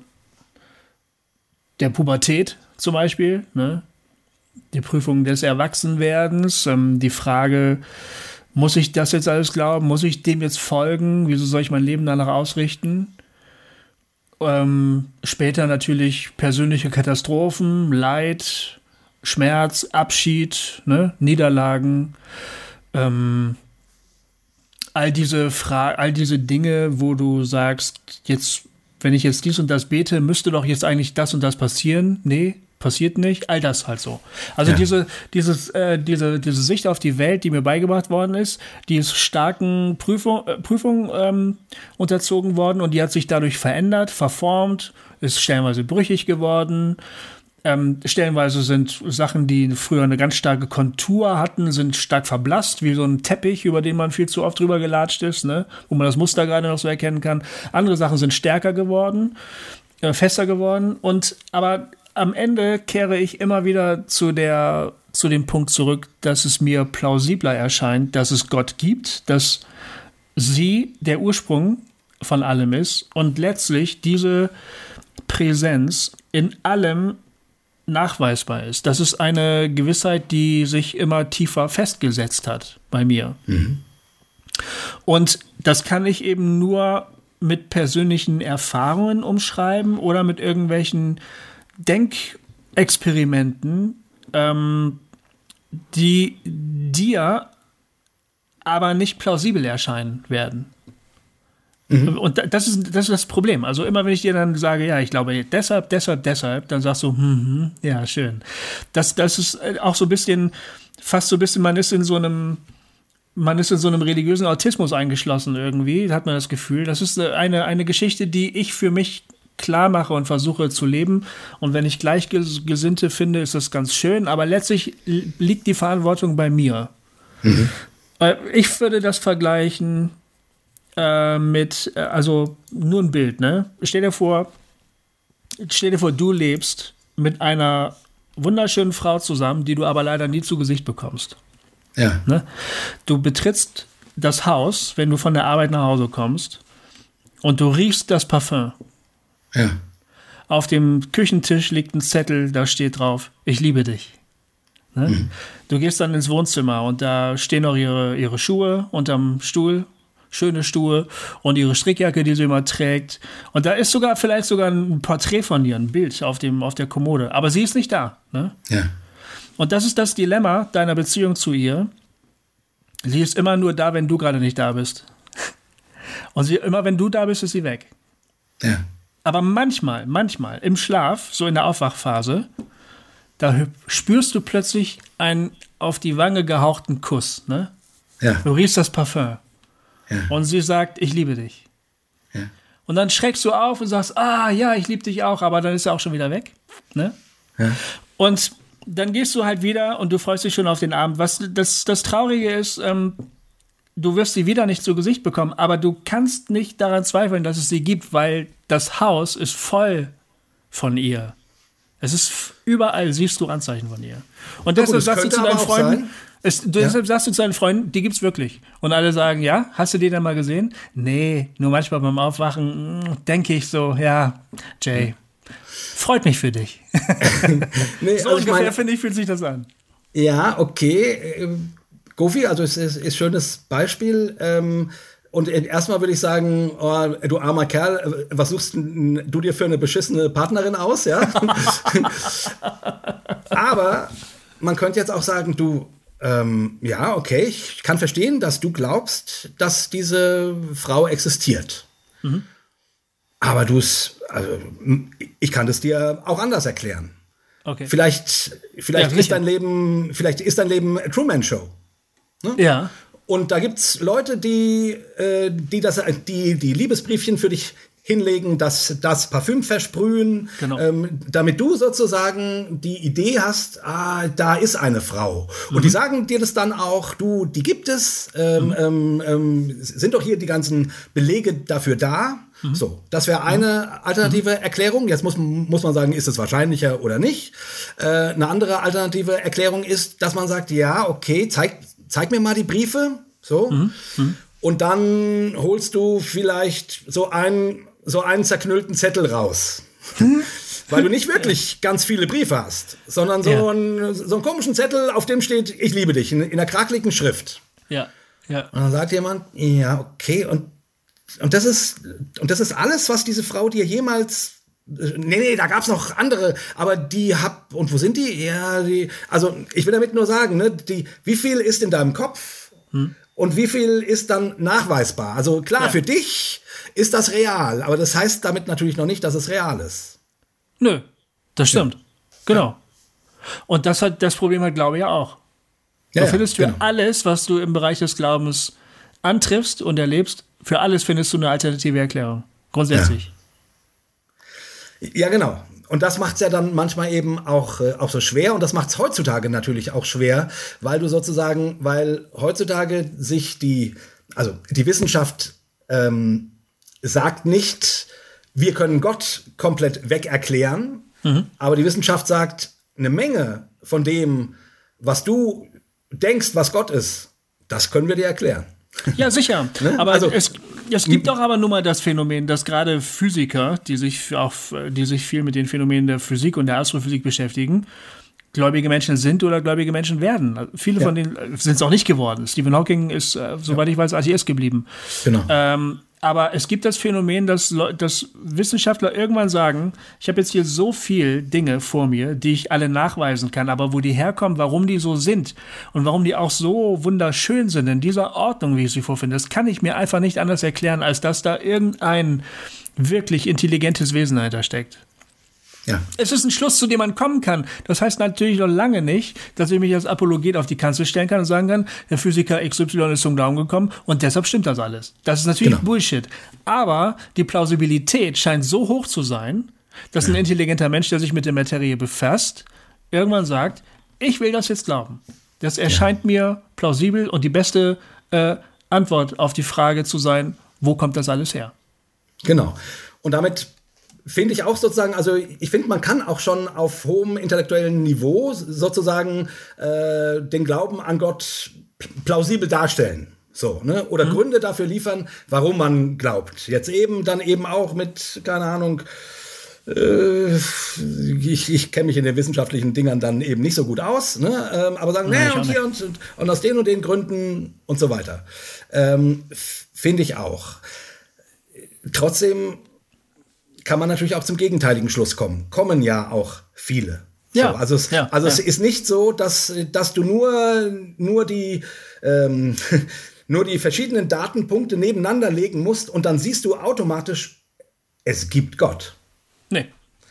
der Pubertät zum Beispiel, ne? Die Prüfung des Erwachsenwerdens, ähm, die Frage, muss ich das jetzt alles glauben? Muss ich dem jetzt folgen? Wieso soll ich mein Leben danach ausrichten? Ähm, später natürlich persönliche Katastrophen, Leid, Schmerz, Abschied, ne? Niederlagen. Ähm, all diese Fra- all diese Dinge, wo du sagst, jetzt, wenn ich jetzt dies und das bete, müsste doch jetzt eigentlich das und das passieren. Nee, passiert nicht, all das halt so. Also ja. diese, dieses, äh, diese, diese Sicht auf die Welt, die mir beigebracht worden ist, die ist starken Prüfung, äh, Prüfungen ähm, unterzogen worden und die hat sich dadurch verändert, verformt, ist stellenweise brüchig geworden. Ähm, stellenweise sind Sachen, die früher eine ganz starke Kontur hatten, sind stark verblasst, wie so ein Teppich, über den man viel zu oft drüber gelatscht ist, ne? Wo man das Muster gerade noch so erkennen kann. Andere Sachen sind stärker geworden, äh, fester geworden und aber am Ende kehre ich immer wieder zu der, zu dem Punkt zurück, dass es mir plausibler erscheint, dass es Gott gibt, dass sie der Ursprung von allem ist und letztlich diese Präsenz in allem nachweisbar ist. Das ist eine Gewissheit, die sich immer tiefer festgesetzt hat bei mir. Mhm. Und das kann ich eben nur mit persönlichen Erfahrungen umschreiben oder mit irgendwelchen Denkexperimenten, ähm, die dir aber nicht plausibel erscheinen werden. Mhm. Und das ist, das ist das Problem. Also immer, wenn ich dir dann sage, ja, ich glaube deshalb, deshalb, deshalb, dann sagst du, hm, hm, ja, schön. Das, das ist auch so ein bisschen, fast so ein bisschen, man ist in so einem, man ist in so einem religiösen Autismus eingeschlossen irgendwie, hat man das Gefühl. Das ist eine, eine Geschichte, die ich für mich klar mache und versuche zu leben. Und wenn ich Gleichgesinnte finde, ist das ganz schön. Aber letztlich liegt die Verantwortung bei mir. Mhm. Ich würde das vergleichen äh, mit, äh, also nur ein Bild, ne? Stell dir vor, stell dir vor, du lebst mit einer wunderschönen Frau zusammen, die du aber leider nie zu Gesicht bekommst. Ja. Ne? Du betrittst das Haus, wenn du von der Arbeit nach Hause kommst. und du riechst das Parfüm. Ja. Auf dem Küchentisch liegt ein Zettel, da steht drauf, ich liebe dich. Ne? Mhm. Du gehst dann ins Wohnzimmer und da stehen noch ihre, ihre Schuhe unterm Stuhl, schöne Schuhe und ihre Strickjacke, die sie immer trägt. Und da ist sogar vielleicht sogar ein Porträt von ihr, ein Bild auf, dem, auf der Kommode. Aber sie ist nicht da. Ne? Ja. Und das ist das Dilemma deiner Beziehung zu ihr. Sie ist immer nur da, wenn du gerade nicht da bist. Und sie, immer wenn du da bist, ist sie weg. Ja. Aber manchmal, manchmal im Schlaf, so in der Aufwachphase, da spürst du plötzlich einen auf die Wange gehauchten Kuss. Ne? Ja. Du riechst das Parfüm. Ja. Und sie sagt, ich liebe dich. Ja. Und dann schreckst du auf und sagst, ah ja, ich liebe dich auch, aber dann ist er auch schon wieder weg. Ne? Ja. Und dann gehst du halt wieder und du freust dich schon auf den Abend. Was das, das Traurige ist, ähm, du wirst sie wieder nicht zu Gesicht bekommen, aber du kannst nicht daran zweifeln, dass es sie gibt, weil das Haus ist voll von ihr. Es ist überall, siehst du Anzeichen von ihr. Und deshalb sagst du zu deinen Freunden, es, du, ja. deshalb sagst du zu deinen Freunden, die gibt's wirklich. Und alle sagen, ja, hast du die denn mal gesehen? Nee, nur manchmal beim Aufwachen denke ich so, ja, Jay, freut mich für dich. Nee, so also ungefähr, meine, finde ich, fühlt sich das an. Ja, okay. Gofi, also es ist ein schönes Beispiel. Ähm, und erstmal würde ich sagen, oh, du armer Kerl, was suchst du dir für eine beschissene Partnerin aus? Ja? Aber man könnte jetzt auch sagen, du, ähm, ja, okay, ich kann verstehen, dass du glaubst, dass diese Frau existiert. Mhm. Aber du es, also, ich kann das dir auch anders erklären. Okay. Vielleicht, vielleicht ja, ist dein Leben, vielleicht ist dein Leben eine Truman-Show. Ne? Ja. Und da gibt's Leute, die, äh, die das, die, die Liebesbriefchen für dich hinlegen, das, das Parfüm versprühen, genau. ähm, damit du sozusagen die Idee hast, ah, da ist eine Frau. Mhm. Und die sagen dir das dann auch, du, die gibt es, ähm, mhm. ähm, sind doch hier die ganzen Belege dafür da. Mhm. So, das wäre eine alternative mhm. Erklärung. Jetzt muss, muss man sagen, ist es wahrscheinlicher oder nicht. Äh, eine andere alternative Erklärung ist, dass man sagt, ja, okay, zeig, zeig mir mal die Briefe. So. Mhm. Mhm. Und dann holst du vielleicht so einen, so einen zerknüllten Zettel raus. Mhm. Weil du nicht wirklich ganz viele Briefe hast, sondern so, ja. einen, so einen komischen Zettel, auf dem steht, ich liebe dich, in, in einer krakeligen Schrift. Ja, ja. Und dann sagt jemand, ja, okay, und Und das ist, und das ist alles, was diese Frau dir jemals, nee, nee, da gab's noch andere, aber die hab, und wo sind die? Ja, die, also ich will damit nur sagen, ne, die, wie viel ist in deinem Kopf hm. und wie viel ist dann nachweisbar? Also klar, ja. für dich ist das real, aber das heißt damit natürlich noch nicht, dass es real ist. Nö, das stimmt. Ja. Genau. Und das hat, das Problem hat Glaube ja auch. Du ja, findest für genau. alles, was du im Bereich des Glaubens antriffst und erlebst, für alles findest du eine alternative Erklärung. Grundsätzlich. Ja, ja genau. Und das macht es ja dann manchmal eben auch, äh, auch so schwer. Und das macht es heutzutage natürlich auch schwer, weil du sozusagen, weil heutzutage sich die, also die Wissenschaft ähm, sagt nicht, wir können Gott komplett wegerklären, mhm. aber die Wissenschaft sagt, eine Menge von dem, was du denkst, was Gott ist, das können wir dir erklären. Ja, sicher. Ne? Aber also, es, es gibt auch aber nun mal das Phänomen, dass gerade Physiker, die sich auch, die sich viel mit den Phänomenen der Physik und der Astrophysik beschäftigen, gläubige Menschen sind oder gläubige Menschen werden. Viele ja. von denen sind es auch nicht geworden. Stephen Hawking ist, äh, soweit ja. ich weiß, Atheist geblieben. Genau. Ähm, aber es gibt das Phänomen, dass, dass Wissenschaftler irgendwann sagen, ich habe jetzt hier so viel Dinge vor mir, die ich alle nachweisen kann, aber wo die herkommen, warum die so sind und warum die auch so wunderschön sind, in dieser Ordnung, wie ich sie vorfinde, das kann ich mir einfach nicht anders erklären, als dass da irgendein wirklich intelligentes Wesen dahinter steckt. Ja. Es ist ein Schluss, zu dem man kommen kann. Das heißt natürlich noch lange nicht, dass ich mich als Apologet auf die Kanzel stellen kann und sagen kann, der Physiker X Y ist zum Glauben gekommen und deshalb stimmt das alles. Das ist natürlich genau. Bullshit. Aber die Plausibilität scheint so hoch zu sein, dass ja. ein intelligenter Mensch, der sich mit der Materie befasst, irgendwann sagt, ich will das jetzt glauben. Das erscheint ja. mir plausibel und die beste äh, Antwort auf die Frage zu sein, wo kommt das alles her? Genau. Und damit finde ich auch sozusagen, also ich finde, man kann auch schon auf hohem intellektuellen Niveau sozusagen äh, den Glauben an Gott plausibel darstellen. So, ne? Oder mhm. Gründe dafür liefern, warum man glaubt. Jetzt eben, dann eben auch mit, keine Ahnung, äh, ich, ich kenne mich in den wissenschaftlichen Dingern dann eben nicht so gut aus, ne? Ähm, aber sagen, ja, nee, und hier und, und, und aus den und den Gründen und so weiter. Ähm, Finde ich auch. Trotzdem kann man natürlich auch zum gegenteiligen Schluss kommen. Kommen ja auch viele. Ja, so, also es, ja, also ja. es ist nicht so, dass, dass du nur, nur die ähm, nur die verschiedenen Datenpunkte nebeneinander legen musst und dann siehst du automatisch, es gibt Gott. Nee.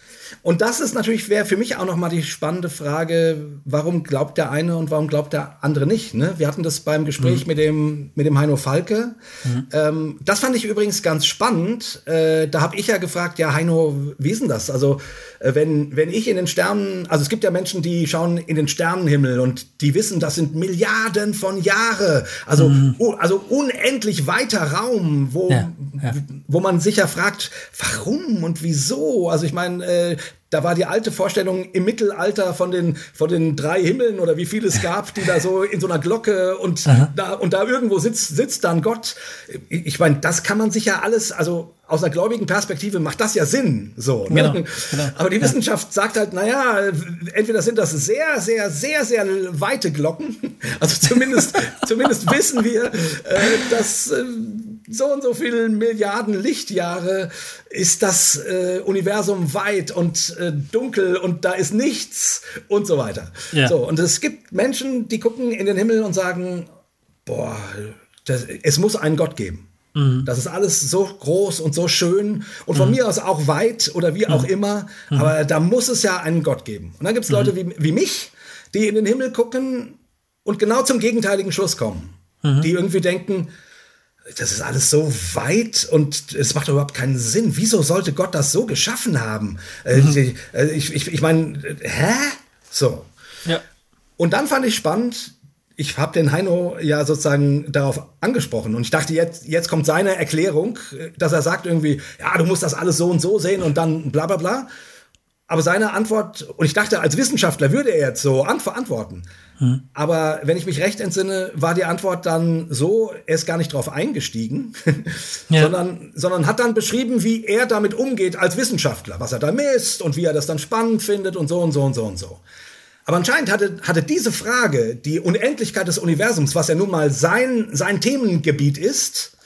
Und das ist natürlich, wäre für mich auch nochmal die spannende Frage, warum glaubt der eine und warum glaubt der andere nicht? Ne? Wir hatten das beim Gespräch mhm. mit dem, mit dem Heino Falke. Mhm. Ähm, das fand ich übrigens ganz spannend. Äh, da habe ich ja gefragt, ja Heino, wie ist denn das? Also äh, wenn, wenn ich in den Sternen, also es gibt ja Menschen, die schauen in den Sternenhimmel und die wissen, das sind Milliarden von Jahre. Also, mhm. uh, also unendlich weiter Raum, wo, ja, ja. wo man sich ja fragt, warum und wieso? Also ich meine, äh, da war die alte Vorstellung im Mittelalter von den, von den drei Himmeln oder wie viel es gab, die da so in so einer Glocke und da, und da irgendwo sitzt, sitzt dann Gott. Ich meine, das kann man sich ja alles, also aus einer gläubigen Perspektive macht das ja Sinn, so. Ne? Genau, genau. Aber die Wissenschaft sagt halt, naja, entweder sind das sehr, sehr, sehr, sehr weite Glocken, also zumindest, zumindest wissen wir, äh, dass äh, so und so viele Milliarden Lichtjahre ist das äh, Universum weit und äh, dunkel und da ist nichts und so weiter. Ja. So, und es gibt Menschen, die gucken in den Himmel und sagen, boah, das, es muss einen Gott geben. Mhm. Das ist alles so groß und so schön und von mhm. mir aus auch weit oder wie auch mhm. immer, mhm. aber da muss es ja einen Gott geben. Und dann gibt es Leute mhm. wie, wie mich, die in den Himmel gucken und genau zum gegenteiligen Schluss kommen. Mhm. Die irgendwie denken, das ist alles so weit und es macht überhaupt keinen Sinn. Wieso sollte Gott das so geschaffen haben? Mhm. Ich, ich, ich meine, hä? So. Ja. Und dann fand ich spannend, ich habe den Heino ja sozusagen darauf angesprochen und ich dachte, jetzt, jetzt kommt seine Erklärung, dass er sagt irgendwie, ja, du musst das alles so und so sehen und dann bla bla bla. Aber seine Antwort, und ich dachte, als Wissenschaftler würde er jetzt so antworten. Hm. Aber wenn ich mich recht entsinne, war die Antwort dann so, er ist gar nicht drauf eingestiegen, ja. sondern, sondern hat dann beschrieben, wie er damit umgeht als Wissenschaftler, was er da misst und wie er das dann spannend findet und so und so und so und so. Aber anscheinend hatte, hatte diese Frage, die Unendlichkeit des Universums, was ja nun mal sein, sein Themengebiet ist,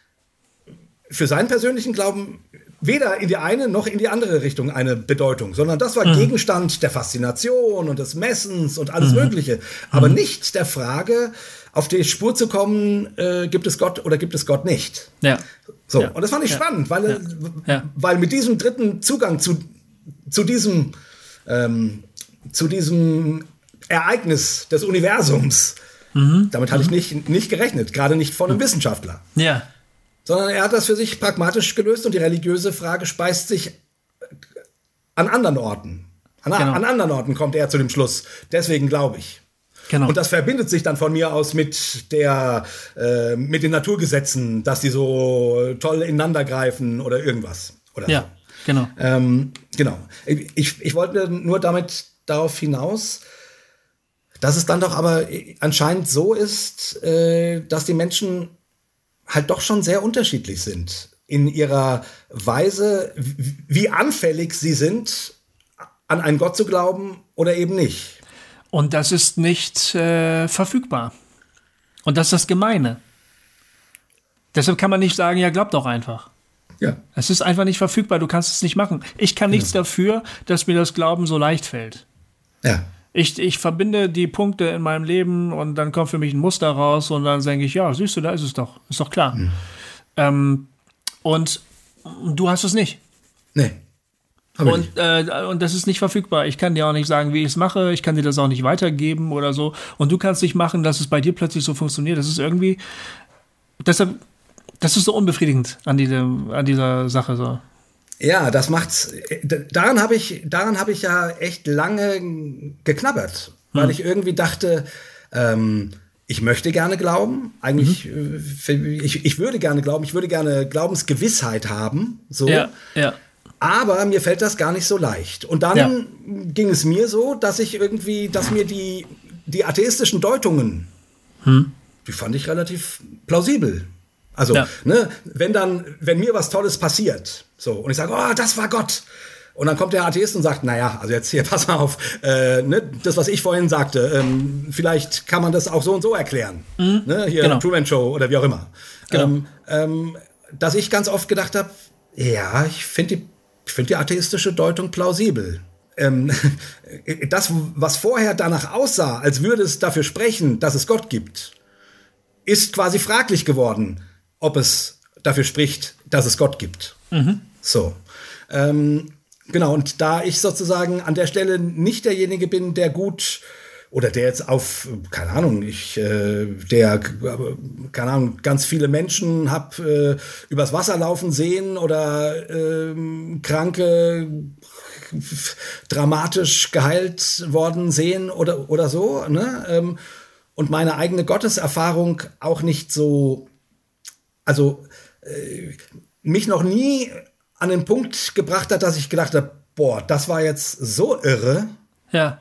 für seinen persönlichen Glauben weder in die eine noch in die andere Richtung eine Bedeutung, sondern das war mhm. Gegenstand der Faszination und des Messens und alles mhm. Mögliche. Aber mhm. nicht der Frage, auf die Spur zu kommen, äh, gibt es Gott oder gibt es Gott nicht. Ja. So, ja. Und das fand ich ja. spannend, weil, ja. Ja. weil mit diesem dritten Zugang zu, zu diesem ähm, zu diesem Ereignis des Universums, mhm. damit hatte mhm. ich nicht, nicht gerechnet, gerade nicht von einem mhm. Wissenschaftler. Ja. Sondern er hat das für sich pragmatisch gelöst und die religiöse Frage speist sich an anderen Orten. An, genau. an anderen Orten kommt er zu dem Schluss. Deswegen glaube ich. Genau. Und das verbindet sich dann von mir aus mit der, äh, mit den Naturgesetzen, dass die so toll ineinander greifen oder irgendwas. Oder ja, so. genau. Ähm, genau. Ich, ich wollte nur damit darauf hinaus, dass es dann doch aber anscheinend so ist, äh, dass die Menschen halt doch schon sehr unterschiedlich sind in ihrer Weise, wie anfällig sie sind, an einen Gott zu glauben oder eben nicht. Und das ist nicht äh, verfügbar. Und das ist das Gemeine. Deshalb kann man nicht sagen, ja, glaub doch einfach. Ja. Es ist einfach nicht verfügbar, du kannst es nicht machen. Ich kann nichts ja. dafür, dass mir das Glauben so leicht fällt. Ja. Ich, ich verbinde die Punkte in meinem Leben und dann kommt für mich ein Muster raus und dann denke ich, ja, siehst du, da ist es doch. Ist doch klar. Mhm. Ähm, und du hast es nicht. Nee. Und, äh, und das ist nicht verfügbar. Ich kann dir auch nicht sagen, wie ich es mache. Ich kann dir das auch nicht weitergeben oder so. Und du kannst nicht machen, dass es bei dir plötzlich so funktioniert. Das ist irgendwie, deshalb, das ist so unbefriedigend an, diese, an dieser Sache so. Ja, das macht's. Daran habe ich, daran habe ich ja echt lange geknabbert, weil hm. ich irgendwie dachte, ähm, ich möchte gerne glauben. Eigentlich, mhm. ich, ich würde gerne glauben. Ich würde gerne Glaubensgewissheit haben. So. Ja, ja. Aber mir fällt das gar nicht so leicht. Und dann ja. ging es mir so, dass ich irgendwie, dass mir die, die atheistischen Deutungen hm. die fand ich relativ plausibel. Also, ja. ne, wenn dann, wenn mir was Tolles passiert, so, und ich sage, oh, das war Gott. Und dann kommt der Atheist und sagt, naja, also jetzt hier, pass mal auf, äh, ne, das, was ich vorhin sagte, ähm, vielleicht kann man das auch so und so erklären. Mhm. Ne, hier, genau. Truman Show oder wie auch immer. Genau. Ähm, ähm, dass ich ganz oft gedacht habe, ja, ich finde die, ich finde die atheistische Deutung plausibel. Ähm, das, was vorher danach aussah, als würde es dafür sprechen, dass es Gott gibt, ist quasi fraglich geworden, ob es dafür spricht, dass es Gott gibt. Mhm. So. Ähm, genau, und da ich sozusagen an der Stelle nicht derjenige bin, der gut oder der jetzt auf, keine Ahnung, ich, äh, der, keine Ahnung, ganz viele Menschen hab äh, übers Wasser laufen sehen oder äh, Kranke dramatisch geheilt worden sehen oder, oder so, ne? Ähm, und meine eigene Gotteserfahrung auch nicht so, also äh, mich noch nie an den Punkt gebracht hat, dass ich gedacht habe, boah, das war jetzt so irre. Ja.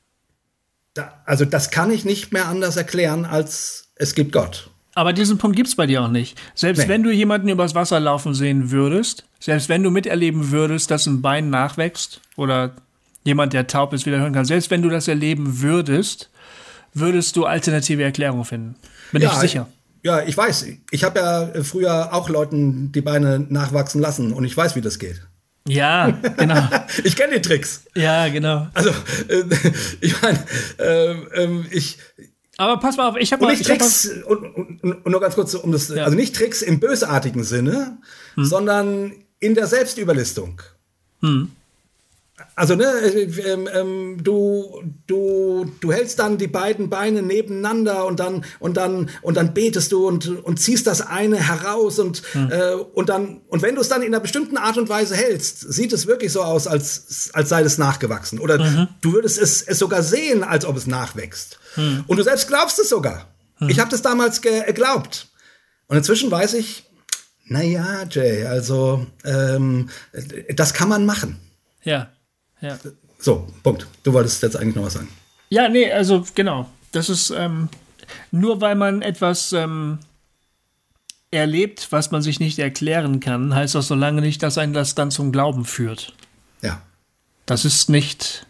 Da, also das kann ich nicht mehr anders erklären, als es gibt Gott. Aber diesen Punkt gibt's bei dir auch nicht. Selbst nee. wenn du jemanden übers Wasser laufen sehen würdest, selbst wenn du miterleben würdest, dass ein Bein nachwächst oder jemand, der taub ist, wieder hören kann, selbst wenn du das erleben würdest, würdest du alternative Erklärungen finden. Bin ja, ich sicher. Ja, ich weiß. Ich habe ja früher auch Leuten die Beine nachwachsen lassen und ich weiß, wie das geht. Ja, genau. Ich kenne die Tricks. Ja, genau. Also, äh, ich meine, äh, äh, ich... Aber pass mal auf, ich habe mal... Nicht Tricks, und, und, und nur ganz kurz, um das, ja. also nicht Tricks im bösartigen Sinne, hm. sondern in der Selbstüberlistung. Hm. Also, ne, ähm, ähm, du, du, du hältst dann die beiden Beine nebeneinander und dann, und dann, und dann betest du und, und ziehst das eine heraus und, hm. äh, und dann, und wenn du es dann in einer bestimmten Art und Weise hältst, sieht es wirklich so aus, als, als sei es nachgewachsen. Oder mhm. du würdest es, es sogar sehen, als ob es nachwächst. Hm. Und du selbst glaubst es sogar. Hm. Ich habe das damals geglaubt. Und inzwischen weiß ich, na ja, Jay, also, ähm, das kann man machen. Ja. Ja. So, Punkt. Du wolltest jetzt eigentlich noch was sagen. Ja, nee, also genau. Das ist ähm, nur weil man etwas ähm, erlebt, was man sich nicht erklären kann, heißt das so lange nicht, dass einen das dann zum Glauben führt. Ja. Das ist nicht,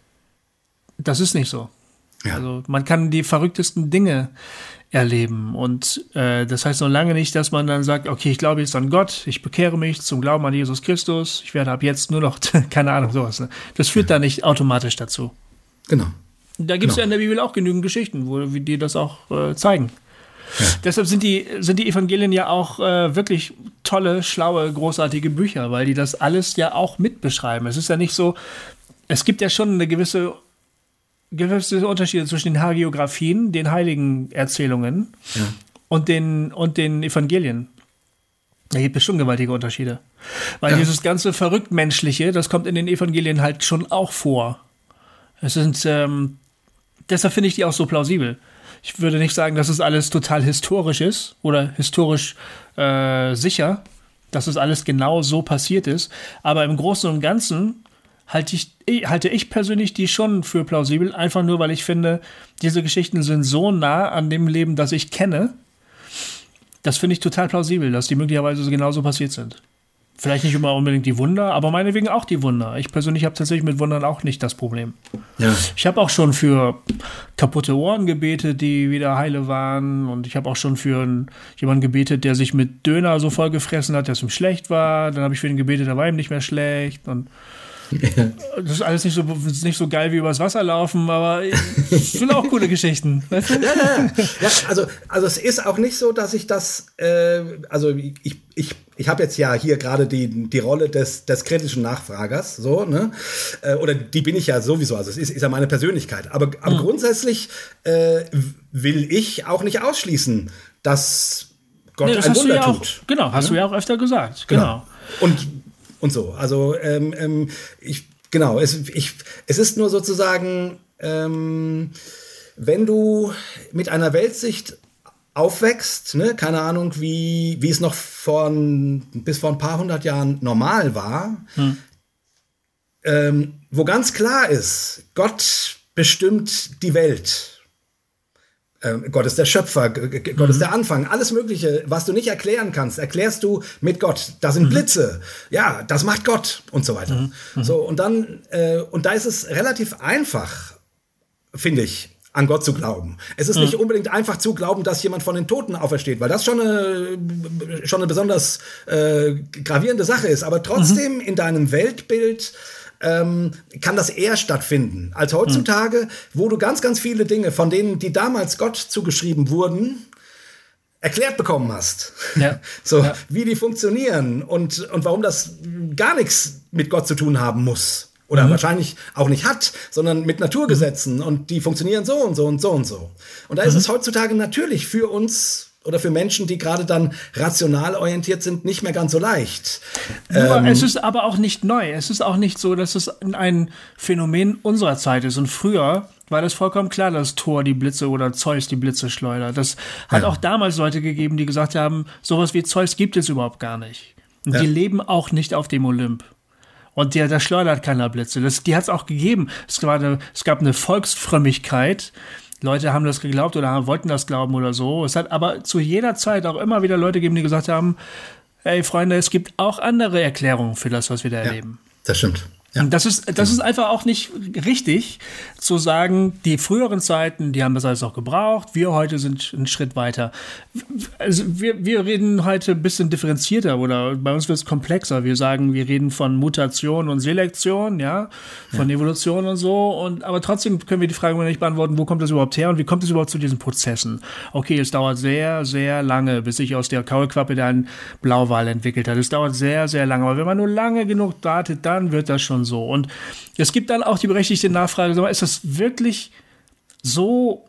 das ist nicht so. Ja. Also man kann die verrücktesten Dinge erleben und äh, das heißt noch lange nicht, dass man dann sagt, okay, ich glaube jetzt an Gott, ich bekehre mich zum Glauben an Jesus Christus, ich werde ab jetzt nur noch, keine Ahnung, sowas. Ne? Das führt da nicht automatisch dazu. Genau. Da gibt es genau. ja in der Bibel auch genügend Geschichten, wo die das auch äh, zeigen. Ja. Deshalb sind die, sind die Evangelien ja auch äh, wirklich tolle, schlaue, großartige Bücher, weil die das alles ja auch mitbeschreiben. Es ist ja nicht so, es gibt ja schon eine gewisse gewisse Unterschiede zwischen den Hagiografien, den heiligen Erzählungen ja. und, den, und den Evangelien. Da gibt es schon gewaltige Unterschiede. Weil ja. dieses ganze Verrücktmenschliche, das kommt in den Evangelien halt schon auch vor. Es sind, ähm, deshalb finde ich die auch so plausibel. Ich würde nicht sagen, dass es alles total historisch ist oder historisch äh, sicher, dass es alles genau so passiert ist. Aber im Großen und Ganzen halte ich, halte ich persönlich die schon für plausibel, einfach nur, weil ich finde, diese Geschichten sind so nah an dem Leben, das ich kenne. Das finde ich total plausibel, dass die möglicherweise genauso passiert sind. Vielleicht nicht immer unbedingt die Wunder, aber meinetwegen auch die Wunder. Ich persönlich habe tatsächlich mit Wundern auch nicht das Problem. Ja. Ich habe auch schon für kaputte Ohren gebetet, die wieder heile waren. Und ich habe auch schon für einen, jemanden gebetet, der sich mit Döner so vollgefressen hat, dass es ihm schlecht war. Dann habe ich für ihn gebetet, da war ihm nicht mehr schlecht. Und das ist alles nicht so, nicht so geil wie übers Wasser laufen, aber es sind auch coole Geschichten. Weißt du? Ja, ja, ja. Also, also es ist auch nicht so, dass ich das, äh, also ich, ich, ich habe jetzt ja hier gerade die, die Rolle des, des kritischen Nachfragers, so, ne? Äh, oder die bin ich ja sowieso, also es ist, ist ja meine Persönlichkeit. Aber, aber mhm. grundsätzlich äh, will ich auch nicht ausschließen, dass Gott nee, das ein Wunder ja auch, tut. Genau, hast ja? du ja auch öfter gesagt. Genau. genau. Und Und so, also ähm, ähm, ich, genau, es, ich, es ist nur sozusagen, ähm, wenn du mit einer Weltsicht aufwächst, ne, keine Ahnung, wie, wie es noch vor, bis vor ein paar hundert Jahren normal war, hm. ähm, wo ganz klar ist, Gott bestimmt die Welt. Gott ist der Schöpfer, Gott mhm. ist der Anfang, alles Mögliche, was du nicht erklären kannst, erklärst du mit Gott. Da sind mhm. Blitze, ja, das macht Gott und so weiter. Mhm. So, und dann, äh, und da ist es relativ einfach, finde ich, an Gott zu glauben. Es ist mhm. nicht unbedingt einfach zu glauben, dass jemand von den Toten aufersteht, weil das schon eine, schon eine besonders äh, gravierende Sache ist. Aber trotzdem mhm. in deinem Weltbild ähm, kann das eher stattfinden als heutzutage, mhm. wo du ganz, ganz viele Dinge, von denen, die damals Gott zugeschrieben wurden, erklärt bekommen hast. Ja. So, ja. wie die funktionieren und, und warum das gar nichts mit Gott zu tun haben muss. Oder mhm. wahrscheinlich auch nicht hat, sondern mit Naturgesetzen. Mhm. Und die funktionieren so und so und so und so. Und da ist mhm. es heutzutage natürlich für uns oder für Menschen, die gerade dann rational orientiert sind, nicht mehr ganz so leicht. Nur, ähm, es ist aber auch nicht neu. Es ist auch nicht so, dass es ein Phänomen unserer Zeit ist. Und früher war das vollkommen klar, dass Thor die Blitze oder Zeus die Blitze schleudert. Das hat ja. auch damals Leute gegeben, die gesagt haben, sowas wie Zeus gibt es überhaupt gar nicht. Und ja. die leben auch nicht auf dem Olymp. Und der, der schleudert keiner Blitze. Das, die hat es auch gegeben. Es, war eine, es gab eine Volksfrömmigkeit. Leute haben das geglaubt oder wollten das glauben oder so. Es hat aber zu jeder Zeit auch immer wieder Leute gegeben, die gesagt haben, ey Freunde, es gibt auch andere Erklärungen für das, was wir da ja, erleben. Das stimmt. Ja. Und das ist, das ist einfach auch nicht richtig zu sagen, die früheren Zeiten, die haben das alles auch gebraucht, wir heute sind einen Schritt weiter. Also wir, wir reden heute ein bisschen differenzierter oder bei uns wird es komplexer. Wir sagen, wir reden von Mutation und Selektion, ja, von ja. Evolution und so. Und aber trotzdem können wir die Frage nicht beantworten, wo kommt das überhaupt her und wie kommt es überhaupt zu diesen Prozessen? Okay, es dauert sehr, sehr lange, bis sich aus der Kaulquappe da ein Blauwal entwickelt hat. Es dauert sehr, sehr lange. Aber wenn man nur lange genug wartet, dann wird das schon so. Und es gibt dann auch die berechtigte Nachfrage, sag mal, ist das wirklich so,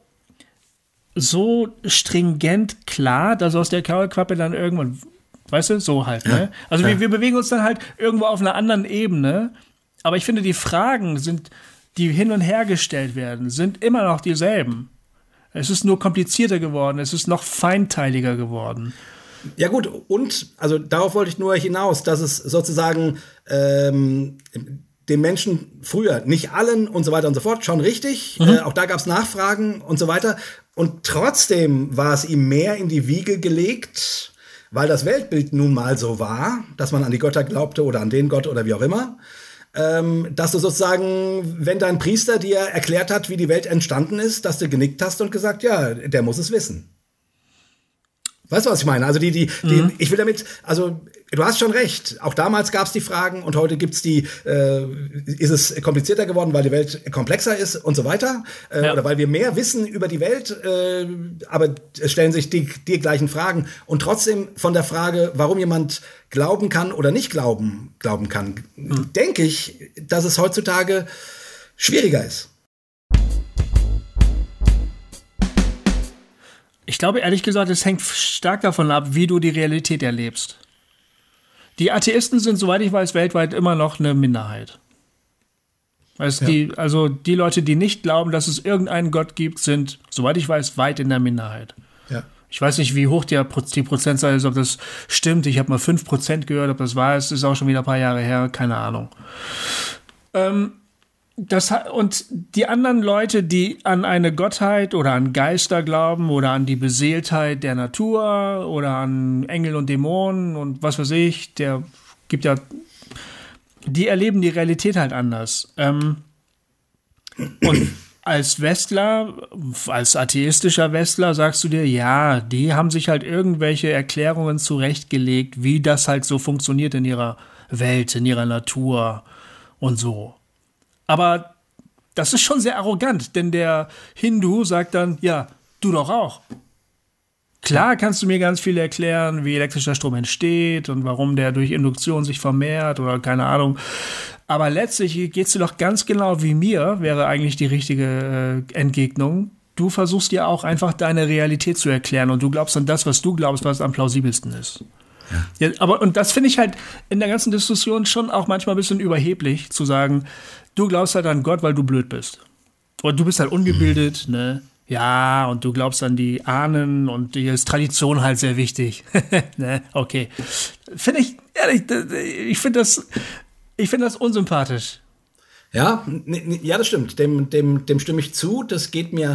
so stringent klar, dass aus der Kaulquappe dann irgendwann, weißt du, so halt, ne? Also ja. wir, wir bewegen uns dann halt irgendwo auf einer anderen Ebene, aber ich finde, die Fragen sind, die hin und her gestellt werden, sind immer noch dieselben. Es ist nur komplizierter geworden, es ist noch feinteiliger geworden. Ja gut, und, also darauf wollte ich nur hinaus, dass es sozusagen ähm, den Menschen früher, nicht allen und so weiter und so fort, schon richtig, mhm. äh, auch da gab es Nachfragen und so weiter. Und trotzdem war es ihm mehr in die Wiege gelegt, weil das Weltbild nun mal so war, dass man an die Götter glaubte oder an den Gott oder wie auch immer, ähm, dass du sozusagen, wenn dein Priester dir erklärt hat, wie die Welt entstanden ist, dass du genickt hast und gesagt, ja, der muss es wissen. Weißt du, was ich meine? Also die, die, die mhm. ich will damit, also du hast schon recht. Auch damals gab es die Fragen und heute gibt's die, äh, ist es komplizierter geworden, weil die Welt komplexer ist und so weiter. Äh, ja. Oder weil wir mehr wissen über die Welt, äh, aber es stellen sich die, die gleichen Fragen. Und trotzdem von der Frage, warum jemand glauben kann oder nicht glauben, glauben kann, mhm. denke ich, dass es heutzutage schwieriger ist. Ich glaube, ehrlich gesagt, es hängt stark davon ab, wie du die Realität erlebst. Die Atheisten sind, soweit ich weiß, weltweit immer noch eine Minderheit. Also, ja. die, also die Leute, die nicht glauben, dass es irgendeinen Gott gibt, sind, soweit ich weiß, weit in der Minderheit. Ja. Ich weiß nicht, wie hoch die, die Prozentzahl ist, ob das stimmt. Ich habe mal fünf Prozent gehört, ob das wahr ist, ist auch schon wieder ein paar Jahre her, keine Ahnung. Ähm, Das, und die anderen Leute, die an eine Gottheit oder an Geister glauben oder an die Beseeltheit der Natur oder an Engel und Dämonen und was weiß ich, der gibt ja, die erleben die Realität halt anders. Ähm, und als Westler, als atheistischer Westler sagst du dir, ja, die haben sich halt irgendwelche Erklärungen zurechtgelegt, wie das halt so funktioniert in ihrer Welt, in ihrer Natur und so. Aber das ist schon sehr arrogant, denn der Hindu sagt dann, ja, du doch auch. Klar kannst du mir ganz viel erklären, wie elektrischer Strom entsteht und warum der durch Induktion sich vermehrt oder keine Ahnung. Aber letztlich geht's dir doch ganz genau wie mir, wäre eigentlich die richtige äh, Entgegnung. Du versuchst dir auch einfach deine Realität zu erklären und du glaubst an das, was du glaubst, was am plausibelsten ist. Ja. Ja, aber und das finde ich halt in der ganzen Diskussion schon auch manchmal ein bisschen überheblich, zu sagen, du glaubst halt an Gott, weil du blöd bist. Und du bist halt ungebildet, mhm. ne? Ja, und du glaubst an die Ahnen und die ist Tradition halt sehr wichtig. Ne? Okay. Finde ich, ehrlich, ich finde das, ich finde das unsympathisch. Ja, ja, das stimmt. Dem, dem, dem stimme ich zu. Das geht mir,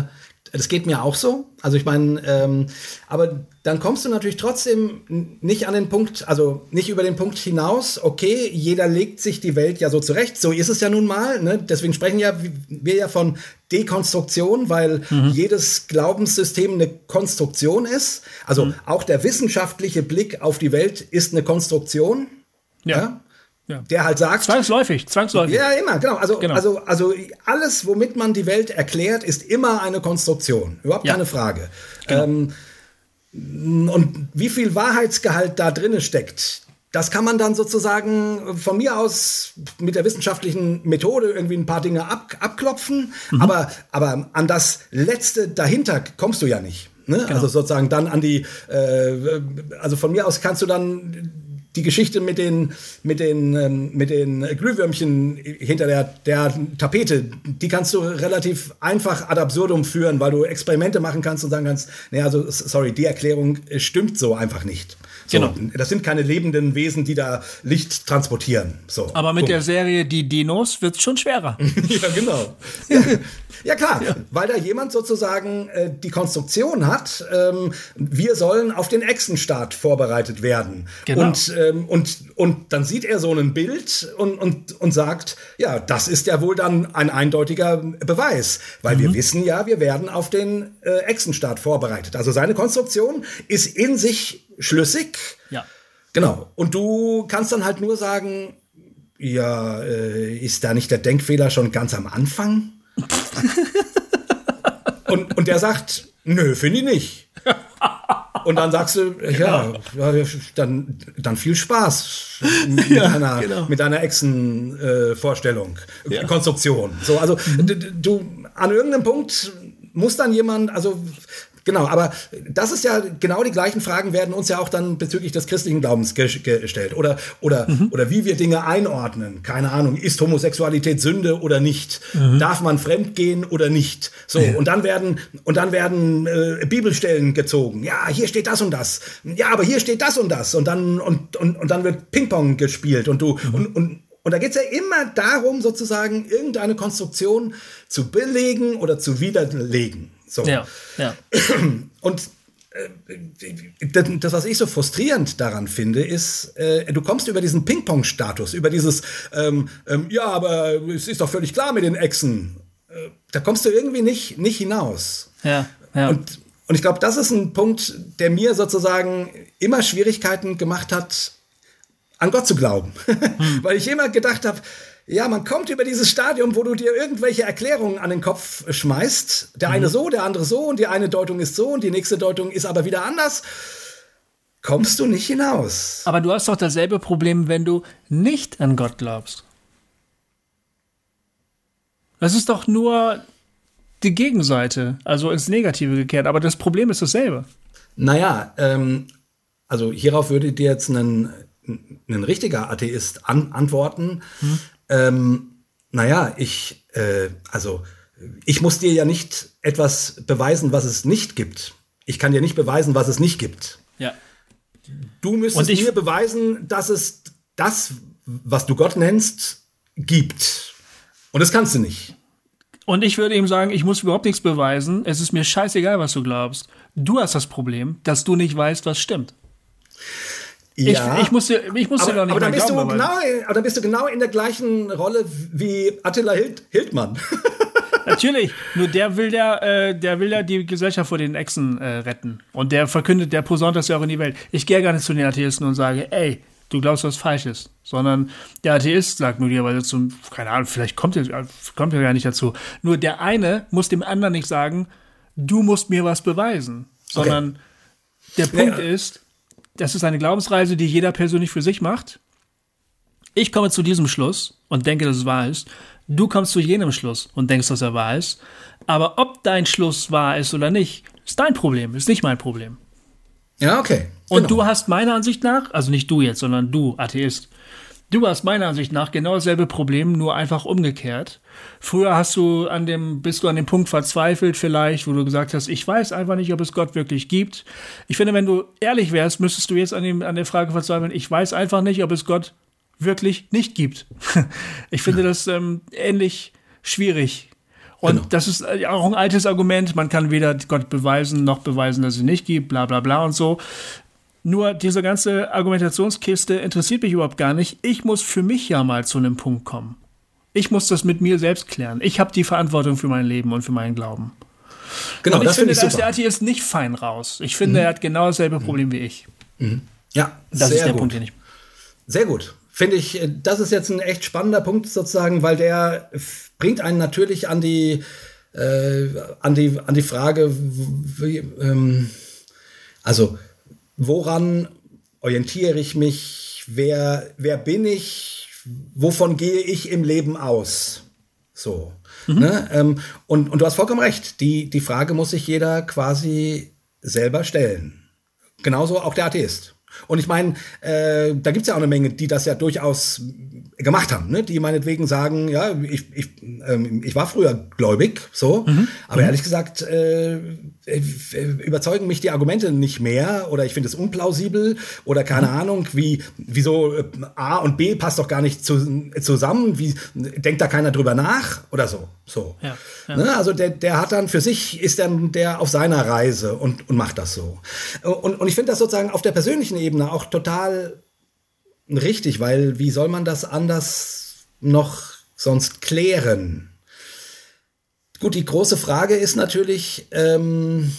Das geht mir auch so. Also ich meine, ähm, aber dann kommst du natürlich trotzdem nicht an den Punkt, also nicht über den Punkt hinaus, okay, jeder legt sich die Welt ja so zurecht, so ist es ja nun mal, ne? Deswegen sprechen ja wir ja von Dekonstruktion, weil mhm. jedes Glaubenssystem eine Konstruktion ist. Also mhm. auch der wissenschaftliche Blick auf die Welt ist eine Konstruktion. Ja. ja? Ja. Der halt sagt. Zwangsläufig, zwangsläufig. Ja, immer, genau. Also, genau. also, also alles, womit man die Welt erklärt, ist immer eine Konstruktion. Überhaupt ja. keine Frage. Genau. Ähm, und wie viel Wahrheitsgehalt da drin steckt, das kann man dann sozusagen von mir aus mit der wissenschaftlichen Methode irgendwie ein paar Dinge ab, abklopfen. Mhm. Aber, aber an das Letzte dahinter kommst du ja nicht. Ne? Genau. Also sozusagen dann an die, äh, also von mir aus kannst du dann die Geschichte mit den, mit den, ähm, mit den Glühwürmchen hinter der, der Tapete, die kannst du relativ einfach ad absurdum führen, weil du Experimente machen kannst und sagen kannst, nee, also, sorry, die Erklärung stimmt so einfach nicht. So, genau. Das sind keine lebenden Wesen, die da Licht transportieren. So, aber mit Punkt. Der Serie Die Dinos wird es schon schwerer. Ja, genau. Ja, ja klar, ja. Weil da jemand sozusagen äh, die Konstruktion hat, ähm, wir sollen auf den Echsenstaat vorbereitet werden. Genau. Und, ähm, und, und dann sieht er so ein Bild und, und, und sagt, ja, das ist ja wohl dann ein eindeutiger Beweis, weil mhm. wir wissen ja, wir werden auf den äh, Echsenstaat vorbereitet. Also seine Konstruktion ist in sich schlüssig. Ja. Genau. Und du kannst dann halt nur sagen, ja, äh, ist da nicht der Denkfehler schon ganz am Anfang? und, und der sagt, nö, finde ich nicht. Und dann sagst du, ja, ja dann, dann viel Spaß mit, ja, einer, genau. mit einer Echsen-Vorstellung, äh, ja. Konstruktion. So, also mhm. du, an irgendeinem Punkt muss dann jemand, also genau, aber das ist ja, genau die gleichen Fragen werden uns ja auch dann bezüglich des christlichen Glaubens ge- gestellt. Oder, oder, mhm. oder wie wir Dinge einordnen. Keine Ahnung, ist Homosexualität Sünde oder nicht? Mhm. Darf man fremdgehen oder nicht? So, ja. und dann werden, und dann werden äh, Bibelstellen gezogen. Ja, hier steht das und das. Ja, aber hier steht das und das. Und dann, und, und, und dann wird Ping-Pong gespielt. Und du, mhm. und, und, und da geht es ja immer darum, sozusagen irgendeine Konstruktion zu belegen oder zu widerlegen. So. Ja, ja. Und äh, das, was ich so frustrierend daran finde, ist, äh, du kommst über diesen Ping-Pong-Status, über dieses, ähm, ähm, ja, aber es ist doch völlig klar mit den Echsen. Äh, da kommst du irgendwie nicht, nicht hinaus. Ja, ja. Und, und ich glaube, das ist ein Punkt, der mir sozusagen immer Schwierigkeiten gemacht hat, an Gott zu glauben. Hm. Weil ich immer gedacht habe, ja, man kommt über dieses Stadium, wo du dir irgendwelche Erklärungen an den Kopf schmeißt. Der eine mhm. so, der andere so und die eine Deutung ist so und die nächste Deutung ist aber wieder anders. Kommst du nicht hinaus. Aber du hast doch dasselbe Problem, wenn du nicht an Gott glaubst. Das ist doch nur die Gegenseite, also ins Negative gekehrt. Aber das Problem ist dasselbe. Naja, ähm, also hierauf würde dir jetzt ein, ein richtiger Atheist an, antworten. Hm. Ähm, naja, ich, äh, also, ich muss dir ja nicht etwas beweisen, was es nicht gibt. Ich kann dir nicht beweisen, was es nicht gibt. Ja. Du müsstest mir beweisen, dass es das, was du Gott nennst, gibt. Und das kannst du nicht. Und ich würde ihm sagen, ich muss überhaupt nichts beweisen. Es ist mir scheißegal, was du glaubst. Du hast das Problem, dass du nicht weißt, was stimmt. Ja, ich, ich muss dir, ich muss aber, dir doch nicht aber dann bist glauben, du genau, aber dann bist du genau in der gleichen Rolle wie Attila Hild, Hildmann. Natürlich, nur der will ja, äh, der will ja die Gesellschaft vor den Echsen äh, retten. Und der verkündet, der posaunt das ja auch in die Welt. Ich gehe gar nicht zu den Atheisten und sage, ey, du glaubst was Falsches. Sondern der Atheist sagt nur dir, weil zum, keine Ahnung, vielleicht kommt er, kommt er gar nicht dazu. Nur der eine muss dem anderen nicht sagen, du musst mir was beweisen. Sondern okay. der Punkt ja. ist, das ist eine Glaubensreise, die jeder persönlich für sich macht. Ich komme zu diesem Schluss und denke, dass es wahr ist. Du kommst zu jenem Schluss und denkst, dass er wahr ist. Aber ob dein Schluss wahr ist oder nicht, ist dein Problem, ist nicht mein Problem. Ja, okay. Genau. Und du hast meiner Ansicht nach, also nicht du jetzt, sondern du, Atheist, du hast meiner Ansicht nach genau dasselbe Problem, nur einfach umgekehrt. Früher hast du an dem, bist du an dem Punkt verzweifelt vielleicht, wo du gesagt hast, ich weiß einfach nicht, ob es Gott wirklich gibt. Ich finde, wenn du ehrlich wärst, müsstest du jetzt an, dem, an der Frage verzweifeln, ich weiß einfach nicht, ob es Gott wirklich nicht gibt. Ich finde das ähm, ähnlich schwierig. Und genau. das ist auch ein altes Argument. Man kann weder Gott beweisen, noch beweisen, dass es ihn nicht gibt, bla bla bla und so. Nur diese ganze Argumentationskiste interessiert mich überhaupt gar nicht. Ich muss für mich ja mal zu einem Punkt kommen. Ich muss das mit mir selbst klären. Ich habe die Verantwortung für mein Leben und für meinen Glauben. Genau, und ich das finde, find ich da ist super. der Atheist nicht fein raus. Ich finde, mhm. er hat genau dasselbe Problem wie ich. Mhm. Ja, das sehr ist der gut. Punkt, den ich... Sehr gut. Finde ich, das ist jetzt ein echt spannender Punkt sozusagen, weil der bringt einen natürlich an die, äh, an die, an die Frage, wie, ähm, also woran orientiere ich mich, wer, wer bin ich, wovon gehe ich im Leben aus? So. Mhm. Ne? Ähm, und, und du hast vollkommen recht, die, die Frage muss sich jeder quasi selber stellen. Genauso auch der Atheist. Und ich meine, äh, da gibt's ja auch eine Menge, die das ja durchaus gemacht haben, ne? Die meinetwegen sagen, ja, ich, ich, ähm, ich war früher gläubig, so, mhm. aber ehrlich gesagt äh, überzeugen mich die Argumente nicht mehr oder ich finde es unplausibel oder keine mhm. Ahnung, wie wieso äh, A und B passt doch gar nicht zu, zusammen, wie denkt da keiner drüber nach oder so, so. Ja, ja. Ne? Also der, der hat dann für sich, ist dann der auf seiner Reise und, und macht das so. Und, und ich finde das sozusagen auf der persönlichen Ebene auch total richtig, weil wie soll man das anders noch sonst klären? Gut, die große Frage ist natürlich, ähm,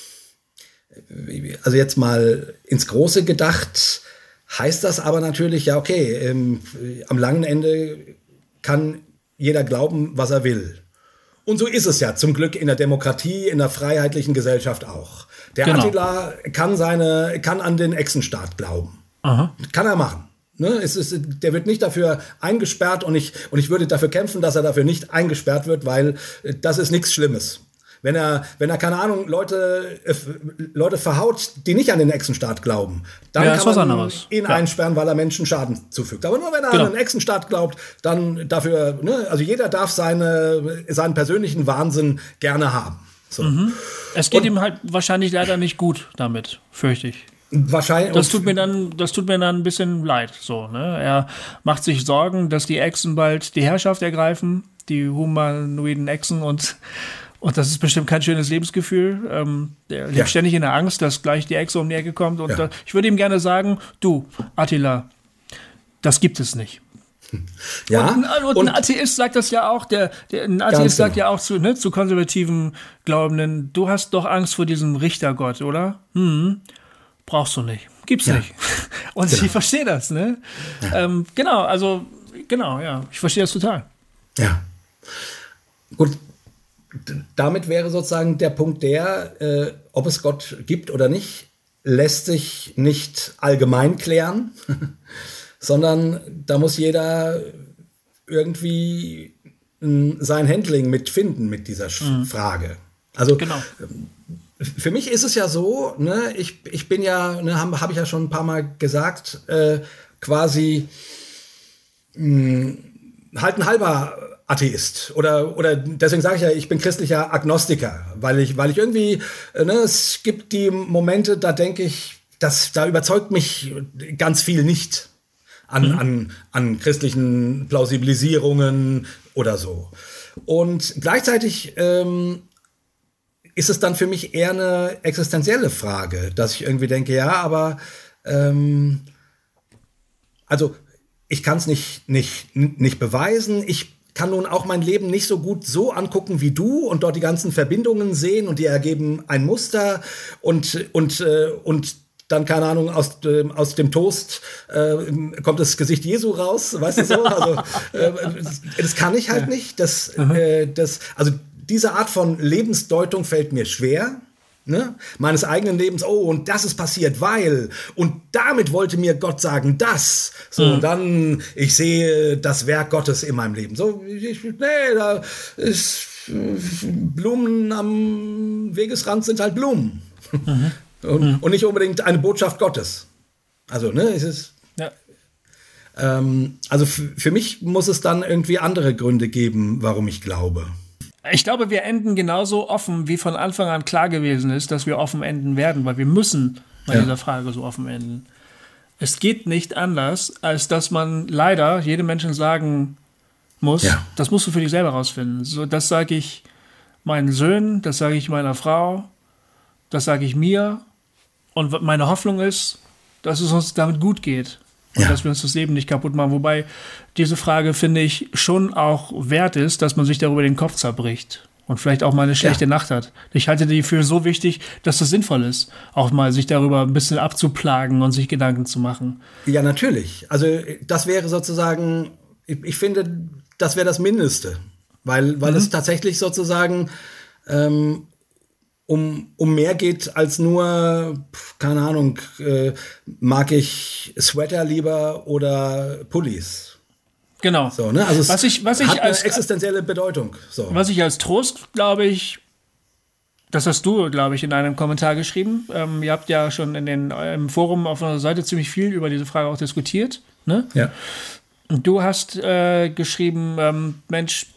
also jetzt mal ins Große gedacht, heißt das aber natürlich, ja okay, ähm, am langen Ende kann jeder glauben, was er will. Und so ist es ja zum Glück in der Demokratie, in der freiheitlichen Gesellschaft auch. Der genau. Attila kann seine, kann an den Echsenstaat glauben. Aha. Kann er machen. Ne? Es ist, der wird nicht dafür eingesperrt und ich, und ich würde dafür kämpfen, dass er dafür nicht eingesperrt wird, weil das ist nichts Schlimmes. Wenn er, wenn er, keine Ahnung, Leute, äh, Leute verhaut, die nicht an den Echsenstaat glauben, dann ja, kann man anderes. ihn ja. einsperren, weil er Menschen Schaden zufügt. Aber nur wenn er genau. an den Echsenstaat glaubt, dann dafür, ne? Also jeder darf seine, seinen persönlichen Wahnsinn gerne haben. So. Mhm. Es geht und, ihm halt wahrscheinlich leider nicht gut damit, fürchte ich. Wahrscheinlich. Das tut mir dann, das tut mir dann ein bisschen leid. So, ne? Er macht sich Sorgen, dass die Echsen bald die Herrschaft ergreifen, die humanoiden Echsen und Und das ist bestimmt kein schönes Lebensgefühl. Ähm, der lebt ja. ständig in der Angst, dass gleich die Echse um die Ecke kommt. Und ja. da, ich würde ihm gerne sagen, du, Attila, das gibt es nicht. Ja. Und, und, und ein Atheist sagt das ja auch, der, der ein Atheist sagt genau. ja auch zu, ne, zu konservativen Glaubenden, du hast doch Angst vor diesem Richtergott, oder? Hm, brauchst du nicht. Gibt's ja. nicht. Und genau. ich verstehe das, ne? Ja. Ähm, genau, also, genau, ja. Ich verstehe das total. Ja. Gut. Damit wäre sozusagen der Punkt der, äh, ob es Gott gibt oder nicht, lässt sich nicht allgemein klären, sondern da muss jeder irgendwie m, sein Handling mitfinden mit dieser mhm. Frage. Also genau. für mich ist es ja so, ne, ich, ich bin ja, ne, habe hab ich ja schon ein paar Mal gesagt, äh, quasi mh, halt ein halber Atheist oder oder deswegen sage ich ja, ich bin christlicher Agnostiker, weil ich weil ich irgendwie ne, es gibt die Momente, da denke ich, dass da überzeugt mich ganz viel nicht an mhm. an an christlichen Plausibilisierungen oder so. Und gleichzeitig ähm, ist es dann für mich eher eine existenzielle Frage, dass ich irgendwie denke, ja, aber ähm, also ich kann es nicht nicht nicht beweisen, ich kann nun auch mein Leben nicht so gut so angucken wie du und dort die ganzen Verbindungen sehen und die ergeben ein Muster und und äh, und dann, keine Ahnung, aus, äh, aus dem Toast äh, kommt das Gesicht Jesu raus, weißt du so? Also äh, das kann ich halt ja. nicht. Das, äh, das, also diese Art von Lebensdeutung fällt mir schwer. Ne? Meines eigenen Lebens, oh, und das ist passiert, weil, und damit wollte mir Gott sagen, das. So, mhm. und dann, ich sehe das Werk Gottes in meinem Leben. So, ich, nee, da ist, Blumen am Wegesrand sind halt Blumen. Mhm. Und, mhm. und nicht unbedingt eine Botschaft Gottes. Also, ne, es ist, ja. ähm, also f- für mich muss es dann irgendwie andere Gründe geben, warum ich glaube. Ich glaube, wir enden genauso offen, wie von Anfang an klar gewesen ist, dass wir offen enden werden, weil wir müssen bei ja. dieser Frage so offen enden. Es geht nicht anders, als dass man leider jedem Menschen sagen muss, ja. das musst du für dich selber rausfinden. So, das sage ich meinen Söhnen, das sage ich meiner Frau, das sage ich mir. Und meine Hoffnung ist, dass es uns damit gut geht. Und ja. dass wir uns das Leben nicht kaputt machen. Wobei diese Frage, finde ich, schon auch wert ist, dass man sich darüber den Kopf zerbricht. Und vielleicht auch mal eine schlechte ja. Nacht hat. Ich halte die für so wichtig, dass das sinnvoll ist, auch mal sich darüber ein bisschen abzuplagen und sich Gedanken zu machen. Ja, natürlich. Also das wäre sozusagen, ich, ich finde, das wäre das Mindeste. Weil, weil mhm. es tatsächlich sozusagen ähm, um, um mehr geht als nur, keine Ahnung, äh, mag ich Sweater lieber oder Pullis. Genau. So, ne? Also es was ich, was ich hat als, eine existenzielle Bedeutung. So. Was ich als Trost, glaube ich, das hast du, glaube ich, in einem Kommentar geschrieben. Ähm, ihr habt ja schon in den, im Forum auf unserer Seite ziemlich viel über diese Frage auch diskutiert. Ne? Ja. Und du hast äh, geschrieben, ähm, Mensch,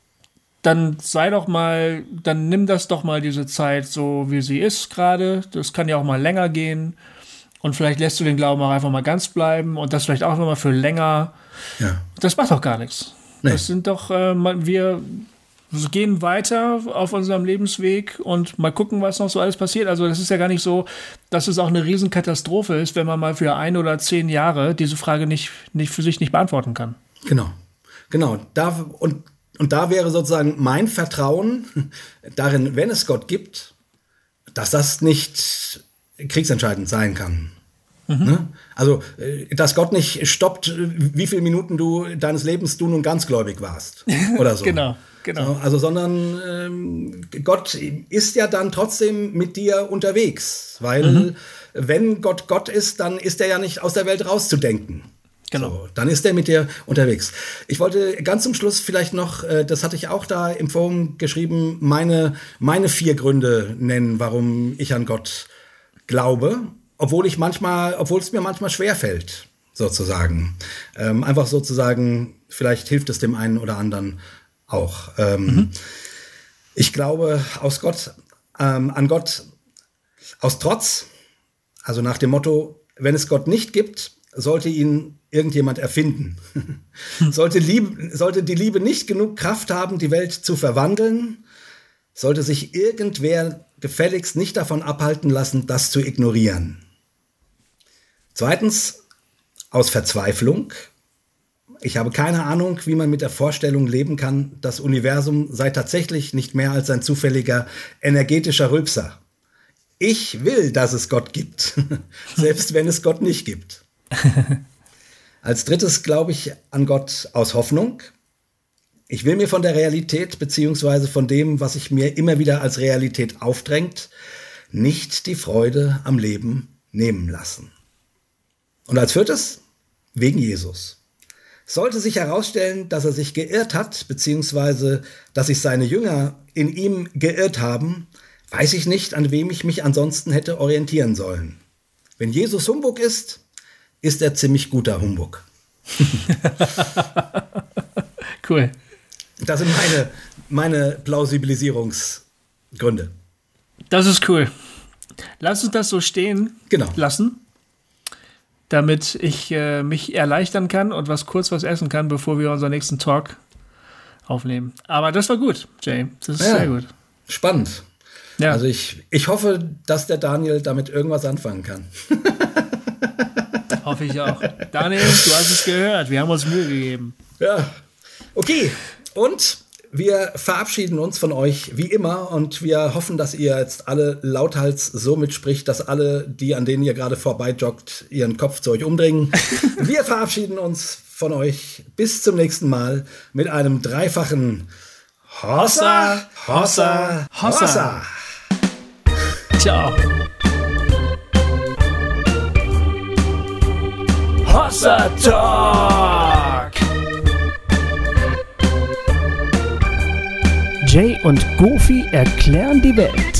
dann sei doch mal, dann nimm das doch mal diese Zeit so, wie sie ist gerade. Das kann ja auch mal länger gehen. Und vielleicht lässt du den Glauben auch einfach mal ganz bleiben und das vielleicht auch nochmal für länger. Ja. Das macht doch gar nichts. Nee. Das sind doch, äh, wir gehen weiter auf unserem Lebensweg und mal gucken, was noch so alles passiert. Also das ist ja gar nicht so, dass es auch eine Riesenkatastrophe ist, wenn man mal für ein oder zehn Jahre diese Frage nicht, nicht für sich nicht beantworten kann. Genau, genau. Da, und, und da wäre sozusagen mein Vertrauen darin, wenn es Gott gibt, dass das nicht kriegsentscheidend sein kann. Mhm. Ne? Also, dass Gott nicht stoppt, wie viele Minuten du deines Lebens du nun ganz gläubig warst oder so. Genau, genau. So, also, sondern ähm, Gott ist ja dann trotzdem mit dir unterwegs, weil mhm. wenn Gott Gott ist, dann ist er ja nicht aus der Welt rauszudenken. Genau. So, dann ist er mit dir unterwegs. Ich wollte ganz zum Schluss vielleicht noch, äh, das hatte ich auch da im Forum geschrieben, meine, meine vier Gründe nennen, warum ich an Gott glaube, obwohl ich manchmal, obwohl es mir manchmal schwerfällt, sozusagen. Ähm, einfach sozusagen, vielleicht hilft es dem einen oder anderen auch. Ähm, mhm. Ich glaube aus Gott, ähm, an Gott aus Trotz, also nach dem Motto, wenn es Gott nicht gibt, sollte ihn irgendjemand erfinden. sollte, Liebe, sollte die Liebe nicht genug Kraft haben, die Welt zu verwandeln, sollte sich irgendwer gefälligst nicht davon abhalten lassen, das zu ignorieren. Zweitens, aus Verzweiflung. Ich habe keine Ahnung, wie man mit der Vorstellung leben kann, das Universum sei tatsächlich nicht mehr als ein zufälliger energetischer Rülpser. Ich will, dass es Gott gibt, selbst wenn es Gott nicht gibt. Als drittes glaube ich an Gott aus Hoffnung. Ich will mir von der Realität beziehungsweise von dem, was sich mir immer wieder als Realität aufdrängt, nicht die Freude am Leben nehmen lassen. Und als viertes, wegen Jesus. Sollte sich herausstellen, dass er sich geirrt hat, beziehungsweise dass sich seine Jünger in ihm geirrt haben, weiß ich nicht, an wem ich mich ansonsten hätte orientieren sollen. Wenn Jesus Humbug ist, ist er ziemlich guter Humbug. Cool. Das sind meine, meine Plausibilisierungsgründe. Das ist cool. Lass uns das so stehen genau. lassen, damit ich äh, mich erleichtern kann und was kurz was essen kann, bevor wir unseren nächsten Talk aufnehmen. Aber das war gut, Jay. Das ist ja, sehr gut. Spannend. Ja. Also ich, ich hoffe, dass der Daniel damit irgendwas anfangen kann. Hoffe ich auch. Daniel, du hast es gehört. Wir haben uns Mühe gegeben. Ja, okay. Und wir verabschieden uns von euch wie immer und wir hoffen, dass ihr jetzt alle lauthals so mitspricht, dass alle, die an denen ihr gerade vorbeijoggt, ihren Kopf zu euch umdrehen. Wir verabschieden uns von euch bis zum nächsten Mal mit einem dreifachen Hossa, Hossa, Hossa. Hossa. Ciao. Hossa Talk. Jay und Goofy erklären die Welt.